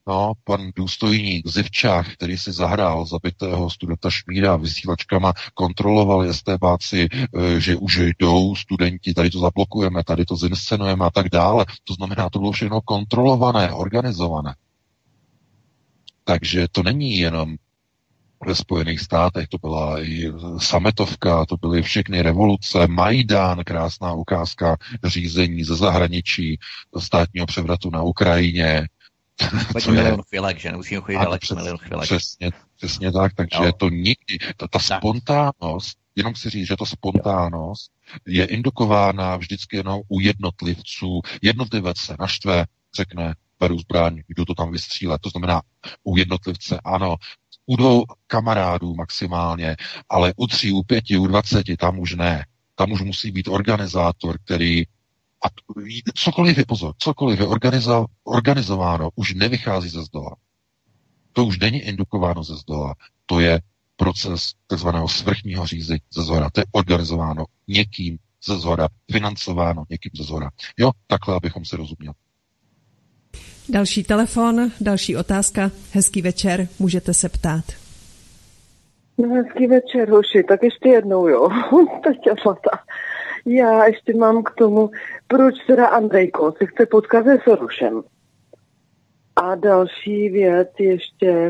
No, pan důstojník Zivčák, který si zahrál zabitého studenta Šmída vysílačkama, kontroloval estébáci, že už jdou studenti, tady to zablokujeme, tady to zinscenujeme a tak dále. To znamená, to bylo všechno kontrolované, organizované. Takže to není jenom ve Spojených státech, to byla i sametovka, to byly všechny revoluce, Majdán, krásná ukázka řízení ze zahraničí, státního převratu na Ukrajině. Milion chvílek, že nemusíme chodit daleko, milion chvílek. Přesně tak, takže to nikdy, ta spontánnost, jenom si říct, že ta spontánnost je indukována vždycky jenom u jednotlivců. Jednotlivec se naštve, řekne, beru zbraň, jdu to tam vystřílet. To znamená, u jednotlivce ano, u 2 kamarádů maximálně, ale u 3, u 5, u 20, tam už ne. Tam už musí být organizátor, který a cokoliv je, pozor, cokoliv je organizováno, už nevychází ze zdola. To už není indukováno ze zdola. To je proces takzvaného svrchního řízení ze zhora. To je organizováno někým ze zhora, financováno někým ze zhora. Jo, takhle, abychom si rozuměli. Další telefon, další otázka. Hezký večer, můžete se ptát. No, hezký večer, hoši, tak ještě jednou, jo. Peťa zlatá. Já ještě mám k tomu, proč teda Andrejko se chce potkat se Sorosem. A další věc ještě,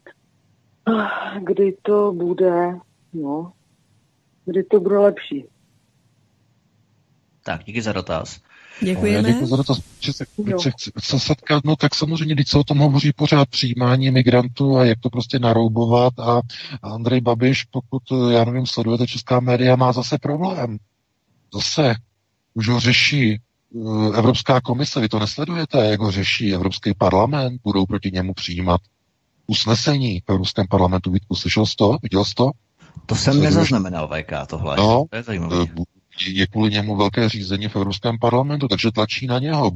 kdy to bude lepší. Tak, díky za dotaz. Děkujeme. Děkuji za dotaz. Se setkat, no tak samozřejmě, když se o tom hovoří pořád přijímání migrantů a jak to prostě naroubovat a Andrej Babiš, pokud, já nevím, sledujete česká média, má zase problém. Zase už ho řeší Evropská komise, vy to nesledujete, jak ho řeší Evropský parlament, budou proti němu přijímat usnesení v Evropském parlamentu. Vítku, slyšel jsi to? Viděl jsi to? To jsem nezaznamenal, VK, tohle. No, to je zajímavé. Je kvůli němu velké řízení v Evropském parlamentu, takže tlačí na něho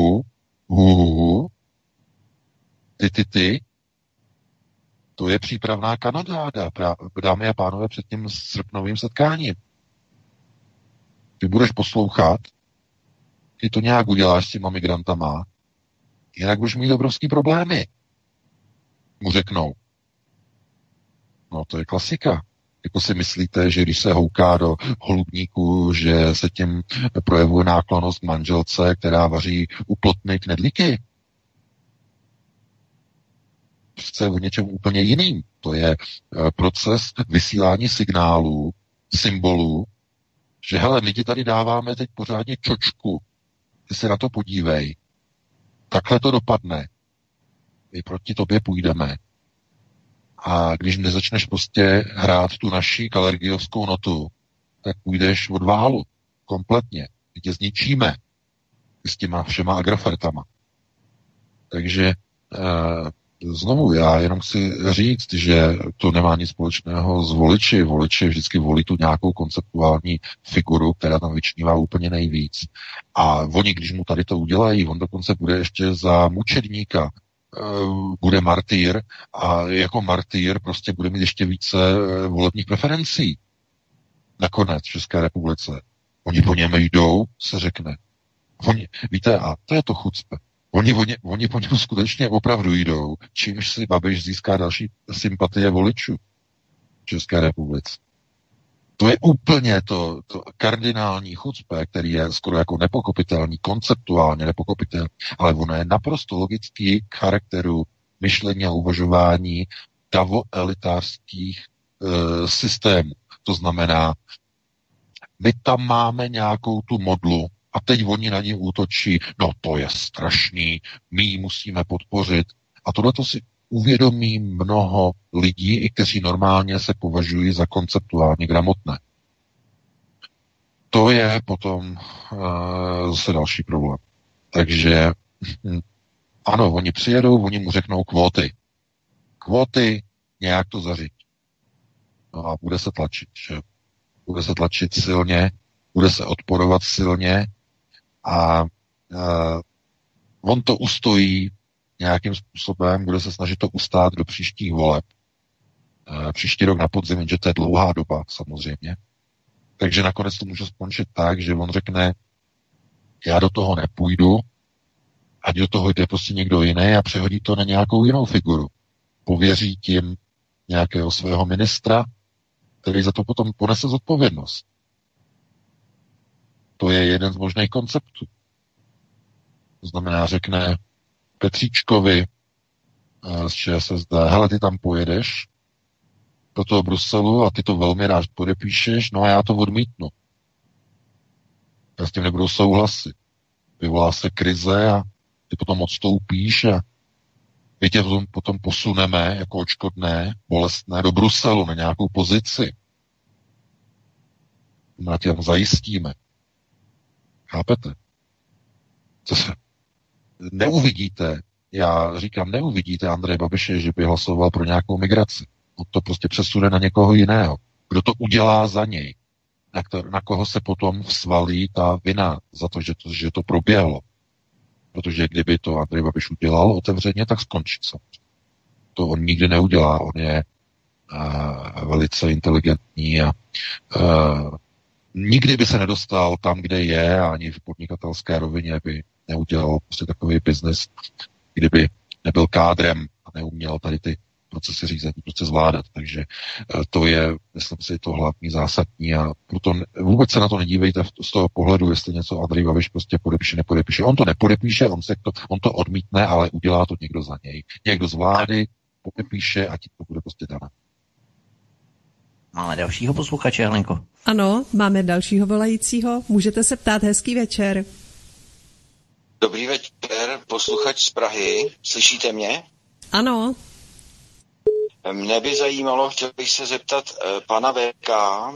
ty. To je přípravná kanadáda, dámy a pánové, před tím srpnovým setkáním. Ty budeš poslouchat, ty to nějak uděláš s těma migrantama, jinak budeš mít obrovský problémy. Mu řeknou. No to je klasika. Jako si myslíte, že když se houká do holubníku, že se tím projevuje náklonnost k manželce, která vaří uplotny knedlíky? Přece o něčem úplně jiným. To je proces vysílání signálů, symbolů, že hele, my ti tady dáváme teď pořádně čočku, ty se na to podívej. Takhle to dopadne. My proti tobě půjdeme. A když nezačneš prostě hrát tu naši kalergiovskou notu, tak půjdeš od válu. Kompletně. My tě zničíme. S těma všema agrofertama. Takže znovu, já jenom chci říct, že to nemá nic společného s voliči. Voliči vždycky volí tu nějakou konceptuální figuru, která tam vyčnívá úplně nejvíc. A oni, když mu tady to udělají, on dokonce bude ještě za mučedníka, bude martýr a jako martýr prostě bude mít ještě více volebních preferencí. Nakonec v České republice. Oni po něm jdou, se řekne. Víte, a to je to chucpe. Oni po něm skutečně opravdu jdou, čímž si Babiš získá další sympatie voličů v České republice. To je úplně to kardinální chucpe, který je skoro jako nepokopitelný, konceptuálně nepokopitelný, ale ono je naprosto logický k charakteru myšlení a uvažování davoelitářských systémů. To znamená, my tam máme nějakou tu modlu a teď oni na ní útočí, no to je strašný, my ji musíme podpořit. A tohleto si uvědomí mnoho lidí, i kteří normálně se považují za konceptuálně gramotné. To je potom zase další problém. Takže ano, oni přijedou, oni mu řeknou kvóty. Kvóty, nějak to zařídí. No a bude se tlačit, že? Bude se tlačit silně, bude se odporovat silně a on to ustojí nějakým způsobem, bude se snažit to ustát do příštích voleb. Příští rok na podzim, že to je dlouhá doba samozřejmě. Takže nakonec to může skončit tak, že on řekne, já do toho nepůjdu, Ať do toho jde prostě někdo jiný a přehodí to na nějakou jinou figuru. Pověří tím nějakého svého ministra, který za to potom ponese zodpovědnost. To je jeden z možných konceptů. To znamená, řekne Petříčkovi z ČSSD, hele, ty tam pojedeš do toho Bruselu a ty to velmi rád podepíšeš, no a já to odmítnu. Já s tím nebudu souhlasit. Vyvolá se krize a ty potom odstoupíš a my tě potom posuneme jako odškodné, bolestné do Bruselu na nějakou pozici. Na tě tam zajistíme. Chápete? Co se... Neuvidíte, já říkám, neuvidíte Andreje Babiše, že by hlasoval pro nějakou migraci. On to prostě přesune na někoho jiného. Kdo to udělá za něj? Na koho se potom svalí ta vina za to, že to proběhlo. Protože kdyby to Andrej Babiš udělal otevřeně, tak skončí samozřejmě. To on nikdy neudělá. On je velice inteligentní a nikdy by se nedostal tam, kde je, ani v podnikatelské rovině by neudělal prostě takový biznis, kdyby nebyl kádrem a neuměl tady ty procesy řízení prostě zvládat. Takže to je, myslím si, to hlavní zásadní a proto vůbec se na to nedívejte z toho pohledu, jestli něco Andrej Babiš prostě podepíše, nepodepíše. On to nepodepíše, on to odmítne, ale udělá to někdo za něj. Někdo z vlády podepíše a ti to bude prostě dané. Máme dalšího posluchače, Helenko. Ano, máme dalšího volajícího. Můžete se ptát, hezký večer. Dobrý večer, posluchač z Prahy. Slyšíte mě? Ano. Mne by zajímalo, chtěl bych se zeptat pana VK,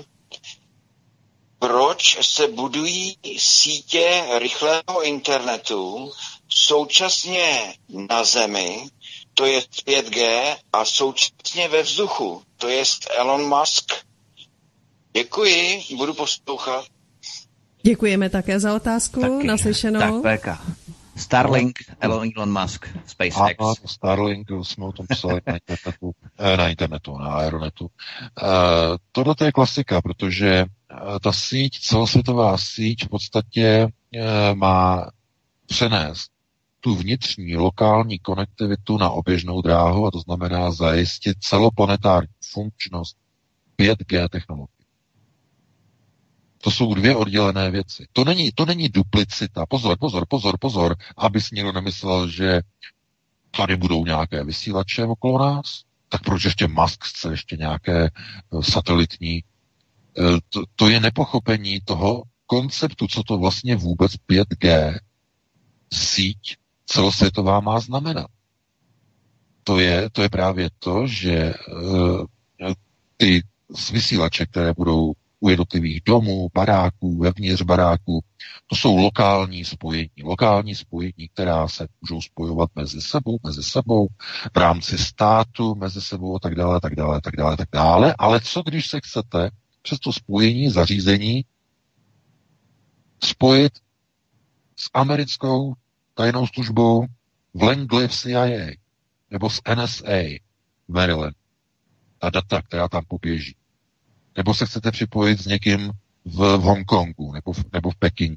proč se budují sítě rychlého internetu současně na Zemi, to je 5G, a současně ve vzduchu, to je Elon Musk. Děkuji, budu poslouchat. Děkujeme také za otázku, taky, naslyšenou. Tak, VK. Starlink, Elon Musk, SpaceX. Ano, Starlink, jsme o tom psali na Aeronetu. Tohle je klasika, protože ta síť, celosvětová síť v podstatě má přenést tu vnitřní lokální konektivitu na oběžnou dráhu, a to znamená zajistit celoplanetární funkčnost 5G technologie. To jsou dvě oddělené věci. To není duplicita. Pozor, aby si někdo nemyslel, že tady budou nějaké vysílače okolo nás, tak proč ještě Musk chce ještě nějaké satelitní. To je nepochopení toho konceptu, co to vlastně vůbec 5G síť celosvětová má znamenat. To je právě to, že ty vysílače, které budou u jednotlivých domů, baráků, vevnitř baráků, to jsou lokální spojení, která se můžou spojovat mezi sebou, v rámci státu, mezi sebou a tak dále. Ale co když se chcete přes to spojení zařízení spojit s americkou tajnou službou v Langley v CIA nebo s NSA v Maryland, ta data, která tam poběží. Nebo se chcete připojit s někým v Hongkongu, nebo v Pekingu,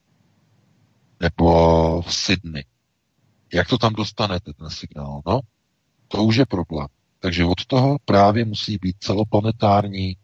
nebo v Sydney. Jak to tam dostanete, ten signál? No, to už je problém. Takže od toho právě musí být celoplanetární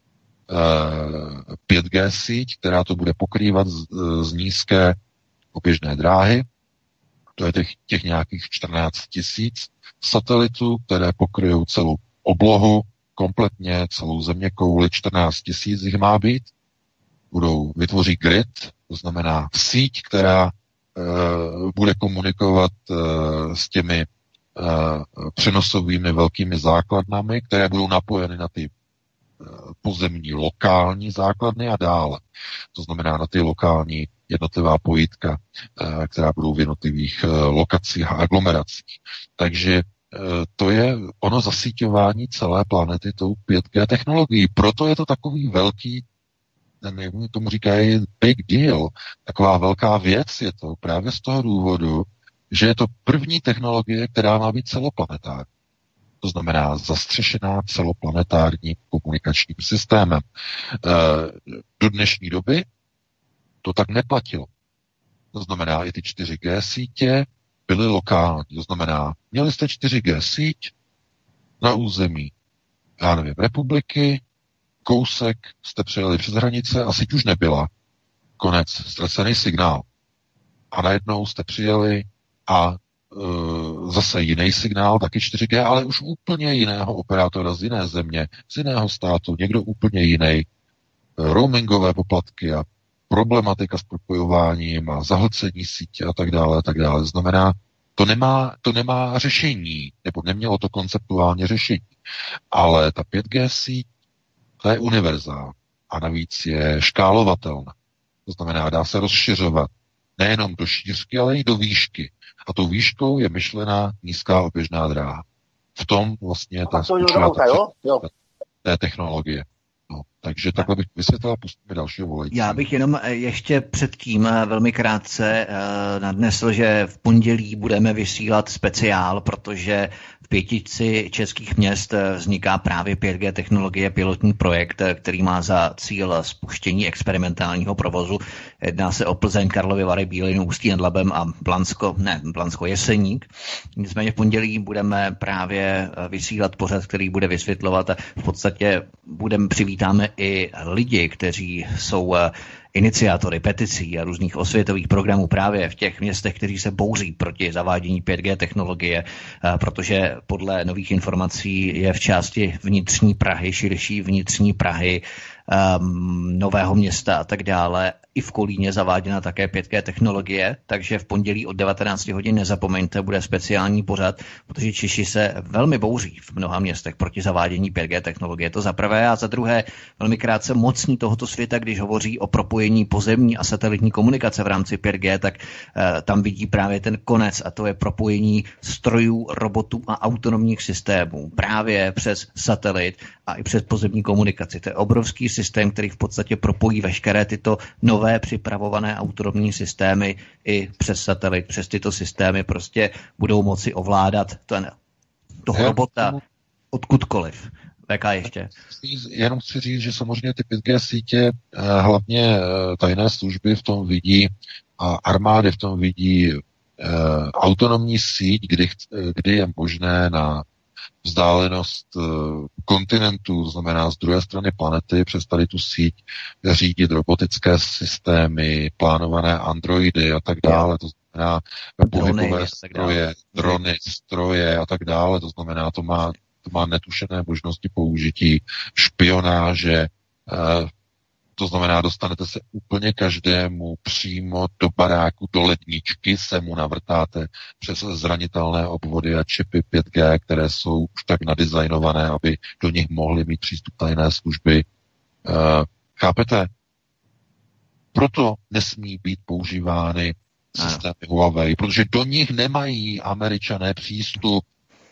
5G síť, která to bude pokrývat z nízké oběžné dráhy. To je těch nějakých 14 000 satelitů, které pokryjou celou oblohu, kompletně celou zeměkouli, 14 000 jich má být. Vytvoří grid, to znamená síť, která bude komunikovat s těmi přenosovými velkými základnami, které budou napojeny na ty pozemní lokální základny a dále. To znamená na ty lokální jednotlivá pojítka, která budou v jednotlivých lokacích a aglomeracích. Takže to je ono zasíťování celé planety tou 5G technologií. Proto je to takový velký, tomu říkají big deal, taková velká věc je to právě z toho důvodu, že je to první technologie, která má být celoplanetární. To znamená zastřešená celoplanetárním komunikačním systémem. Do dnešní doby to tak neplatilo. To znamená, i ty 4G sítě byly lokální. To znamená, měli jste 4G síť na území, já nevím, republiky, kousek jste přijeli přes hranice a síť už nebyla. Konec, ztracený signál. A najednou jste přijeli a zase jiný signál, taky 4G, ale už úplně jiného operátora z jiné země, z jiného státu, někdo úplně jiný. Roamingové poplatky a problematika s propojováním a zahlcení sítě a tak dále, a tak dále. Znamená, to nemá řešení, nebo nemělo to konceptuálně řešení. Ale ta 5G síť, ta je univerzální a navíc je škálovatelná. To znamená, dá se rozšiřovat nejenom do šířky, ale i do výšky. A tou výškou je myšlená nízká oběžná dráha. V tom vlastně ta té technologie. No, takže takhle bych vysvětlil a pustíme dalšího volající. Já bych jenom ještě předtím velmi krátce nadnesl, že v pondělí budeme vysílat speciál, protože v 5 českých měst vzniká právě 5G technologie, pilotní projekt, který má za cíl spuštění experimentálního provozu. Jedná se o Plzeň, Karlovy Vary, Bílinu, Ústí nad Labem a Blansko-Jeseník. Nicméně v pondělí budeme právě vysílat pořad, který bude vysvětlovat a v podstatě přivítáme i lidi, kteří jsou iniciátory peticí a různých osvětových programů právě v těch městech, kteří se bouří proti zavádění 5G technologie, protože podle nových informací je v části vnitřní Prahy, širší vnitřní Prahy, Nového Města a tak dále, i v Kolíně zaváděna také 5G technologie, takže v pondělí od 19 hodin nezapomeňte, bude speciální pořad, protože Češi se velmi bouří v mnoha městech proti zavádění 5G technologie. To za prvé a za druhé velmi krátce mocní tohoto světa, když hovoří o propojení pozemní a satelitní komunikace v rámci 5G, tak tam vidí právě ten konec a to je propojení strojů, robotů a autonomních systémů právě přes satelit a i přes pozemní komunikaci. To je obrovský systém, který v podstatě propojí veškeré tyto nové připravované autonomní systémy i přes satelit, přes tyto systémy prostě budou moci ovládat toho robota odkudkoliv. VK ještě. Jenom chci říct, že samozřejmě ty 5G sítě, hlavně tajné služby v tom vidí a armády v tom vidí autonomní síť, kdy je možné na vzdálenost kontinentu, to znamená z druhé strany planety, přes tady tu síť řídit robotické systémy, plánované androidy a tak dále, to znamená pohybové stroje, drony, stroje a tak dále, to znamená, to má netušené možnosti použití, špionáže, to znamená, dostanete se úplně každému přímo do baráku, do ledničky, se mu navrtáte přes zranitelné obvody a čipy 5G, které jsou už tak nadizajnované, aby do nich mohly mít přístup tajné služby. Chápete? Proto nesmí být používány systémy Huawei, protože do nich nemají Američané přístup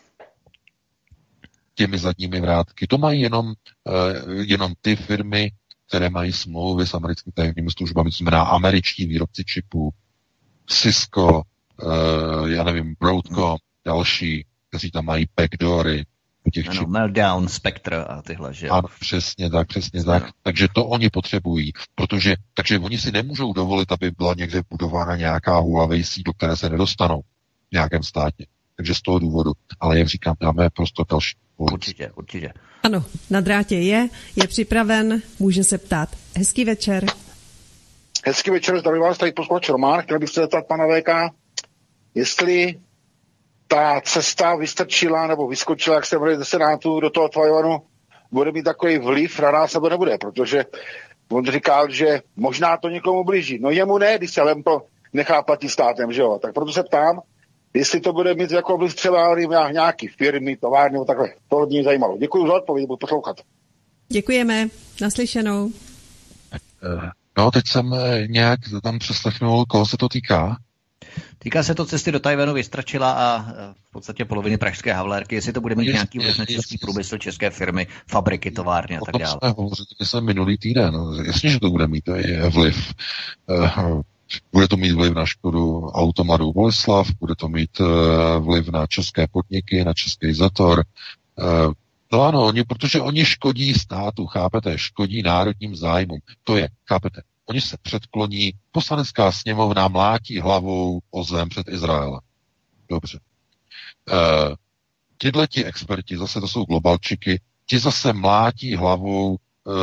těmi zadními vrátky. To mají jenom ty firmy, které mají smlouvy s americkými tajnými službami, to znamená američtí výrobci čipů, Cisco, já nevím, Broadcom, další, kteří tam mají backdoory těch čipů. Meltdown, Spectre a tyhle, že jo? Ano, přesně tak. Takže to oni potřebují, takže oni si nemůžou dovolit, aby byla někde budována nějaká Huawei síť, do které se nedostanou v nějakém státě. Takže z toho důvodu. Ale jak říkám, dáme prostor další. Určitě. Ano, na drátě je připraven, může se ptát. Hezký večer. Hezký večer, zdravím vás, tady posluchač Roman. Chtěl bych se zeptat pana VK, jestli ta cesta vystrčila nebo vyskočila, jak se jmenuje ze Senátu do toho Tchaj-wanu, bude mít takový vliv na nás nebo nebude, protože on říkal, že možná to někomu blíží. No jemu ne, když se Lem to nechá platit státem, že jo. Tak proto se ptám, jestli to bude mít jako vliv třeba nějaký firmy, továrny, takhle. To mě zajímalo. Děkuji za odpověď, budu poslouchat. Děkujeme, naslyšenou. No, teď jsem nějak tam přeslechnul, koho se to týká. Týká se to cesty do Tchaj-wanu, vystrčila a v podstatě poloviny pražské Havlérky, jestli to bude mít nějaký vliv na český průmysl, české firmy, fabriky, továrny a tak dále. O tom jsme hovořili minulý týden. Jasně, že to bude mít vliv. Bude to mít vliv na Škodu Automatu Boleslav, bude to mít vliv na české podniky, na český Zator. No ano, protože oni škodí státu, chápete, škodí národním zájmům. To je, chápete, Oni se předkloní, poslanecká sněmovna mlátí hlavou o zem před Izraelem. Dobře. Tihleti experti, zase to jsou globalčiky, ti zase mlátí hlavou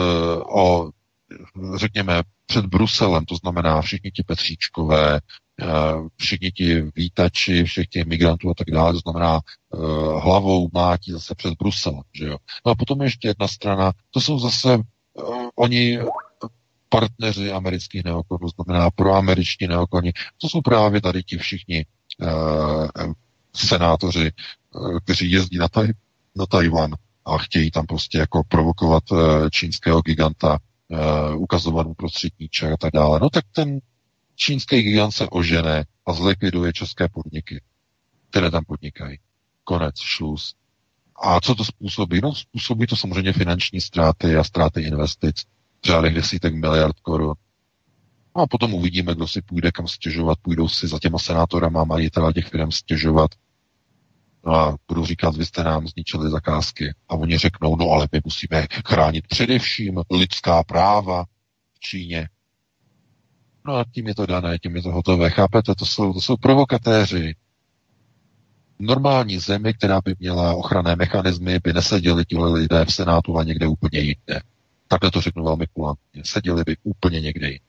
řekněme, před Bruselem, to znamená všichni ti Petříčkové, všichni ti vítači, všech těch migrantů a tak dále, to znamená hlavou mlátí zase před Bruselem, že jo. No a potom ještě jedna strana, to jsou zase oni partneři amerických neokonů, to znamená proameričtí neokoni, to jsou právě tady ti všichni senátoři, kteří jezdí na Tajvan a chtějí tam prostě jako provokovat čínského giganta, ukazovat mu prostředníček a tak dále. No tak ten čínský gigant se ožene a zlikviduje české podniky, které tam podnikají. Konec, šluz. A co to způsobí? No způsobí to samozřejmě finanční ztráty a ztráty investic v řádech desítek miliard korun. A potom uvidíme, kdo si půjde kam stěžovat, půjdou si za těma senátorama, majitele těch firm stěžovat. No a budou říkat, vy jste nám zničili zakázky. A oni řeknou, no ale my musíme chránit především lidská práva v Číně. No a tím je to dané, tím je to hotové. Chápete, to jsou provokatéři. V normální zemi, která by měla ochranné mechanismy, by neseděli tihle lidé v Senátu a někde úplně jinde. Takhle to řeknu velmi kulantně. Seděli by úplně někde jinde.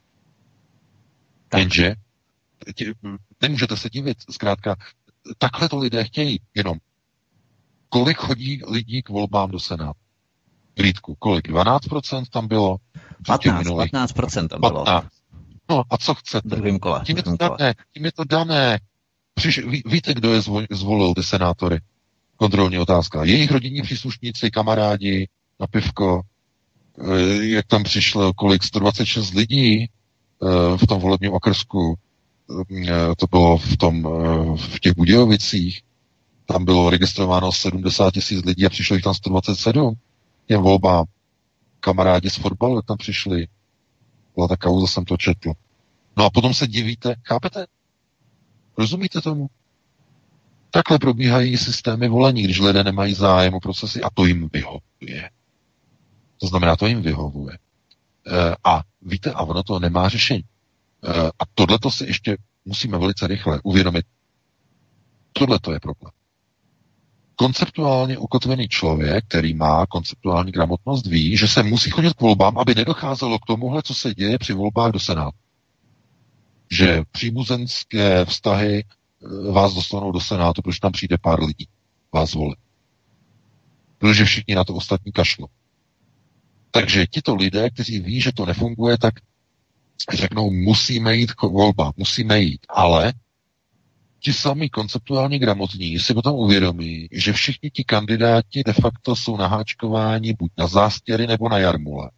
Jenže nemůžete se divit, zkrátka, takhle to lidé chtějí, jenom kolik chodí lidí k volbám do Senátu? Vítku, kolik? 12% tam bylo? 15% tam bylo. 15. No a co chcete? Druhým kole. Tím je to dané. Víte, kdo je zvolil ty senátory? Kontrolní otázka. Jejich rodinní příslušníci, kamarádi na pivko, jak tam přišlo, kolik? 126 lidí v tom volebním okrsku. To bylo v těch Budějovicích. Tam bylo registrováno 70 000 lidí a přišlo jich tam 127. Těm volbám. Kamarádi z fotbalu tam přišli. Byla ta kauza, jsem to četl. No a potom se divíte, chápete? Rozumíte tomu? Takhle probíhají systémy volení, když lidé nemají zájem o procesy a to jim vyhovuje. To znamená, to jim vyhovuje. A víte, a ono to nemá řešení. A tohleto si ještě musíme velice rychle uvědomit. Tohleto je problém. Konceptuálně ukotvený člověk, který má konceptuální gramotnost, ví, že se musí chodit k volbám, aby nedocházelo k tomuhle, co se děje při volbách do Senátu. Že příbuzenské vztahy vás dostanou do Senátu, protože tam přijde pár lidí vás volit. Protože všichni na to ostatní kašlou. Takže tito lidé, kteří ví, že to nefunguje, tak řeknou, musíme jít k volbám, musíme jít. Ale ti sami konceptuálně gramotní si potom uvědomí, že všichni ti kandidáti de facto jsou naháčkováni buď na zástěry nebo na jarmule.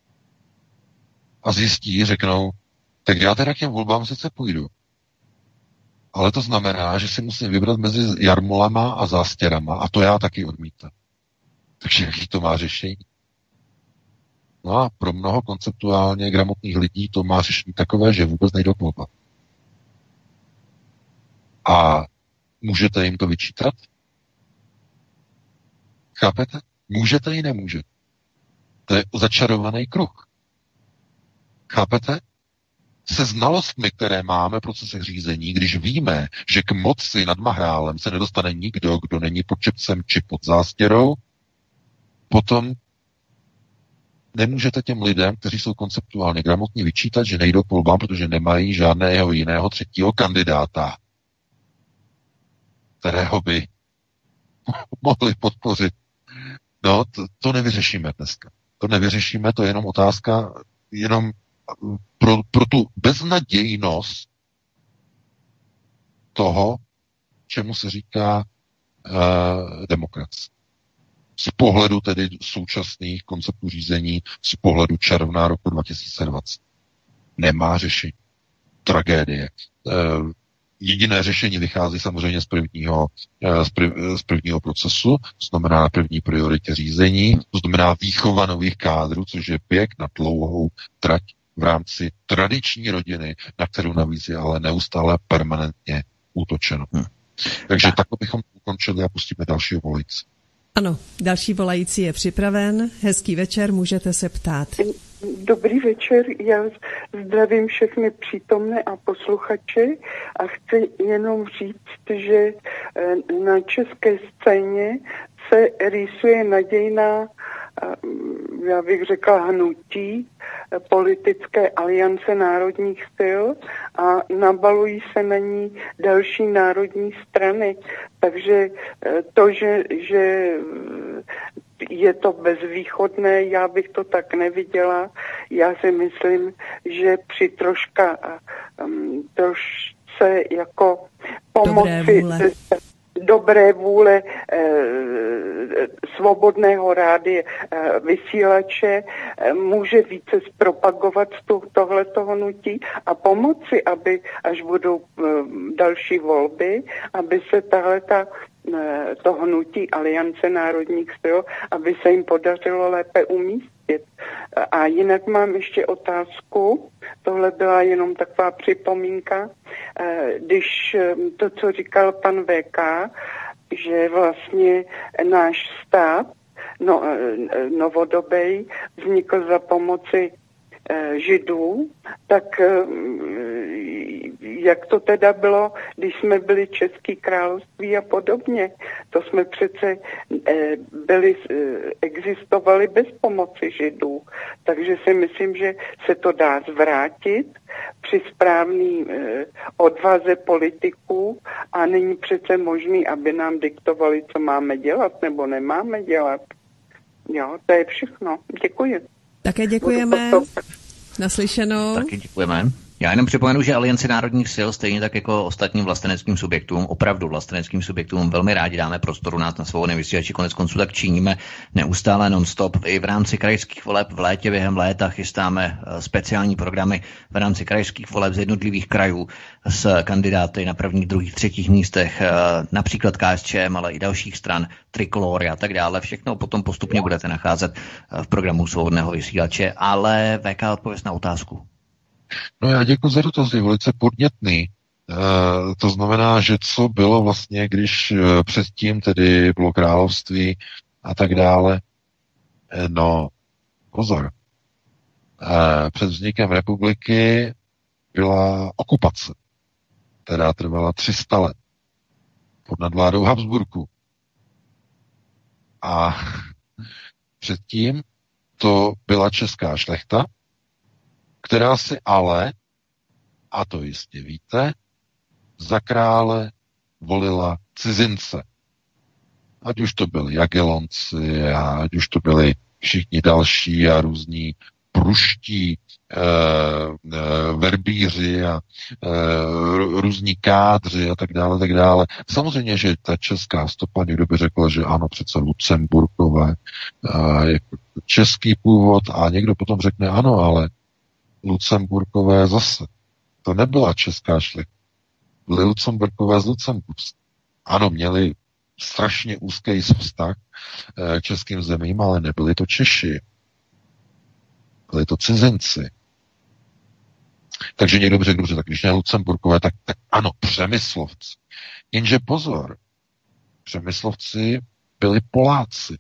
A zjistí, řeknou, tak já teda k těm volbám sice půjdu. Ale to znamená, že si musím vybrat mezi jarmulama a zástěrama a to já taky odmítám. Takže jaký to má řešení? No a pro mnoho konceptuálně gramotných lidí to má řešení takové, že vůbec nejdou k volbám. A můžete jim to vyčítat? Chápete? Můžete i nemůžete. To je začarovaný kruh. Chápete? Se znalostmi, které máme v procesech řízení, když víme, že k moci nad Mahrálem se nedostane nikdo, kdo není pod čepcem či pod zástěrou, potom nemůžete těm lidem, kteří jsou konceptuálně gramotní, vyčítat, že nejdou k volbám, protože nemají žádného jiného třetího kandidáta, kterého by mohli podpořit. No, to nevyřešíme dneska. To nevyřešíme, to je jenom otázka, jenom pro tu beznadějnost toho, čemu se říká demokracie. Z pohledu tedy současných konceptů řízení, z pohledu června roku 2020. Nemá řešení. Tragédie. Jediné řešení vychází samozřejmě z prvního procesu, to znamená na první prioritě řízení, to znamená výchova nových kádrů, což je běh na dlouhou trať v rámci tradiční rodiny, na kterou navíc je ale neustále permanentně útočeno. Takže takhle bychom ukončili a pustíme dalšího volající. Ano, další volající je připraven. Hezký večer, můžete se ptát. Dobrý večer, já zdravím všechny přítomné a posluchače a chci jenom říct, že na české scéně se rýsuje nadějná, já bych řekla, hnutí politické aliance národních sil a nabalují se na ní další národní strany. Takže to, že je to bezvýchodné, já bych to tak neviděla. Já si myslím, že při trošce jako pomoci dobré vůle svobodného rádia vysílače může více zpropagovat tohleto hnutí a pomoci, aby až budou další volby, aby se to hnutí Aliance národních sil, aby se jim podařilo lépe umístit. A jinak mám ještě otázku, tohle byla jenom taková připomínka, když to, co říkal pan VK, že vlastně náš stát novodobej vznikl za pomoci Židů, tak jak to teda bylo, když jsme byli České království a podobně. To jsme přece existovali bez pomoci Židů. Takže si myslím, že se to dá zvrátit při správný odvaze politiků a není přece možný, aby nám diktovali, co máme dělat nebo nemáme dělat. Jo, to je všechno. Děkuji. Také děkujeme. Naslyšenou. Taky děkujeme. Já jenom připomenu, že Alianci národních sil, stejně tak jako ostatním vlasteneckým subjektům, opravdu vlasteneckým subjektům, velmi rádi dáme prostoru nás na Svobodném vysílači. Koneckonců tak činíme neustále non-stop. I v rámci krajských voleb v létě během léta chystáme speciální programy v rámci krajských voleb z jednotlivých krajů s kandidáty na prvních, druhých, třetích místech, například KSČM, ale i dalších stran, Trikolory a tak dále. Všechno potom postupně budete nacházet v programu Svobodného vysílače, ale VK odpověď na otázku. No já děkuji za dotaz, je velice podnětný. To znamená, že co bylo vlastně, když předtím tedy bylo království a tak dále. No, pozor. Před vznikem republiky byla okupace, která trvala 300 let pod nadvládou Habsburků. A předtím to byla česká šlechta, která si ale, a to jistě víte, za krále volila cizince. Ať už to byli Jagellonci, ať už to byli všichni další a různí pruští verbíři a různí kádři a tak dále, tak dále. Samozřejmě, že ta česká stopa, někdo by řekl, že ano, přece Lucemburkové, český původ a někdo potom řekne ano, ale Lucemburkové zase. To nebyla česká šlechta. Byli Lucemburkové z Lucemburska. Ano, měli strašně úzký vztah k českým zemím, ale nebyli to Češi. Byli to cizinci. Takže někdo by řekl, dobře, tak když ne Lucemburkové, tak ano, Přemyslovci. Jenže pozor, Přemyslovci byli Poláci.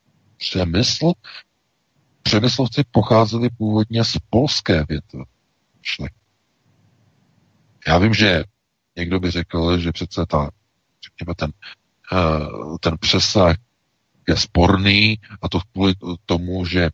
Přemyslovci pocházeli původně z polské větve šlechty. Já vím, že někdo by řekl, že přece ten přesah je sporný a to kvůli tomu, že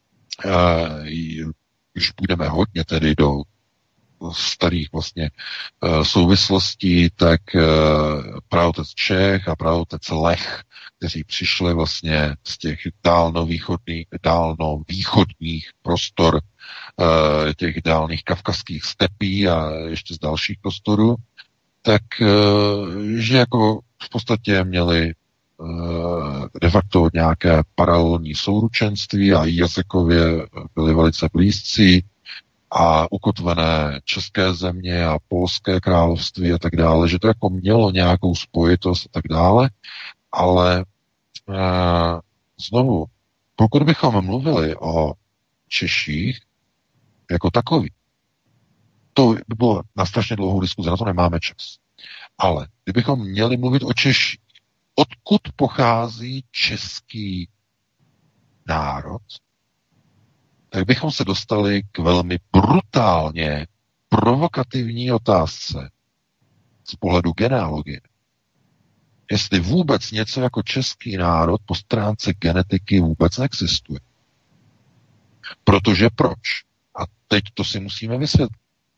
když půjdeme hodně tedy do starých vlastně souvislostí, tak praotec Čech a praotec Lech, kteří přišli vlastně z těch dálnovýchodních prostor těch dálných kavkazských stepí a ještě z dalších prostorů, tak že jako v podstatě měli de facto nějaké paralelní souručenství a jazykově byli velice blízcí a ukotvené české země a polské království a tak dále, že to jako mělo nějakou spojitost a tak dále, ale znovu, pokud bychom mluvili o Češích jako takový, to by bylo na strašně dlouhou diskuzi, na to nemáme čas. Ale kdybychom měli mluvit o Češích, odkud pochází český národ, tak bychom se dostali k velmi brutálně provokativní otázce z pohledu genealogie. Jestli vůbec něco jako český národ po stránce genetiky vůbec neexistuje. Protože proč? A teď to si musíme vysvětlit.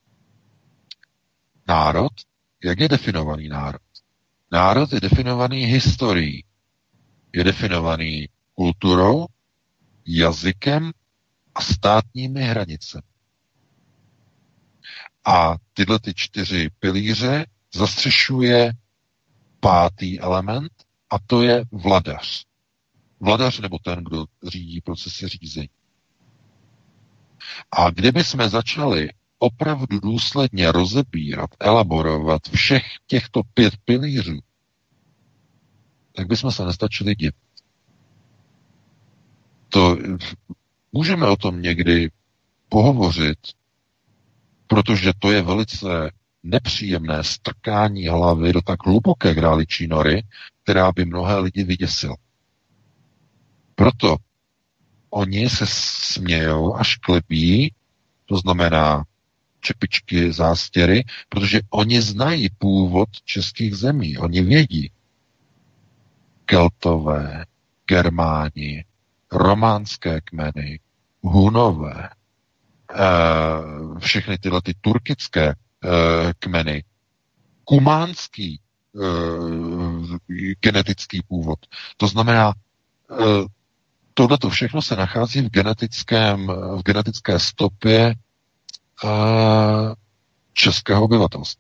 Národ, jak je definovaný národ? Národ je definovaný historií. Je definovaný kulturou, jazykem a státními hranicemi. A tyhle ty 4 pilíře zastřešuje 5. element, a to je vladař. Vladař nebo ten, kdo řídí procesy řízení. A kdyby jsme začali opravdu důsledně rozebírat, elaborovat všech těchto 5 pilířů, tak bychom se nestačili divit. To můžeme o tom někdy pohovořit, protože to je velice nepříjemné strkání hlavy do tak hluboké králičí nory, která by mnohé lidi vyděsila. Proto oni se smějou a šklepí, to znamená čepičky, zástěry, protože oni znají původ českých zemí. Oni vědí. Keltové, Germáni, románské kmeny, Hunové, všechny tyhle ty turkické kmeny, kumánský genetický původ. To znamená, tohleto všechno se nachází v genetické stopě českého obyvatelstva.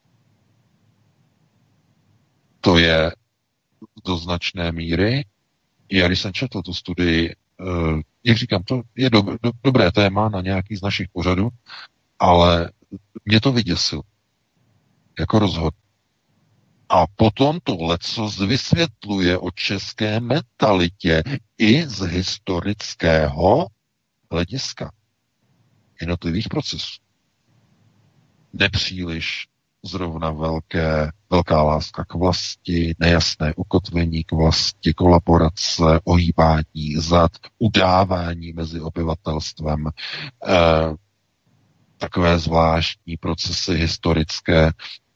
To je do značné míry. Já když jsem četl tu studii, jak říkám, to je dobré téma na nějaký z našich pořadů, ale mě to vyděsilo. Jako rozhod. A potom to lecos vysvětluje o české mentalitě i z historického hlediska jednotlivých procesů. Nepříliš zrovna velká láska k vlasti, nejasné ukotvení k vlasti, kolaborace, ohýbání zad, udávání mezi obyvatelstvem, takové zvláštní procesy historické,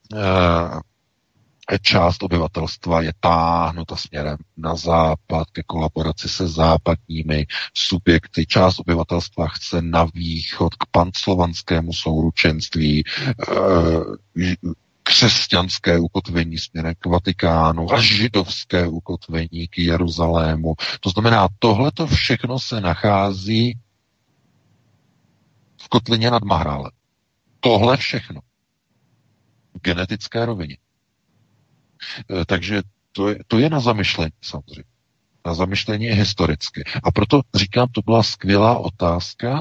část obyvatelstva je táhnuta směrem na západ ke kolaboraci se západními subjekty. Část obyvatelstva chce na východ k panslovanskému souručenství, křesťanské ukotvení směrem k Vatikánu a židovské ukotvení k Jeruzalému. To znamená, tohleto všechno se nachází v kotlině nad Mahrálem. Tohle všechno v genetické rovině. Takže to je na zamyšlení samozřejmě. Na zamyšlení historicky. A proto říkám, to byla skvělá otázka,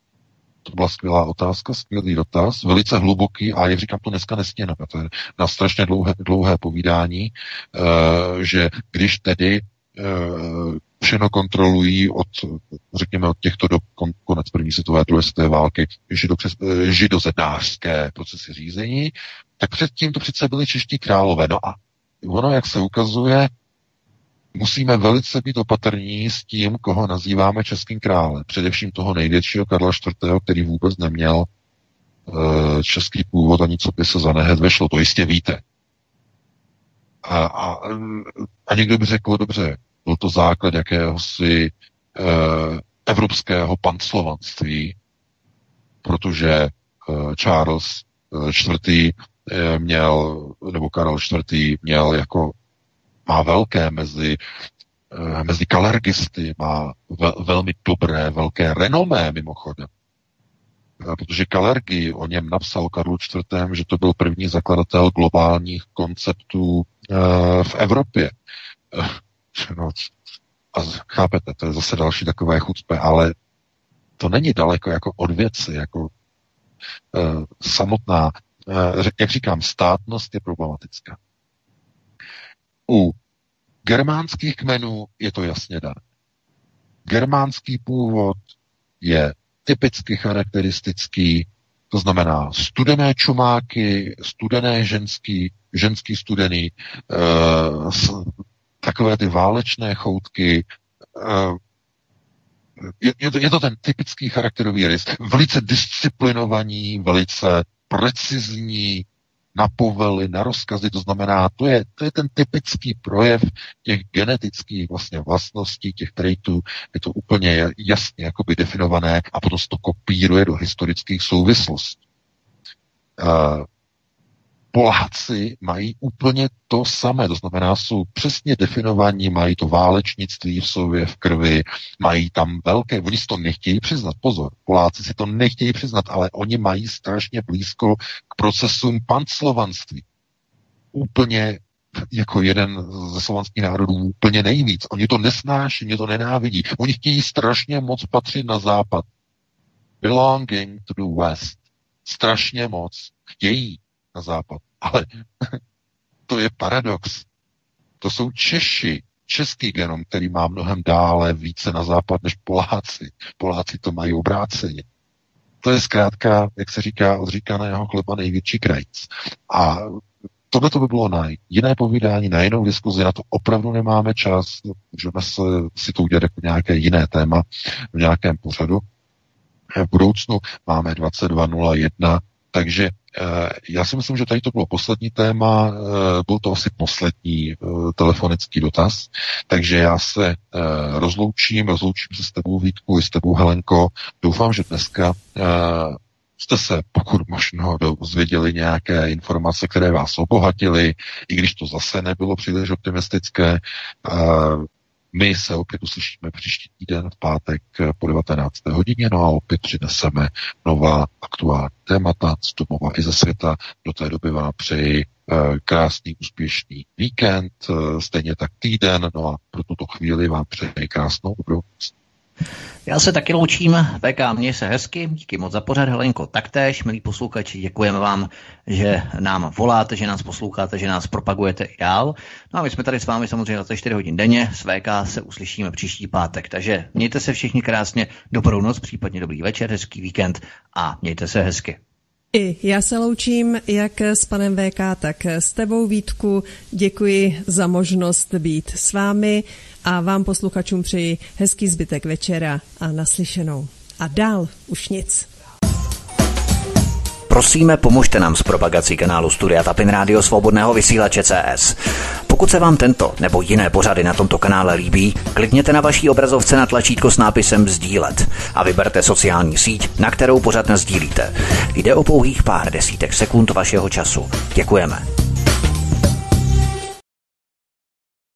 skvělý dotaz, velice hluboký, a jak říkám, to dneska nestěneme. To je na strašně dlouhé povídání, že když tedy všechno kontrolují od těchto dob, konec první světové, druhé světové války, židozednářské procesy řízení, tak předtím to přece byli čeští králové. No a ono, jak se ukazuje, musíme velice být opatrní s tím, koho nazýváme českým králem. Především toho největšího Karla IV., který vůbec neměl český původ ani co by se za nehet vešlo. To jistě víte. A někdo by řekl, dobře, byl to základ jakéhosi evropského panslovanství, protože Charles IV. Nebo Karel IV. Má velké mezi kalergisty, má velmi dobré, velké renomé mimochodem. Protože Kalergi o něm napsal Karlu IV., že to byl první zakladatel globálních konceptů v Evropě. No, a chápete, to je zase další takové chucpe, ale to není daleko jako od věci, jako samotná, jak říkám, státnost je problematická. U germánských kmenů je to jasně dané. Germánský původ je typicky charakteristický, to znamená studené čumáky, studené ženský studený, takové ty válečné choutky, je to ten typický charakterový rys. Velice disciplinovaní, velice precizní, na povely, na rozkazy, to znamená, to je ten typický projev těch genetických vlastně vlastností, těch traitů, je to úplně jasně jakoby definované a potom se to kopíruje do historických souvislostí. Poláci mají úplně to samé, to znamená, jsou přesně definovaní, mají to válečnictví v sobě, v krvi, mají tam velké, oni si to nechtějí přiznat, pozor, Poláci si to nechtějí přiznat, ale oni mají strašně blízko k procesům panslovanství. Úplně jako jeden ze slovanských národů úplně nejvíc. Oni to nesnáší, mě to nenávidí. Oni chtějí strašně moc patřit na západ. Belonging to the West. Strašně moc chtějí na západ. Ale to je paradox. To jsou Češi, český genom, který má mnohem dále více na západ než Poláci. Poláci to mají obráceně. To je zkrátka, jak se říká, od říkaného chleba největší krajc. A tohle to by bylo na jiné povídání, na jinou diskuzi, na to opravdu nemáme čas, můžeme si to udělat jako nějaké jiné téma v nějakém pořadu. V budoucnu máme 22:01, takže já si myslím, že tady to bylo poslední téma, byl to asi poslední telefonický dotaz, takže já se rozloučím se s tebou, Vítku, i s tebou, Helenko. Doufám, že dneska jste se pokud možno dozvěděli nějaké informace, které vás obohatily, i když to zase nebylo příliš optimistické. My se opět uslyšíme příští týden v pátek po 19. hodině, no a opět přineseme nová aktuální témata z domova i ze světa. Do té doby vám přeji krásný, úspěšný víkend, stejně tak týden, no a pro tuto chvíli vám přeji krásnou dobrou noc. Já se taky loučím, VK, měj se hezky, díky moc za pořad, Helenko taktéž, milí posluchači, děkujeme vám, že nám voláte, že nás posloucháte, že nás propagujete i dál. No a my jsme tady s vámi samozřejmě 24 hodin denně, s VK se uslyšíme příští pátek, takže mějte se všichni krásně, dobrou noc, případně dobrý večer, hezký víkend a mějte se hezky. I já se loučím jak s panem VK, tak s tebou, Vítku. Děkuji za možnost být s vámi a vám posluchačům přeji hezký zbytek večera a naslyšenou. A dál už nic. Prosíme, pomožte nám s propagací kanálu Studia Tapin Rádio Svobodného vysílače CS. Pokud se vám tento nebo jiné pořady na tomto kanále líbí, klikněte na vaší obrazovce na tlačítko s nápisem sdílet a vyberte sociální síť, na kterou pořad nasdílíte. Jde o pouhých pár desítek sekund vašeho času. Děkujeme.